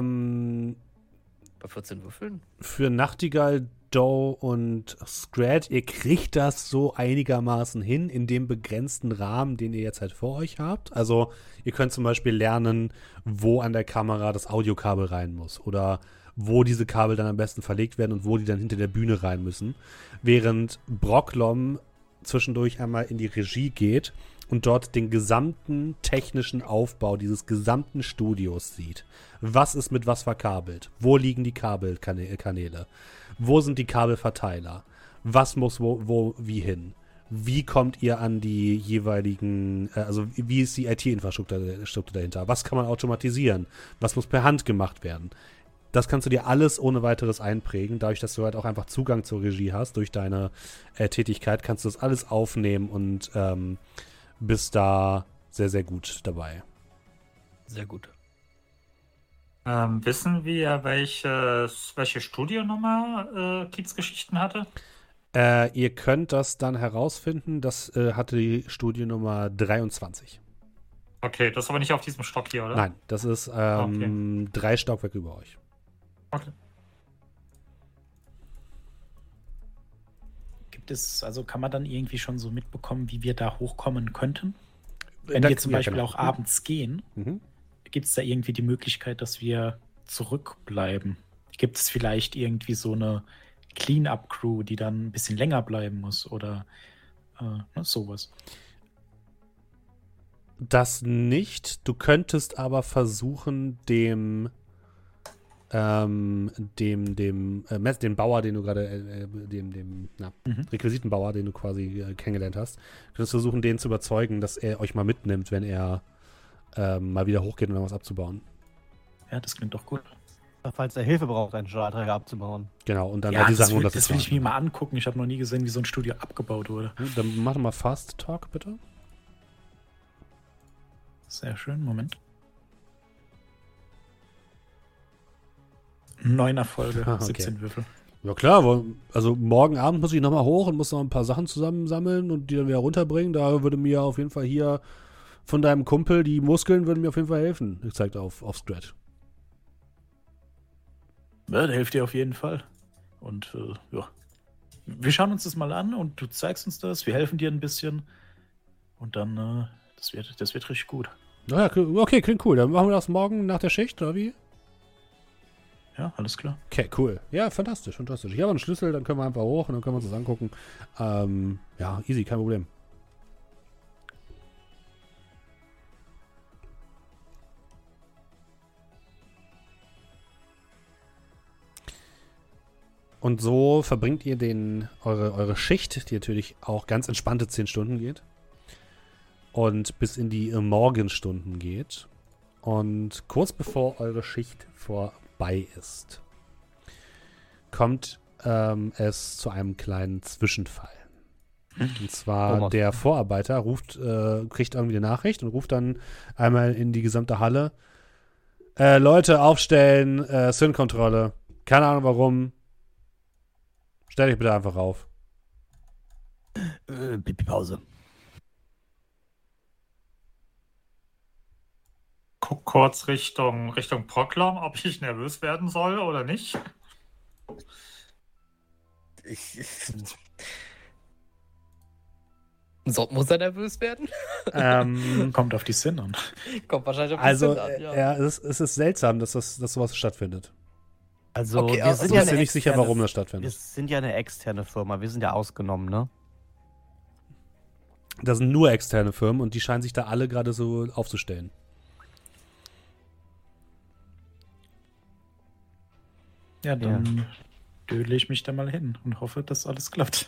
14 Würfeln? für Nachtigall, Doe und Scrat, ihr kriegt das so einigermaßen hin in dem begrenzten Rahmen, den ihr jetzt halt vor euch habt. Also ihr könnt zum Beispiel lernen, wo an der Kamera das Audiokabel rein muss oder wo diese Kabel dann am besten verlegt werden und wo die dann hinter der Bühne rein müssen. Während Brocklom zwischendurch einmal in die Regie geht und dort den gesamten technischen Aufbau dieses gesamten Studios sieht. Was ist mit was verkabelt? Wo liegen die Kabelkanäle? Wo sind die Kabelverteiler? Was muss wie hin? Wie kommt ihr an die jeweiligen, also wie ist die IT-Infrastruktur dahinter? Was kann man automatisieren? Was muss per Hand gemacht werden? Das kannst du dir alles ohne weiteres einprägen. Dadurch, dass du halt auch einfach Zugang zur Regie hast durch deine Tätigkeit, kannst du das alles aufnehmen und bist da sehr, sehr gut dabei. Sehr gut. Wissen wir, welche Studionummer Kiezgeschichten hatte? Ihr könnt das dann herausfinden. Das hatte die Studiennummer 23. Okay, das ist aber nicht auf diesem Stock hier, oder? Nein, das ist Okay. 3 Stockwerke über euch. Okay. Kann man dann irgendwie schon so mitbekommen, wie wir da hochkommen könnten? Wenn Da- wir zum ja, Beispiel genau. auch abends gehen, Mhm. gibt es da irgendwie die Möglichkeit, dass wir zurückbleiben? Gibt es vielleicht irgendwie so eine Clean-Up-Crew, die dann ein bisschen länger bleiben muss oder sowas? Das nicht. Du könntest aber versuchen, dem Bauer, den du gerade, Requisitenbauer, den du quasi kennengelernt hast, könntest versuchen, den zu überzeugen, dass er euch mal mitnimmt, wenn er mal wieder hochgeht, um was abzubauen. Ja, das klingt doch gut. Falls er Hilfe braucht, einen Stahlträger abzubauen. Genau, und dann Ja, halt die das Sachen will, runter das will ich mir mal angucken. Ich habe noch nie gesehen, wie so ein Studio abgebaut wurde. Dann mach doch mal Fast Talk, bitte. Sehr schön, Moment. 9 Erfolge, Ah, okay. 17 Würfel. Ja klar, also morgen Abend muss ich nochmal hoch und muss noch ein paar Sachen zusammensammeln und die dann wieder runterbringen. Da würde mir auf jeden Fall hier von deinem Kumpel, die Muskeln würden mir auf jeden Fall helfen. Ich zeig auf Scratch. Ja, der hilft dir auf jeden Fall. Und ja, wir schauen uns das mal an und du zeigst uns das. Wir helfen dir ein bisschen. Und dann, das wird richtig gut. Naja, okay, klingt cool. Dann machen wir das morgen nach der Schicht, oder wie? Ja, alles klar. Okay, cool. Ja, fantastisch. Ich habe einen Schlüssel, dann können wir einfach hoch und dann können wir uns das angucken. Ja, easy, kein Problem. Und so verbringt ihr eure Schicht, die natürlich auch ganz entspannte 10 Stunden geht. Und bis in die Morgenstunden geht. Und kurz bevor eure Schicht vorbei ist, kommt es zu einem kleinen Zwischenfall. Und zwar der Vorarbeiter kriegt irgendwie eine Nachricht und ruft dann einmal in die gesamte Halle: Leute, aufstellen, Sync-Kontrolle. Keine Ahnung warum. Stell dich bitte einfach auf. Pipi-Pause. Guck kurz Richtung Proklom, ob ich nervös werden soll oder nicht. Muss er nervös werden? Kommt auf die Sin an. Kommt wahrscheinlich auf die Sin an, ja. Es ist seltsam, dass sowas stattfindet. Also, Okay, wir sind Ich ja bin mir nicht sicher, warum das stattfindet. Wir sind ja eine externe Firma, wir sind ja ausgenommen, ne? Das sind nur externe Firmen und die scheinen sich da alle gerade so aufzustellen. Ja, dann dödel ich mich da mal hin und hoffe, dass alles klappt.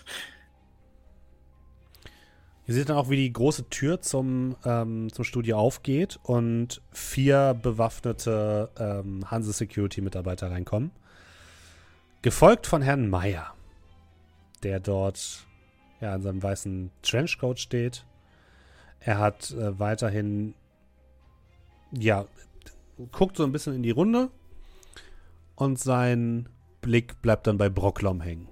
Ihr seht dann auch, wie die große Tür zum Studio aufgeht und 4 bewaffnete Hanse-Security-Mitarbeiter reinkommen. Gefolgt von Herrn Meyer, der dort in seinem weißen Trenchcoat steht. Er hat weiterhin, guckt so ein bisschen in die Runde und sein Blick bleibt dann bei Brocklom hängen.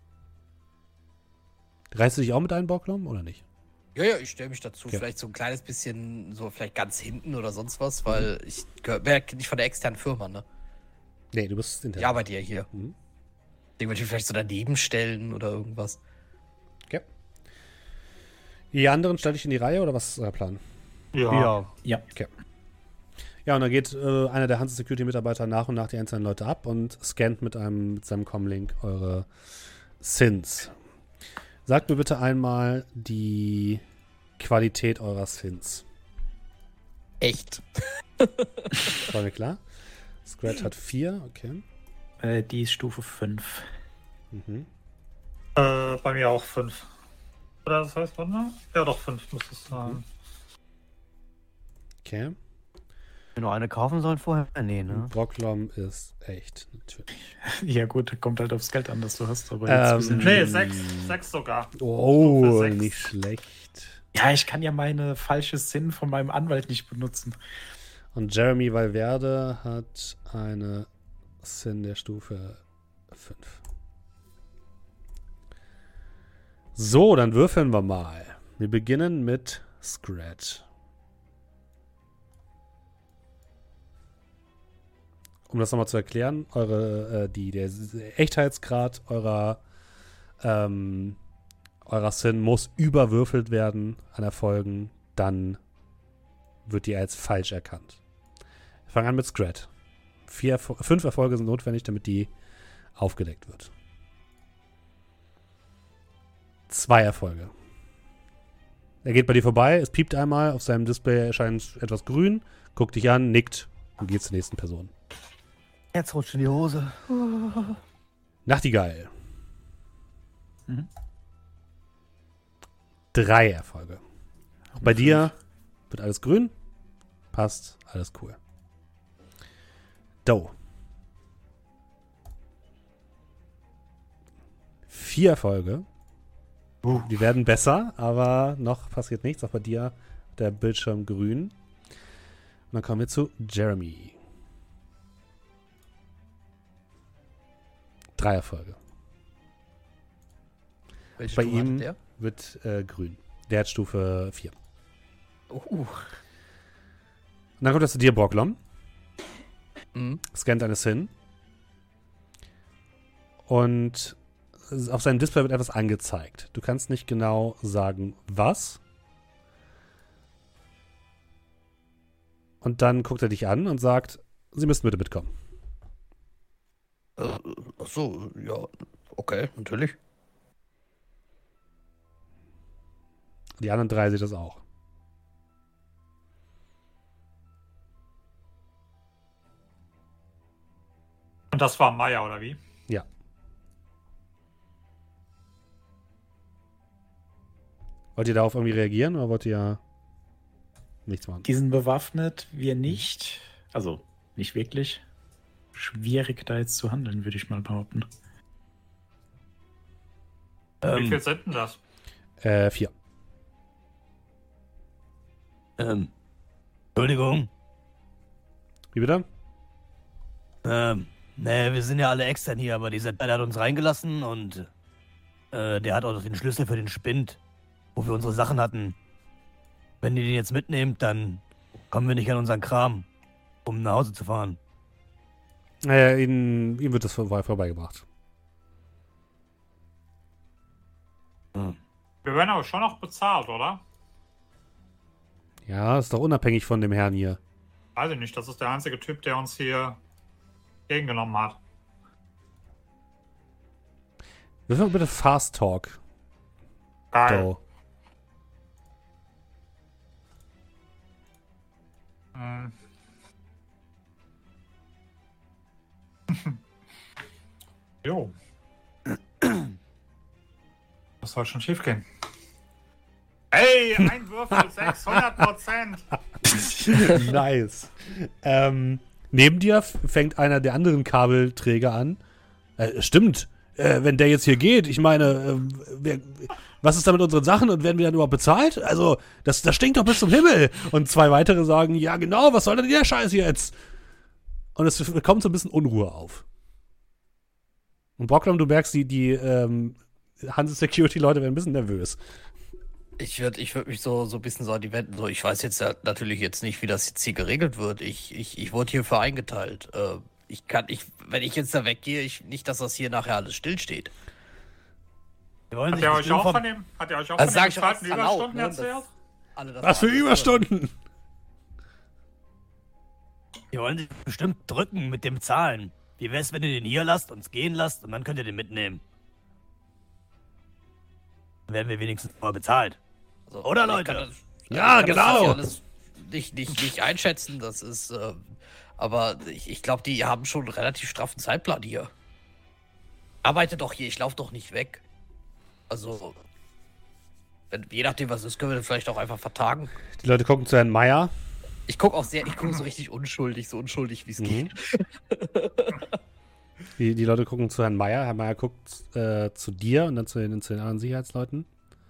Reißt du dich auch mit einem Brocklom oder nicht? Ja, ich stelle mich dazu. Okay. Vielleicht so ein kleines bisschen, so vielleicht ganz hinten oder sonst was, weil ich wäre nicht von der externen Firma, ne? Nee, du bist intern. Ich arbeite ja hier. Mhm. Den würde ich vielleicht so daneben stellen oder irgendwas. Okay. Die anderen stelle ich in die Reihe oder was ist euer Plan? Ja. Okay. Ja, und dann geht einer der Hanse-Security-Mitarbeiter nach und nach die einzelnen Leute ab und scannt mit seinem Comlink eure Sins. Sagt mir bitte einmal die Qualität eurer Sins. Echt? War mir klar? Scratch hat 4, okay. Die ist Stufe 5. Mhm. Bei mir auch 5. Oder das heißt, warte mal? Ja, doch, 5 muss es sein. Okay. Wenn wir eine kaufen sollen vorher? Nee, ne? Brocklom ist echt, natürlich. Ja gut, kommt halt aufs Geld an, das du hast. Aber jetzt wir sind Nee, schon- 6 sogar. Oh, Stufe 6. nicht schlecht. Ja, ich kann ja meine falsche Sin von meinem Anwalt nicht benutzen. Und Jeremy Valverde hat eine Sin der Stufe 5. So, dann würfeln wir mal. Wir beginnen mit Scratch. Um das nochmal zu erklären, der Echtheitsgrad eurer Sin muss überwürfelt werden an Erfolgen, dann wird die als falsch erkannt. Wir fangen an mit Scrat. 5 Erfolge sind notwendig, damit die aufgedeckt wird. 2 Erfolge. Er geht bei dir vorbei, es piept einmal, auf seinem Display erscheint etwas grün, guckt dich an, nickt und geht zur nächsten Person. Jetzt rutscht in die Hose. Nachtigall. Mhm. 3 Erfolge. Auch bei dir wird alles grün. Passt, alles cool. Doe. 4 Erfolge. Die werden besser, aber noch passiert nichts. Auch bei dir der Bildschirm grün. Und dann kommen wir zu Jeremy. 3 Erfolge. Welche Bei Stufe hatte ihm der? wird grün. Der hat Stufe 4. Und dann kommt er zu dir, Brocklom. Mhm. Scannt eine Sin. Und auf seinem Display wird etwas angezeigt. Du kannst nicht genau sagen, was. Und dann guckt er dich an und sagt, Sie müssten bitte mitkommen. Achso, ja, okay, natürlich. Die anderen 3 sehen das auch. Und das war Meier, oder wie? Ja. Wollt ihr darauf irgendwie reagieren oder wollt ihr nichts machen? Die sind bewaffnet, wir nicht. Also, nicht wirklich. Schwierig da jetzt zu handeln, würde ich mal behaupten. Wie viel sind denn das? 4. Entschuldigung. Wie bitte? Wir sind ja alle extern hier, aber dieser Teil hat uns reingelassen und der hat auch den Schlüssel für den Spind, wo wir unsere Sachen hatten. Wenn ihr den jetzt mitnehmt, dann kommen wir nicht an unseren Kram, um nach Hause zu fahren. Naja, ihm wird das vorbeigebracht. Wir werden aber schon noch bezahlt, oder? Ja, ist doch unabhängig von dem Herrn hier. Weiß ich nicht, das ist der einzige Typ, der uns hier gegengenommen hat. Wirf mal bitte Fast Talk. Geil. Go. Jo. Das soll schon schief gehen. Hey, ein Würfel, 600%. Nice. Neben dir fängt einer der anderen Kabelträger an. Stimmt. Wenn der jetzt hier geht, ich meine, was ist da mit unseren Sachen und werden wir dann überhaupt bezahlt? Also, das stinkt doch bis zum Himmel. Und 2 weitere sagen, ja genau, was soll denn der Scheiß jetzt? Und es kommt so ein bisschen Unruhe auf. Und Brocklam, du merkst, die Hanse-Security-Leute werden ein bisschen nervös. Ich würd mich so ein bisschen so an die wenden. So, ich weiß jetzt natürlich jetzt nicht, wie das jetzt hier geregelt wird. Ich wurde hierfür eingeteilt. Wenn ich jetzt da weggehe, nicht, dass das hier nachher alles stillsteht. Hat er euch auch von den zweiten Überstunden erzählt? Was für Überstunden? Die wollen sich bestimmt drücken mit dem Zahlen. Wie wär's, wenn ihr den hier lasst, uns gehen lasst und dann könnt ihr den mitnehmen? Dann werden wir wenigstens vorher bezahlt. Also, oder, Leute? Ja, genau. Das nicht einschätzen, das ist, aber ich glaube, die haben schon einen relativ straffen Zeitplan hier. Arbeite doch hier, ich laufe doch nicht weg. Also, je nachdem, was ist, können wir vielleicht auch einfach vertagen. Die Leute gucken zu Herrn Meier. Ich gucke so richtig unschuldig, so unschuldig wie es geht. Die Leute gucken zu Herrn Meier. Herr Meier guckt zu dir und dann zu den anderen Sicherheitsleuten.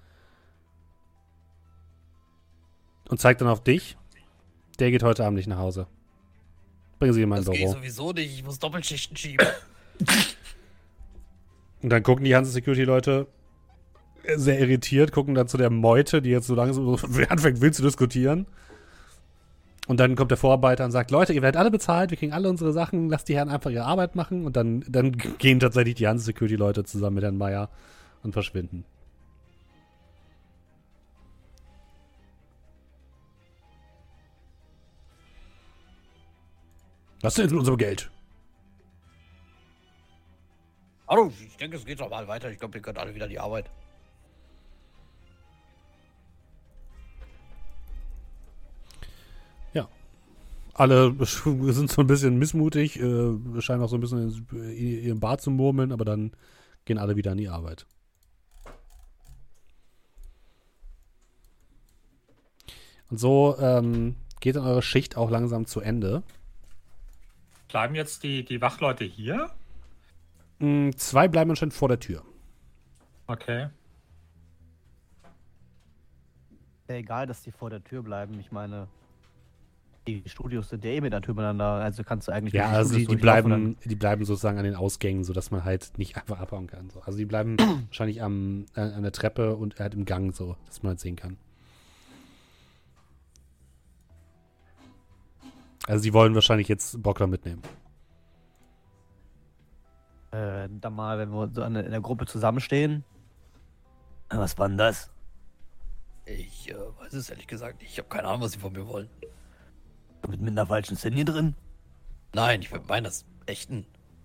Und zeigt dann auf dich. Der geht heute Abend nicht nach Hause. Bringen Sie ihn in mein Das geht Büro. sowieso nicht, ich muss Doppelschichten schieben. Und dann gucken die Hanse-Security-Leute sehr irritiert, gucken dann zu der Meute, die jetzt so langsam so anfängt, wild zu diskutieren. Und dann kommt der Vorarbeiter und sagt, Leute, ihr werdet alle bezahlt, wir kriegen alle unsere Sachen, lasst die Herren einfach ihre Arbeit machen. Und dann gehen tatsächlich die Hanse-Security-Leute zusammen mit Herrn Meier und verschwinden. Was ist denn jetzt mit unserem Geld? Hallo, ich denke, es geht normal weiter. Ich glaube, ihr könnt alle wieder die Arbeit. Ja. Alle sind so ein bisschen missmutig, scheinen auch so ein bisschen in ihrem Bart zu murmeln, aber dann gehen alle wieder an die Arbeit. Und so geht dann eure Schicht auch langsam zu Ende. Bleiben jetzt die Wachleute hier? 2 bleiben anscheinend vor der Tür. Okay. Ja, egal, dass die vor der Tür bleiben. Ich meine, die Studios sind ja mit der Tür miteinander. Also kannst du eigentlich. Ja, also die bleiben sozusagen an den Ausgängen, sodass man halt nicht einfach abhauen kann. So. Also die bleiben wahrscheinlich an der Treppe und halt im Gang, so, dass man halt sehen kann. Also die wollen wahrscheinlich jetzt Brockler mitnehmen. Dann mal, wenn wir so in der Gruppe zusammenstehen. Was war denn das? Ich weiß es ehrlich gesagt nicht. Ich habe keine Ahnung, was sie von mir wollen. Mit einer falschen Szene drin? Nein, ich meine das echten.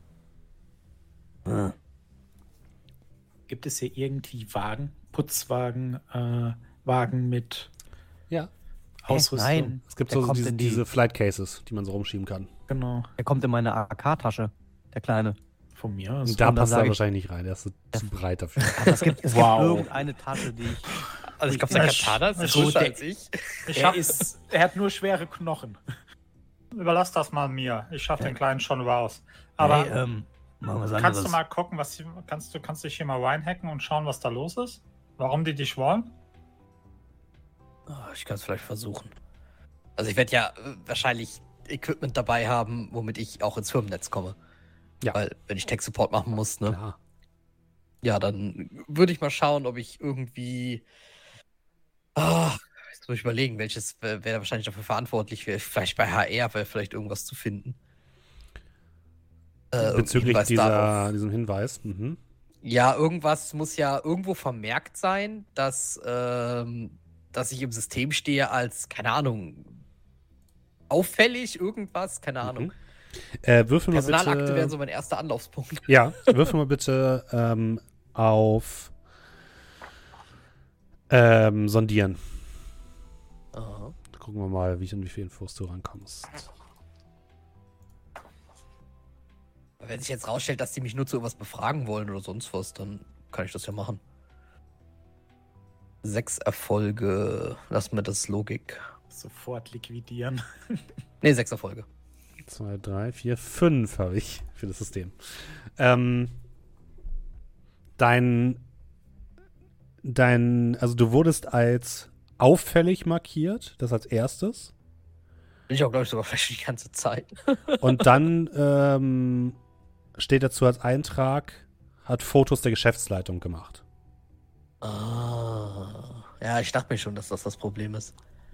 Gibt es hier irgendwie Wagen, Putzwagen, Wagen mit Ausrüstung? Nein. Es gibt so diese Flight Cases, die man so rumschieben kann. Genau. Der kommt in meine AK-Tasche, der Kleine. Von mir aus. Und da passt er sage ich- wahrscheinlich nicht rein, der ist zu breit dafür. Aber es gibt Wow. irgendeine Tasche, die ich. Also ich glaube, der Katana ist also größer der- als ich. Er hat nur schwere Knochen. Überlass das mal mir. Ich schaffe den Kleinen schon raus. Aber Hey, Machen wir was Kannst du anderes. mal gucken, kannst du dich hier mal reinhacken und schauen, was da los ist? Warum die dich wollen? Ich kann es vielleicht versuchen. Also ich werde ja wahrscheinlich Equipment dabei haben, womit ich auch ins Firmennetz komme. Ja. Weil, wenn ich Tech-Support machen muss, ne? Klar. Ja, dann würde ich mal schauen, ob ich irgendwie. Jetzt muss ich überlegen, welches wäre wahrscheinlich dafür verantwortlich wäre. Vielleicht bei HR wäre vielleicht irgendwas zu finden. Bezüglich Hinweis darauf. diesem Hinweis. Mhm. Ja, irgendwas muss ja irgendwo vermerkt sein, dass ich im System stehe als, keine Ahnung, auffällig irgendwas, keine Ahnung. Würfel mal Personalakte bitte. wären so mein erster Anlaufspunkt. Ja, würfel mal bitte auf sondieren. Aha. Gucken wir mal, an wie viel Infos du rankommst. Wenn sich jetzt rausstellt, dass die mich nur zu irgendwas befragen wollen oder sonst was, dann kann ich das ja machen. 6 Erfolge. Lass mir das Logik. Sofort liquidieren. Ne, 6 Erfolge. 2, 3, 4, 5 habe ich für das System. Also du wurdest als auffällig markiert, das als erstes. Bin ich auch, glaube ich, sogar vielleicht die ganze Zeit. Und dann steht dazu als Eintrag, hat Fotos der Geschäftsleitung gemacht. Ja, ich dachte mir schon, dass das Problem ist.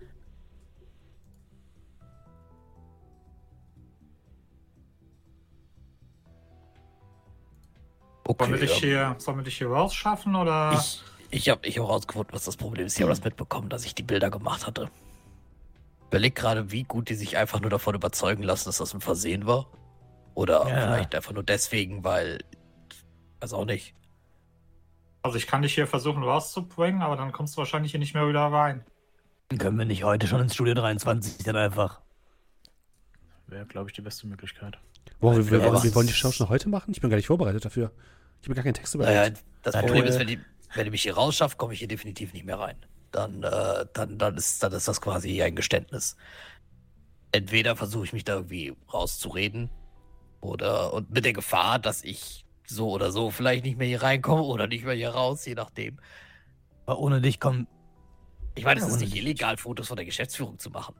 Sollen wir dich hier rausschaffen oder? Ich hab rausgefunden, was das Problem ist. Ich habe das mitbekommen, dass ich die Bilder gemacht hatte. Überleg gerade, wie gut die sich einfach nur davon überzeugen lassen, dass das ein Versehen war. Oder vielleicht einfach nur deswegen, weil. Weiß auch nicht. Also ich kann dich hier versuchen rauszubringen, aber dann kommst du wahrscheinlich hier nicht mehr wieder rein. Können wir nicht heute schon ins Studio 23 dann einfach? Wäre, glaube ich, die beste Möglichkeit. Wir wollen die Show schon heute machen? Ich bin gar nicht vorbereitet dafür. Ich habe gar keinen Text Naja, überlegt. das Problem ist, wenn die mich hier rausschafft, komme ich hier definitiv nicht mehr rein. Dann ist das quasi ein Geständnis. Entweder versuche ich mich da irgendwie rauszureden und mit der Gefahr, dass ich so oder so vielleicht nicht mehr hier reinkomme oder nicht mehr hier raus, je nachdem. Aber ohne dich kommen. Ich meine, es ist nicht illegal, Fotos von der Geschäftsführung zu machen.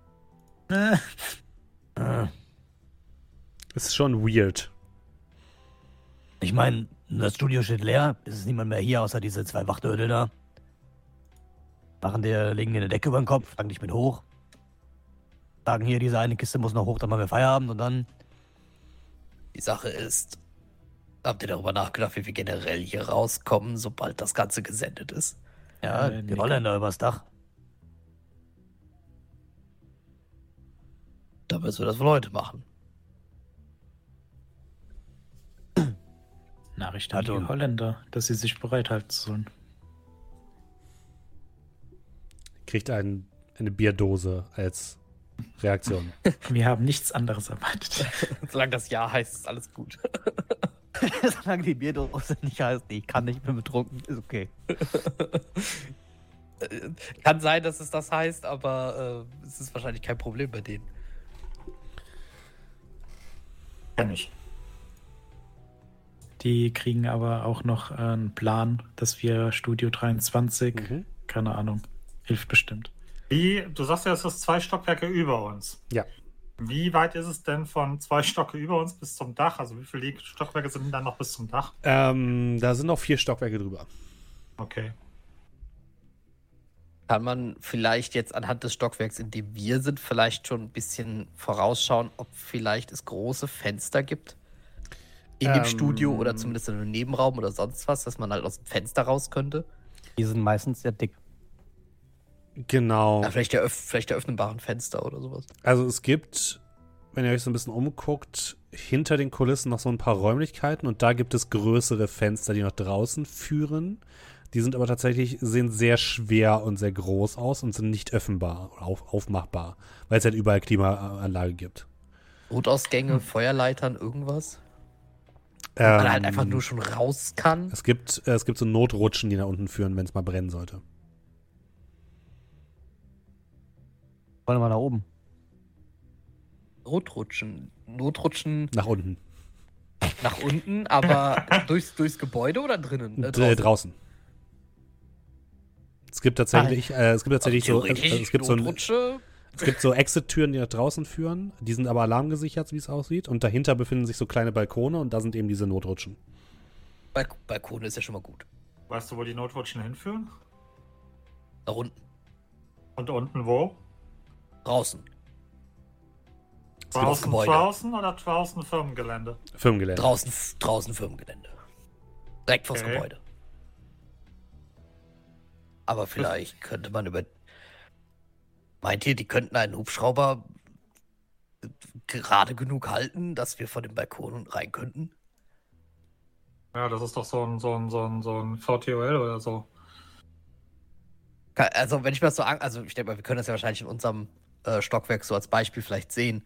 Es ist schon weird. Ich meine, das Studio steht leer. Es ist niemand mehr hier, außer diese 2 Wachtödel da. Legen dir eine Decke über den Kopf, fangen dich mit hoch. Sagen hier, diese eine Kiste muss noch hoch, dann machen wir Feierabend und dann. Die Sache ist, habt ihr darüber nachgedacht, wie wir generell hier rauskommen, sobald das Ganze gesendet ist? Ja, die Holländer übers Dach. Da müssen wir das wohl heute machen. Nachricht an die Holländer, dass sie sich bereithalten sollen. Kriegt eine Bierdose als Reaktion. Wir haben nichts anderes erwartet. Solange das Ja heißt, ist alles gut. Solange die Bierdose nicht heißt, ich kann nicht mehr betrunken, ist okay. Kann sein, dass es das heißt, aber es ist wahrscheinlich kein Problem bei denen. Kenn ich. Die kriegen aber auch noch einen Plan, dass wir Studio 23, keine Ahnung, hilft bestimmt. Du sagst ja, es ist 2 Stockwerke über uns. Ja. Wie weit ist es denn von 2 Stocke über uns bis zum Dach? Also wie viele Stockwerke sind denn dann noch bis zum Dach? Da sind noch 4 Stockwerke drüber. Okay. Kann man vielleicht jetzt anhand des Stockwerks, in dem wir sind, vielleicht schon ein bisschen vorausschauen, ob vielleicht es große Fenster gibt? In dem Studio oder zumindest in einem Nebenraum oder sonst was, dass man halt aus dem Fenster raus könnte? Die sind meistens sehr dick. Genau. Ja, vielleicht der öffnbaren Fenster oder sowas. Also es gibt, wenn ihr euch so ein bisschen umguckt, hinter den Kulissen noch so ein paar Räumlichkeiten und da gibt es größere Fenster, die nach draußen führen. Die sind aber sehen sehr schwer und sehr groß aus und sind nicht öffnbar oder aufmachbar, weil es halt überall Klimaanlage gibt. Notausgänge, Feuerleitern, irgendwas? Wo man halt einfach nur schon raus kann. Es gibt so Notrutschen, die nach unten führen, wenn es mal brennen sollte. Wollen wir nach oben? Notrutschen. Nach unten. Nach unten, aber durchs Gebäude oder drinnen? Draußen. Es gibt tatsächlich, so Exit-Türen, die nach draußen führen. Die sind aber alarmgesichert, wie es aussieht. Und dahinter befinden sich so kleine Balkone und da sind eben diese Notrutschen. Balkone ist ja schon mal gut. Weißt du, wo die Notrutschen hinführen? Nach unten. Und unten wo? Draußen. Draußen oder draußen Firmengelände? Firmengelände. Draußen Firmengelände. Direkt vors Gebäude. Aber vielleicht könnte man Meint ihr, die könnten einen Hubschrauber gerade genug halten, dass wir von dem Balkon rein könnten? Ja, das ist doch so ein VTOL oder so. Also, wenn ich mir das so ich denke mal, wir können das ja wahrscheinlich in unserem Stockwerk so als Beispiel vielleicht sehen.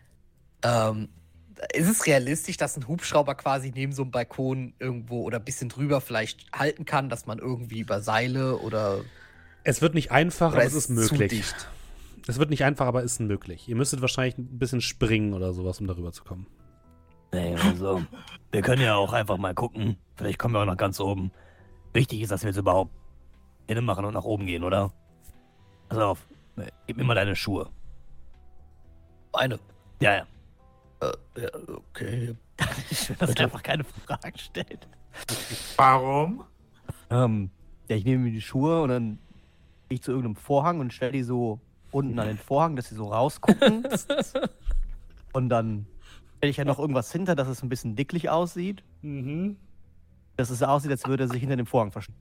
Ist es realistisch, dass ein Hubschrauber quasi neben so einem Balkon irgendwo oder ein bisschen drüber vielleicht halten kann, dass man irgendwie über Seile oder... Es wird nicht einfach, aber es ist möglich. Zu dicht? Es wird nicht einfach, aber es ist möglich. Ihr müsstet wahrscheinlich ein bisschen springen oder sowas, um darüber zu kommen. Nee, also, wir können ja auch einfach mal gucken. Vielleicht kommen wir auch nach ganz oben. Wichtig ist, dass wir jetzt überhaupt innen machen und nach oben gehen, oder? Pass auf, gib mir mal deine Schuhe. Eine? Ja. Ja, okay. Schön, dass er einfach keine Fragen stellt. Warum? Ja, ich nehme mir die Schuhe und dann gehe ich zu irgendeinem Vorhang und stelle die so unten an den Vorhang, dass sie so rausgucken. Und dann stelle ich ja noch irgendwas hinter, dass es ein bisschen dicklich aussieht. Dass es aussieht, als würde er sich hinter dem Vorhang verstecken.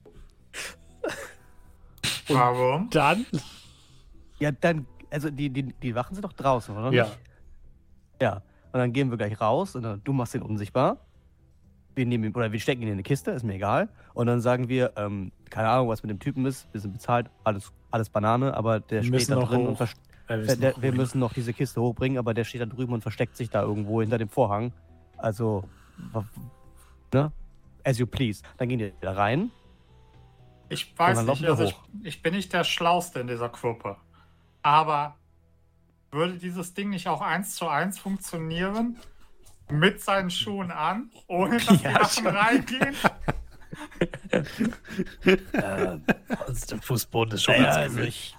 Warum? Dann? Ja, dann, also die Wachen sind doch draußen, oder? Ja. Nicht? Ja. Und dann gehen wir gleich raus und dann, du machst den unsichtbar. Wir stecken ihn in eine Kiste, ist mir egal. Und dann sagen wir, keine Ahnung, was mit dem Typen ist, wir sind bezahlt, alles Banane, aber der steht da drin und wir müssen noch diese Kiste hochbringen, aber der steht da drüben und versteckt sich da irgendwo hinter dem Vorhang. Also, ne? As you please. Dann gehen die da rein. Ich weiß nicht, also ich bin nicht der Schlauste in dieser Gruppe. Aber würde dieses Ding nicht auch 1:1 funktionieren? Mit seinen Schuhen an, ohne dass die Wachen reingehen? Also der Fußboden ist schon ganz gemütlich.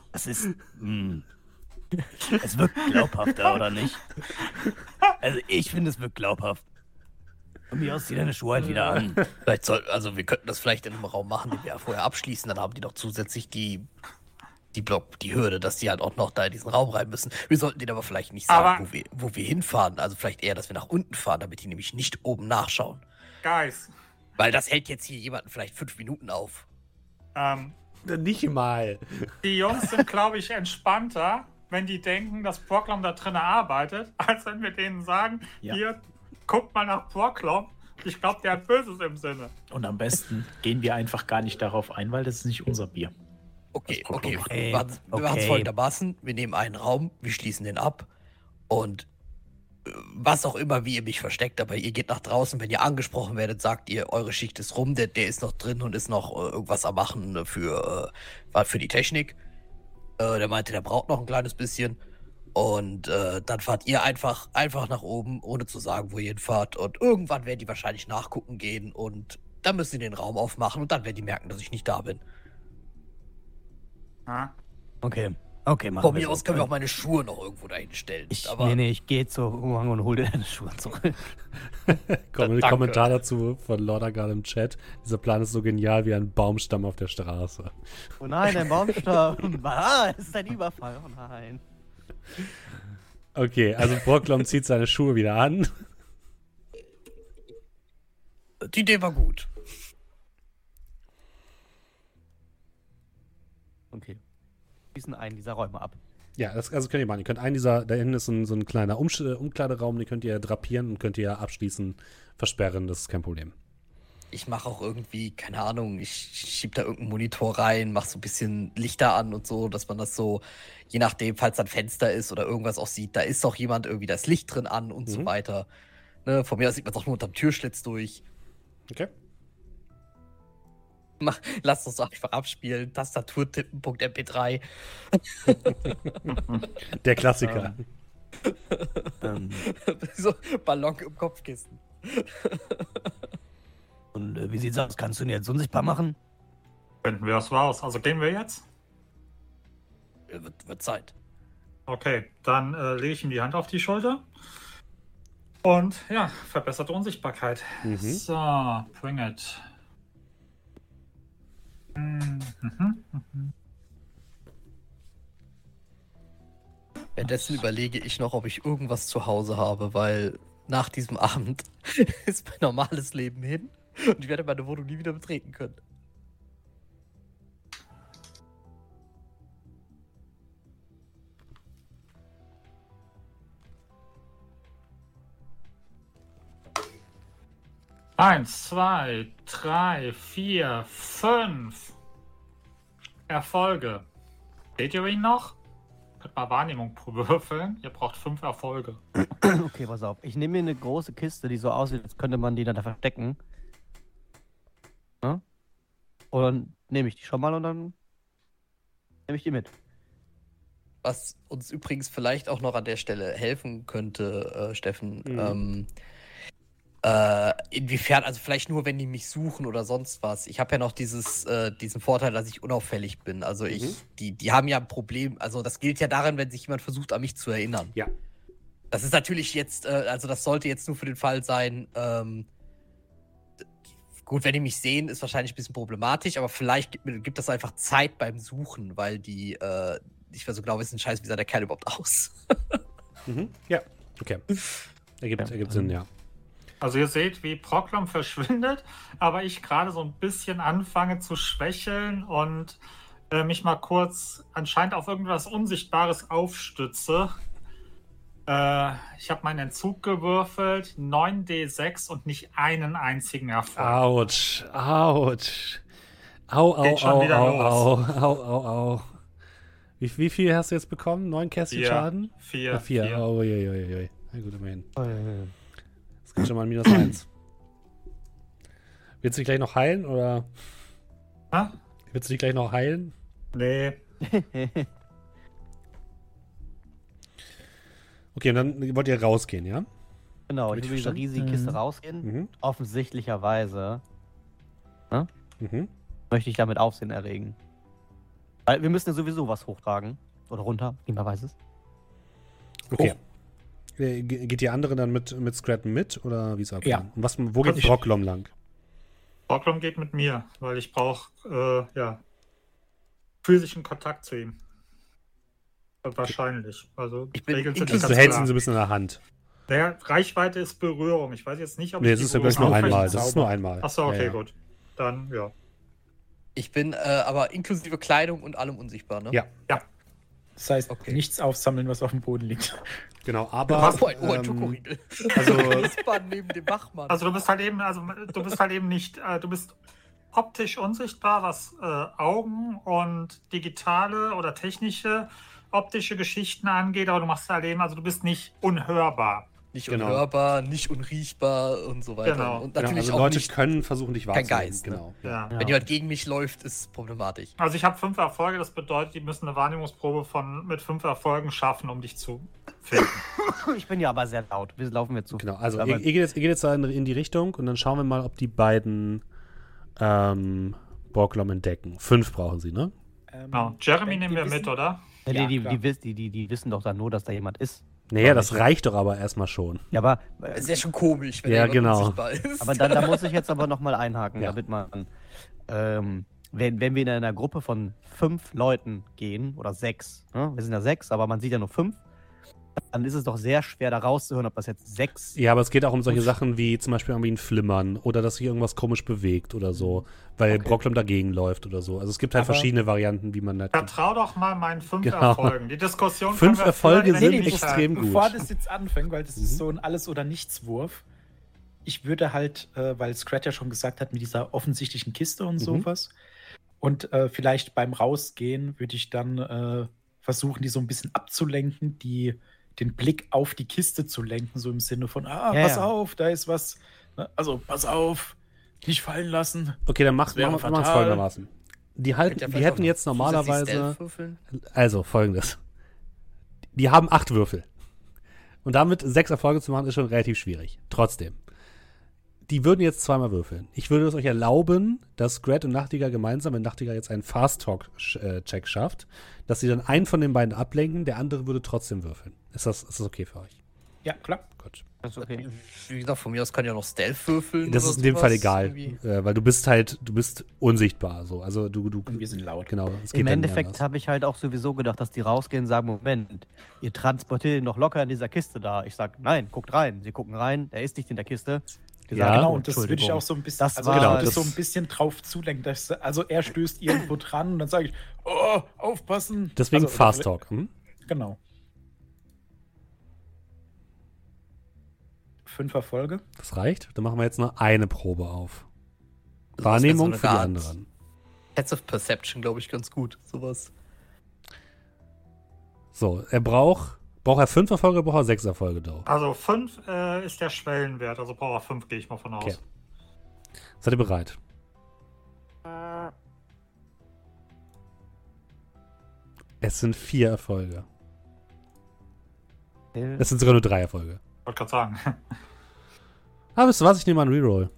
Es wirkt glaubhafter, oder nicht? Also ich finde, es wirkt glaubhaft. Von mir aus, zieh deine Schuhe halt wieder an. Wir könnten das vielleicht in einem Raum machen, den wir ja vorher abschließen, dann haben die noch zusätzlich die Hürde, dass die halt auch noch da in diesen Raum rein müssen. Wir sollten denen aber vielleicht nicht sagen, wo wir hinfahren. Also vielleicht eher, dass wir nach unten fahren, damit die nämlich nicht oben nachschauen. Guys. Weil das hält jetzt hier jemanden vielleicht 5 Minuten auf. Nicht mal. Die Jungs sind, glaube ich, entspannter, wenn die denken, dass Porklom da drinnen arbeitet, als wenn wir denen sagen, hier, guckt mal nach Porklom. Ich glaube, der hat Böses im Sinne. Und am besten gehen wir einfach gar nicht darauf ein, weil das ist nicht unser Bier. Okay. Wir machen es folgendermaßen. Wir nehmen einen Raum, wir schließen den ab und was auch immer, wie ihr mich versteckt, aber ihr geht nach draußen, wenn ihr angesprochen werdet, sagt ihr, eure Schicht ist rum, der ist noch drin und ist noch irgendwas am Machen für die Technik. Der meinte, der braucht noch ein kleines bisschen und dann fahrt ihr einfach nach oben, ohne zu sagen, wo ihr hinfahrt und irgendwann werden die wahrscheinlich nachgucken gehen und dann müssen sie den Raum aufmachen und dann werden die merken, dass ich nicht da bin. Okay, machen Von mir aus können wir auch meine Schuhe noch irgendwo dahin stellen. ich gehe zur Umhang und hole dir deine Schuhe zurück. Kommentar dazu von Lordagal im Chat. Dieser Plan ist so genial wie ein Baumstamm auf der Straße. Oh nein, ein Baumstamm. Es ist ein Überfall. Oh nein. Okay, also Porklom zieht seine Schuhe wieder an. Die Idee war gut. Okay. Schließen einen dieser Räume ab. Ja, das könnt ihr machen. Ihr könnt da hinten ist so ein kleiner Umkleideraum, den könnt ihr drapieren und könnt ihr abschließen, versperren, das ist kein Problem. Ich mache auch irgendwie, keine Ahnung, ich schieb da irgendeinen Monitor rein, mach so ein bisschen Lichter an und so, dass man das so, je nachdem, falls da ein Fenster ist oder irgendwas auch sieht, da ist doch jemand irgendwie, da ist Licht drin an und so weiter. Ne, von mir aus sieht man es auch nur unterm Türschlitz durch. Okay. Lass uns einfach abspielen. Tastatur tippen, .mp3. Der Klassiker. So Ballon im Kopfkissen. Und wie sieht's aus? Kannst du ihn jetzt unsichtbar machen? Finden wir das raus. Also gehen wir jetzt? Wird Zeit. Okay, dann lege ich ihm die Hand auf die Schulter. Und ja, verbesserte Unsichtbarkeit. Mhm. So, bring it. Währenddessen überlege ich noch, ob ich irgendwas zu Hause habe, weil nach diesem Abend ist mein normales Leben hin und ich werde meine Wohnung nie wieder betreten können. Eins, zwei, drei, vier, 5 Erfolge. Seht ihr ihn noch? Könnt mal Wahrnehmung würfeln. Ihr braucht 5 Erfolge. Okay, pass auf. Ich nehme mir eine große Kiste, die so aussieht, als könnte man die dann da verstecken. Ja? Und dann nehme ich die schon mal und dann nehme ich die mit. Was uns übrigens vielleicht auch noch an der Stelle helfen könnte, Steffen, inwiefern, also vielleicht nur, wenn die mich suchen oder sonst was. Ich habe ja noch diesen Vorteil, dass ich unauffällig bin. Also die haben ja ein Problem, also das gilt ja darin, wenn sich jemand versucht, an mich zu erinnern. Ja. Das ist natürlich jetzt, also das sollte jetzt nur für den Fall sein, gut, wenn die mich sehen, ist wahrscheinlich ein bisschen problematisch, aber vielleicht gibt das einfach Zeit beim Suchen, weil die nicht mehr so genau wissen, scheiße, wie sah der Kerl überhaupt aus? Ja, okay. Ergibt Sinn, ja. Also ihr seht, wie Proklom verschwindet, aber ich gerade so ein bisschen anfange zu schwächeln und mich mal kurz anscheinend auf irgendwas Unsichtbares aufstütze. Ich habe meinen Entzug gewürfelt, 9d6 und nicht einen einzigen Erfolg. Autsch. Au. Geht schon wieder los. Au. Wie viel hast du jetzt bekommen? 9 Kästchen Schaden? 4. 4. Oh, je. Na gut, immerhin. Das gibt schon mal ein -1. Willst du dich gleich noch heilen, oder? Hä? Willst du dich gleich noch heilen? Nee. Okay, und dann wollt ihr rausgehen, ja? Genau, ich Hab ich will diese verstanden? riesige Kiste rausgehen. Mhm. Offensichtlicherweise Mhm. möchte ich damit Aufsehen erregen. Weil wir müssen ja sowieso was hochtragen. Oder runter, wie man weiß es. Okay. Geht die andere dann mit Scratten mit, oder wie ist es Ja. Und wo geht Proklom lang? Proklom geht mit mir, weil ich brauche physischen Kontakt zu ihm. Wahrscheinlich. Also Ich bin Regeln sind inklusive- Du ganz hältst klar. ihn so ein bisschen in der Hand. Naja, Reichweite ist Berührung. Ich weiß jetzt nicht, ob Nee, ich das ist die ja gleich nur Berührung einmal. aufrecht- Das ist nur einmal. Achso, okay, Ja. gut. Dann, ja. Ich bin aber inklusive Kleidung und allem unsichtbar, ne? Ja. Das heißt, Okay. nichts aufsammeln, was auf dem Boden liegt. Genau, aber ein Schokoriegel. also Unsichtbar neben dem Wachmann. Also du bist halt eben nicht, du bist optisch unsichtbar, was Augen und digitale oder technische optische Geschichten angeht, aber du machst halt eben, also du bist nicht unhörbar. Nicht Genau. unhörbar, nicht unriechbar und so weiter. Genau. Und genau, natürlich also auch Leute nicht, können versuchen, dich wahrzunehmen. Geist, ne? Genau. Ja. wenn jemand gegen mich läuft, ist problematisch. Also ich habe 5 Erfolge, das bedeutet, die müssen eine Wahrnehmungsprobe mit 5 Erfolgen schaffen, um dich zu finden. Ich bin ja aber sehr laut. Wir laufen jetzt zu. Genau, also Aber- ihr geht jetzt in die Richtung und dann schauen wir mal, ob die beiden Borglom entdecken. 5 brauchen sie, ne? Genau. Jeremy die nehmen wir wissen- mit, oder? Ja, Ja, die klar. wissen doch dann nur, dass da jemand ist. Naja, das reicht doch aber erstmal schon. Ja, aber, Es ist ja schon komisch, wenn Ja, jemand genau. unsichtbar ist. aber da muss ich jetzt aber nochmal einhaken, Ja. damit man, wenn wir in einer Gruppe von 5 Leuten gehen, oder 6, ne? Wir sind ja 6, aber man sieht ja nur 5, dann ist es doch sehr schwer da rauszuhören, ob das jetzt 6 Ja, aber es geht auch um solche Sachen wie zum Beispiel irgendwie ein Flimmern oder dass sich irgendwas komisch bewegt oder so, weil Okay. Borglom dagegen läuft oder so. Also es gibt halt Aber- verschiedene Varianten, wie man das. Vertrau doch mal meinen 5 Genau. Erfolgen. Die Diskussion 5 können wir Erfolge führen, wenn sind die nicht extrem gut. Bevor das jetzt anfängt, weil das ist so ein Alles- oder Nichts-Wurf. Ich würde halt, weil Scrat ja schon gesagt hat, mit dieser offensichtlichen Kiste und sowas. Und vielleicht beim Rausgehen würde ich dann versuchen, die so ein bisschen abzulenken, den Blick auf die Kiste zu lenken, so im Sinne von, Ja, pass ja. auf, da ist was. Ne? Also, pass auf, nicht fallen lassen. Okay, dann machen wäre wir es fatal. folgendermaßen. Die hätten jetzt normalerweise. Also, folgendes. Die haben 8 Würfel. Und damit 6 Erfolge zu machen, ist schon relativ schwierig. Trotzdem. die würden jetzt zweimal würfeln. Ich würde es euch erlauben, dass Scrat und Nachtigall gemeinsam, wenn Nachtigall jetzt einen Fast-Talk-Check schafft, dass sie dann einen von den beiden ablenken, der andere würde trotzdem würfeln. Ist das okay für euch? Ja, klar. Gut. Das ist okay. Wie gesagt, von mir aus kann ja noch Stealth würfeln. Das oder ist in dem sowas Fall egal, irgendwie. weil du bist unsichtbar. So. Also du Und wir sind laut. genau. Es geht Im dann nicht Endeffekt anders. habe ich halt auch sowieso gedacht, dass die rausgehen und sagen, Moment, ihr transportiert ihn noch locker in dieser Kiste da. Ich sag, nein, guckt rein. Sie gucken rein, der ist nicht in der Kiste. Die Ja, sagen, Genau, oh, und das würde ich Entschuldigung. auch so ein bisschen, Das also war- ich Genau, würde das- so ein bisschen drauf zulenken. Also er stößt irgendwo dran und dann sage ich, oh, aufpassen. Deswegen also, Fast Talk. Genau. 5 Erfolge. Das reicht. Dann machen wir jetzt noch eine Probe auf. Das Wahrnehmung wär so für die eine Art anderen. Heads of Perception, glaube ich, ganz gut. Sowas. So, braucht er 5 Erfolge oder braucht er 6 Erfolge drauf? Also 5 ist der Schwellenwert, also braucht er 5, gehe ich mal von aus. Okay. Seid ihr bereit? Es sind 4 Erfolge. Es sind sogar nur 3 Erfolge. Wollte gerade sagen. Ah, wisst ihr was? Ich nehme mal einen Reroll.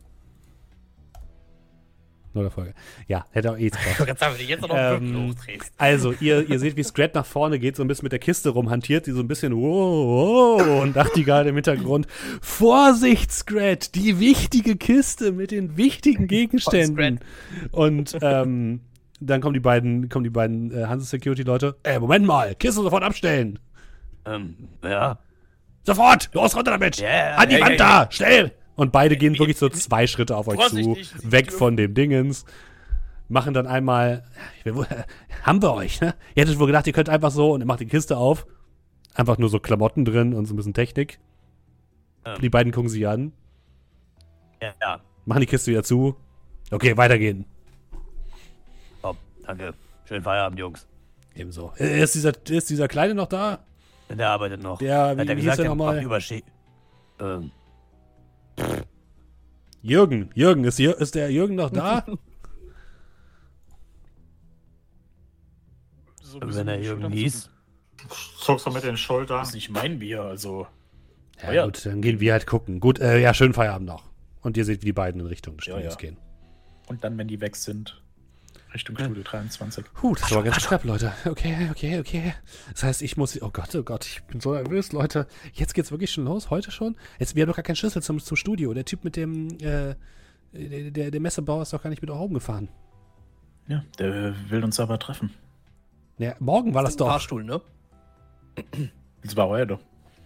0 Erfolge. Ja, hätte auch eh gebracht. Ich wollte gerade sagen, wenn du jetzt noch Würfel hochdrehst. Also, ihr seht, wie Scrat nach vorne geht, so ein bisschen mit der Kiste rumhantiert, die so ein bisschen wow, und Nachtigall im Hintergrund. Vorsicht, Scrat, die wichtige Kiste mit den wichtigen Gegenständen. Und dann kommen die beiden Hanse-Security-Leute. Moment mal, Kiste sofort abstellen. Ja. Sofort, los, runter damit. Ja, An die ja, Wand da, schnell. Und beide gehen wirklich so 2 Schritte auf euch zu, Vorsichtig, Sie weg dürfen- von dem Dingens. Machen dann einmal, haben wir euch, ne? Ihr hättet wohl gedacht, ihr könnt einfach so, und ihr macht die Kiste auf. Einfach nur so Klamotten drin und so ein bisschen Technik. Die beiden gucken sich an, Ja. machen die Kiste wieder zu. Okay, weitergehen. Top, danke. Schönen Feierabend, Jungs. Ebenso. Ist dieser Kleine noch da? Der arbeitet noch. Der, Hat er wie hieß gesagt, der der macht nochmal? Überschied. Jürgen, ist der Jürgen noch da? So Wenn er Jürgen hieß. Zuckst du mit den Schultern. Das ist nicht mein Bier, also. Ja, gut, dann gehen wir halt gucken. Gut, ja, schönen Feierabend noch. Und ihr seht, wie die beiden in Richtung des Studios Ja. gehen. Und dann, wenn die weg sind, Richtung Studio 23. Das war ganz knapp, Leute. Okay. Das heißt, ich muss. Oh Gott, ich bin so nervös, Leute. Jetzt geht's wirklich schon los? Heute schon? Wir haben doch gar keinen Schlüssel zum Studio. Der Typ mit dem, der Messebauer ist doch gar nicht mit oben gefahren. Ja, der will uns aber treffen. Ja, morgen war das doch. Fahrstuhl, ne? Das war heute.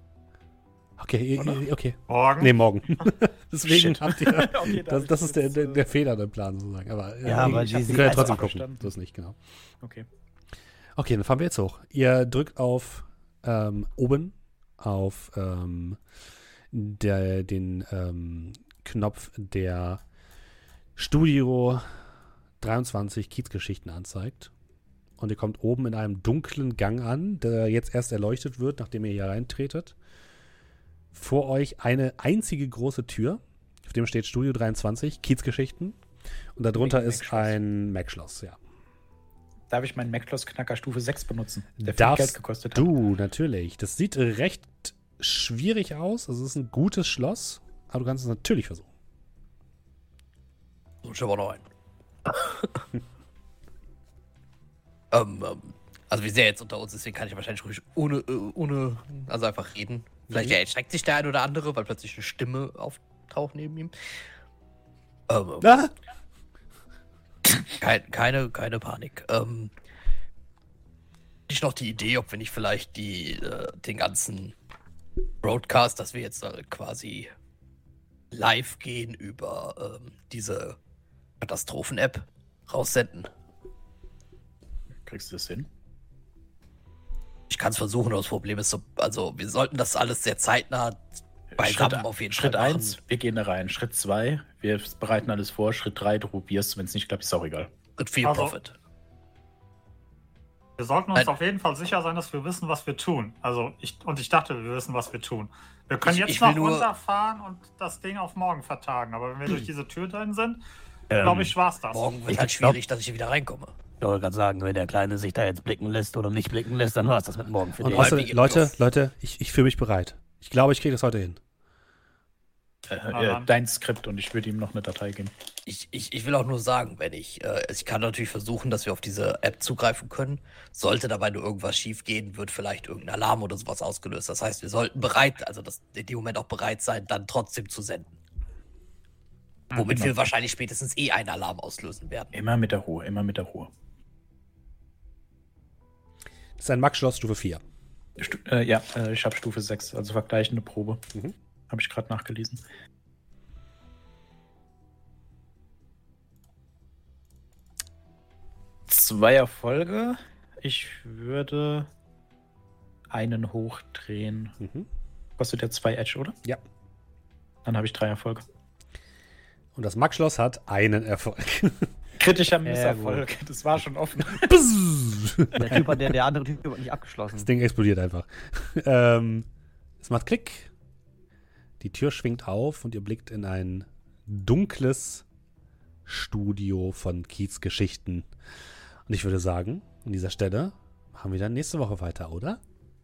Okay. Morgen. Nee, morgen. Deswegen Shit. habt ihr. Okay, Das ist der Fehler im Plan sozusagen. Aber, Ja, aber ich hab wir die- können ja also trotzdem auch gucken. verstanden. So ist nicht, genau. Okay. Okay, dann fahren wir jetzt hoch. Ihr drückt auf oben auf den Knopf, der Studio 23 Kiezgeschichten anzeigt. Und ihr kommt oben in einem dunklen Gang an, der jetzt erst erleuchtet wird, nachdem ihr hier reintretet. Vor euch eine einzige große Tür, auf dem steht Studio 23 Kiezgeschichten. Und darunter Wegen ist Mac-Schloss. ein Mac-Schloss, ja. Darf ich meinen MacLoss-Knacker Stufe 6 benutzen? Der viel Darfst Geld gekostet hat. du, natürlich. Das sieht recht schwierig aus. Also es ist ein gutes Schloss, aber du kannst es natürlich versuchen. So, ich aber noch einen. Also wir sind ja jetzt unter uns, deswegen kann ich wahrscheinlich ruhig ohne also einfach reden. Vielleicht erschreckt sich der ein oder andere, weil plötzlich eine Stimme auftaucht neben ihm. Ah! Keine Panik. Ich noch die Idee, ob wir nicht vielleicht den ganzen Broadcast, dass wir jetzt quasi live gehen über diese Katastrophen-App raussenden. Kriegst du das hin? Ich kann es versuchen, aber das Problem ist so, also wir sollten das alles sehr zeitnah beisammen auf jeden Schritt Fall machen. 1, wir gehen da rein. Schritt 2, wir bereiten alles vor. Schritt 3, du probierst. Wenn es nicht klappt, ist auch egal. Mit viel Also- Profit. Wir sollten uns Nein. auf jeden Fall sicher sein, dass wir wissen, was wir tun. Ich dachte, wir wissen, was wir tun. Wir können Ich jetzt will noch nur- runterfahren und das Ding auf morgen vertagen. Aber wenn wir durch diese Tür drin sind, glaube ich, war's das. Morgen wird ich halt glaub- schwierig, dass ich hier wieder reinkomme. Ich wollte gerade sagen, wenn der Kleine sich da jetzt blicken lässt oder nicht blicken lässt, dann war es das mit morgen für Und dich. Vor allem außerdem, die- Leute, ich fühle mich bereit. Ich glaube, ich kriege das heute hin. dein Skript und ich würde ihm noch eine Datei geben. Ich will auch nur sagen, wenn ich kann natürlich versuchen, dass wir auf diese App zugreifen können. Sollte dabei nur irgendwas schief gehen, wird vielleicht irgendein Alarm oder sowas ausgelöst. Das heißt, wir sollten in dem Moment auch bereit sein, dann trotzdem zu senden. Womit wir wahrscheinlich spätestens einen Alarm auslösen werden. Immer mit der Ruhe, immer mit der Ruhe. Das ist ein Max-Schloss Stufe 4. Ich habe Stufe 6, also vergleichende Probe. Habe ich gerade nachgelesen. Zwei Erfolge. Ich würde einen hochdrehen. Kostet ja 2 Edge, oder? Ja. Dann habe ich 3 Erfolge. Und das Max-Schloss hat einen Erfolg. Kritischer Misserfolg. Das war schon offen. Der andere Typ hat nicht abgeschlossen. Das Ding explodiert einfach. Es macht Klick. Die Tür schwingt auf und ihr blickt in ein dunkles Studio von Kiez-Geschichten. Und ich würde sagen, an dieser Stelle machen wir dann nächste Woche weiter, oder?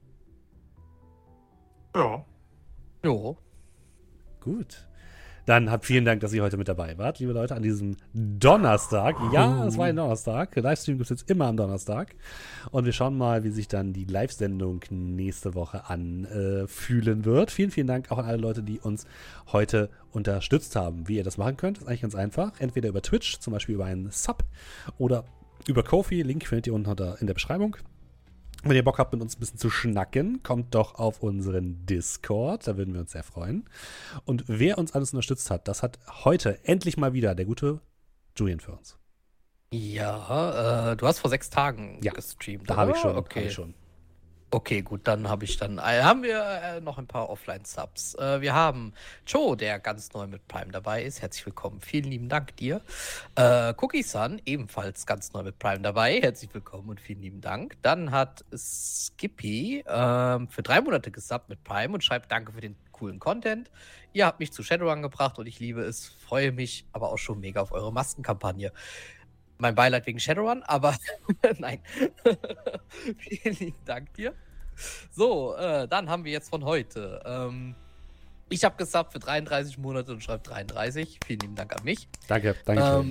Ja. Jo. Gut. Dann habt vielen Dank, dass ihr heute mit dabei wart, liebe Leute, an diesem Donnerstag. Ja, es war ein Donnerstag. Livestream gibt es jetzt immer am Donnerstag. Und wir schauen mal, wie sich dann die Live-Sendung nächste Woche anfühlen wird. Vielen, vielen Dank auch an alle Leute, die uns heute unterstützt haben. Wie ihr das machen könnt, ist eigentlich ganz einfach. Entweder über Twitch, zum Beispiel über einen Sub, oder über Ko-fi. Link findet ihr unten in der Beschreibung. Wenn ihr Bock habt, mit uns ein bisschen zu schnacken, kommt doch auf unseren Discord. Da würden wir uns sehr freuen. Und wer uns alles unterstützt hat, das hat heute endlich mal wieder der gute Julian für uns. Ja, du hast vor 6 Tagen gestreamt. Da habe ich schon. Okay. Okay, gut, dann haben wir noch ein paar Offline-Subs. Wir haben Joe, der ganz neu mit Prime dabei ist. Herzlich willkommen. Vielen lieben Dank dir. Cookie-san, ebenfalls ganz neu mit Prime dabei. Herzlich willkommen und vielen lieben Dank. Dann hat Skippy für 3 Monate gesubbt mit Prime und schreibt Danke für den coolen Content. Ihr habt mich zu Shadowrun gebracht und ich liebe es. Freue mich aber auch schon mega auf eure Maskenkampagne. Mein Beileid wegen Shadowrun, aber nein. Vielen lieben Dank dir. So, dann haben wir jetzt von heute. Ich habe gesubbt für 33 Monate und schreibe 33. Vielen lieben Dank an mich. Danke schön.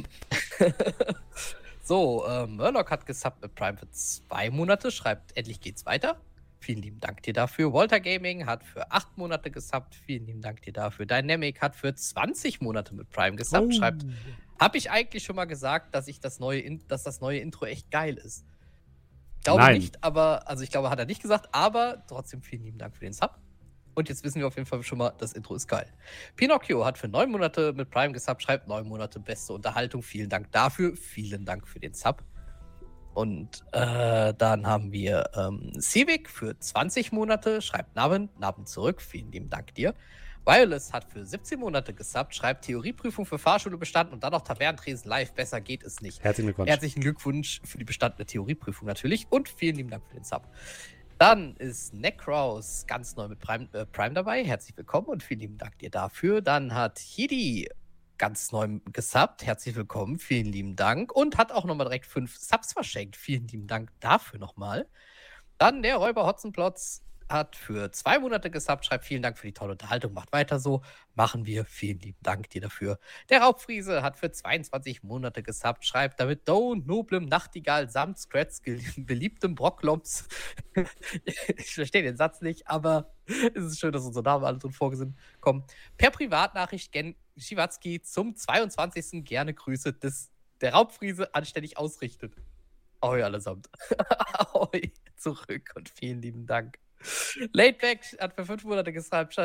So, Murloc hat gesubbt mit Prime für 2 Monate, schreibt endlich geht's weiter. Vielen lieben Dank dir dafür. Walter Gaming hat für 8 Monate gesubbt. Vielen lieben Dank dir dafür. Dynamic hat für 20 Monate mit Prime gesubbt. Schreibt, habe ich eigentlich schon mal gesagt, dass das neue Intro echt geil ist? Glaube nicht, aber, also ich glaube, hat er nicht gesagt, aber trotzdem vielen lieben Dank für den Sub. Und jetzt wissen wir auf jeden Fall schon mal, das Intro ist geil. Pinocchio hat für 9 Monate mit Prime gesubbt, schreibt 9 Monate beste Unterhaltung. Vielen Dank dafür. Vielen Dank für den Sub. Und dann haben wir Civic für 20 Monate, schreibt Namen zurück. Vielen lieben Dank dir. Wireless hat für 17 Monate gesubbt, schreibt Theorieprüfung für Fahrschule bestanden und dann noch Tavernentresen live. Besser geht es nicht. Herzlichen Glückwunsch. Herzlichen Glückwunsch für die bestandene Theorieprüfung natürlich und vielen lieben Dank für den Sub. Dann ist Necros ganz neu mit Prime dabei. Herzlich willkommen und vielen lieben Dank dir dafür. Dann hat Hidi ganz neu gesubbt. Herzlich willkommen, vielen lieben Dank. Und hat auch nochmal direkt 5 Subs verschenkt. Vielen lieben Dank dafür nochmal. Dann der Räuber Hotzenplotz hat für 2 Monate gesubbt, schreibt vielen Dank für die tolle Unterhaltung, macht weiter so, machen wir, vielen lieben Dank dir dafür. Der Raubfriese hat für 22 Monate gesubbt, schreibt damit noblem Nachtigall samt Scratz beliebtem Brockloms. Ich verstehe den Satz nicht, aber es ist schön, dass unsere Namen alle drin vorkommen. Per Privatnachricht Schiwatzki zum 22. gerne Grüße, der Raubfriese anständig ausrichtet. Ahoi allesamt. Ahoi zurück und vielen lieben Dank. Laidback hat für 5 Monate gesubbt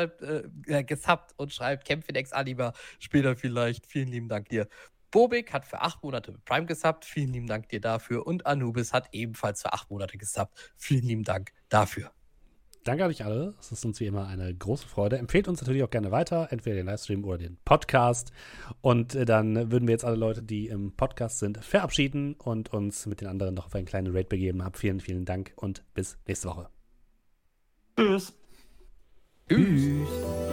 und schreibt Campfinex Anima später vielleicht. Vielen lieben Dank dir. Bobik hat für 8 Monate mit Prime gesubbt. Vielen lieben Dank dir dafür. Und Anubis hat ebenfalls für 8 Monate gesubbt. Vielen lieben Dank dafür. Danke an euch alle. Es ist uns wie immer eine große Freude. Empfehlt uns natürlich auch gerne weiter, entweder den Livestream oder den Podcast. Und dann würden wir jetzt alle Leute, die im Podcast sind, verabschieden und uns mit den anderen noch auf einen kleinen Raid begeben. Habt vielen, vielen Dank und bis nächste Woche. Tschüss. Tschüss.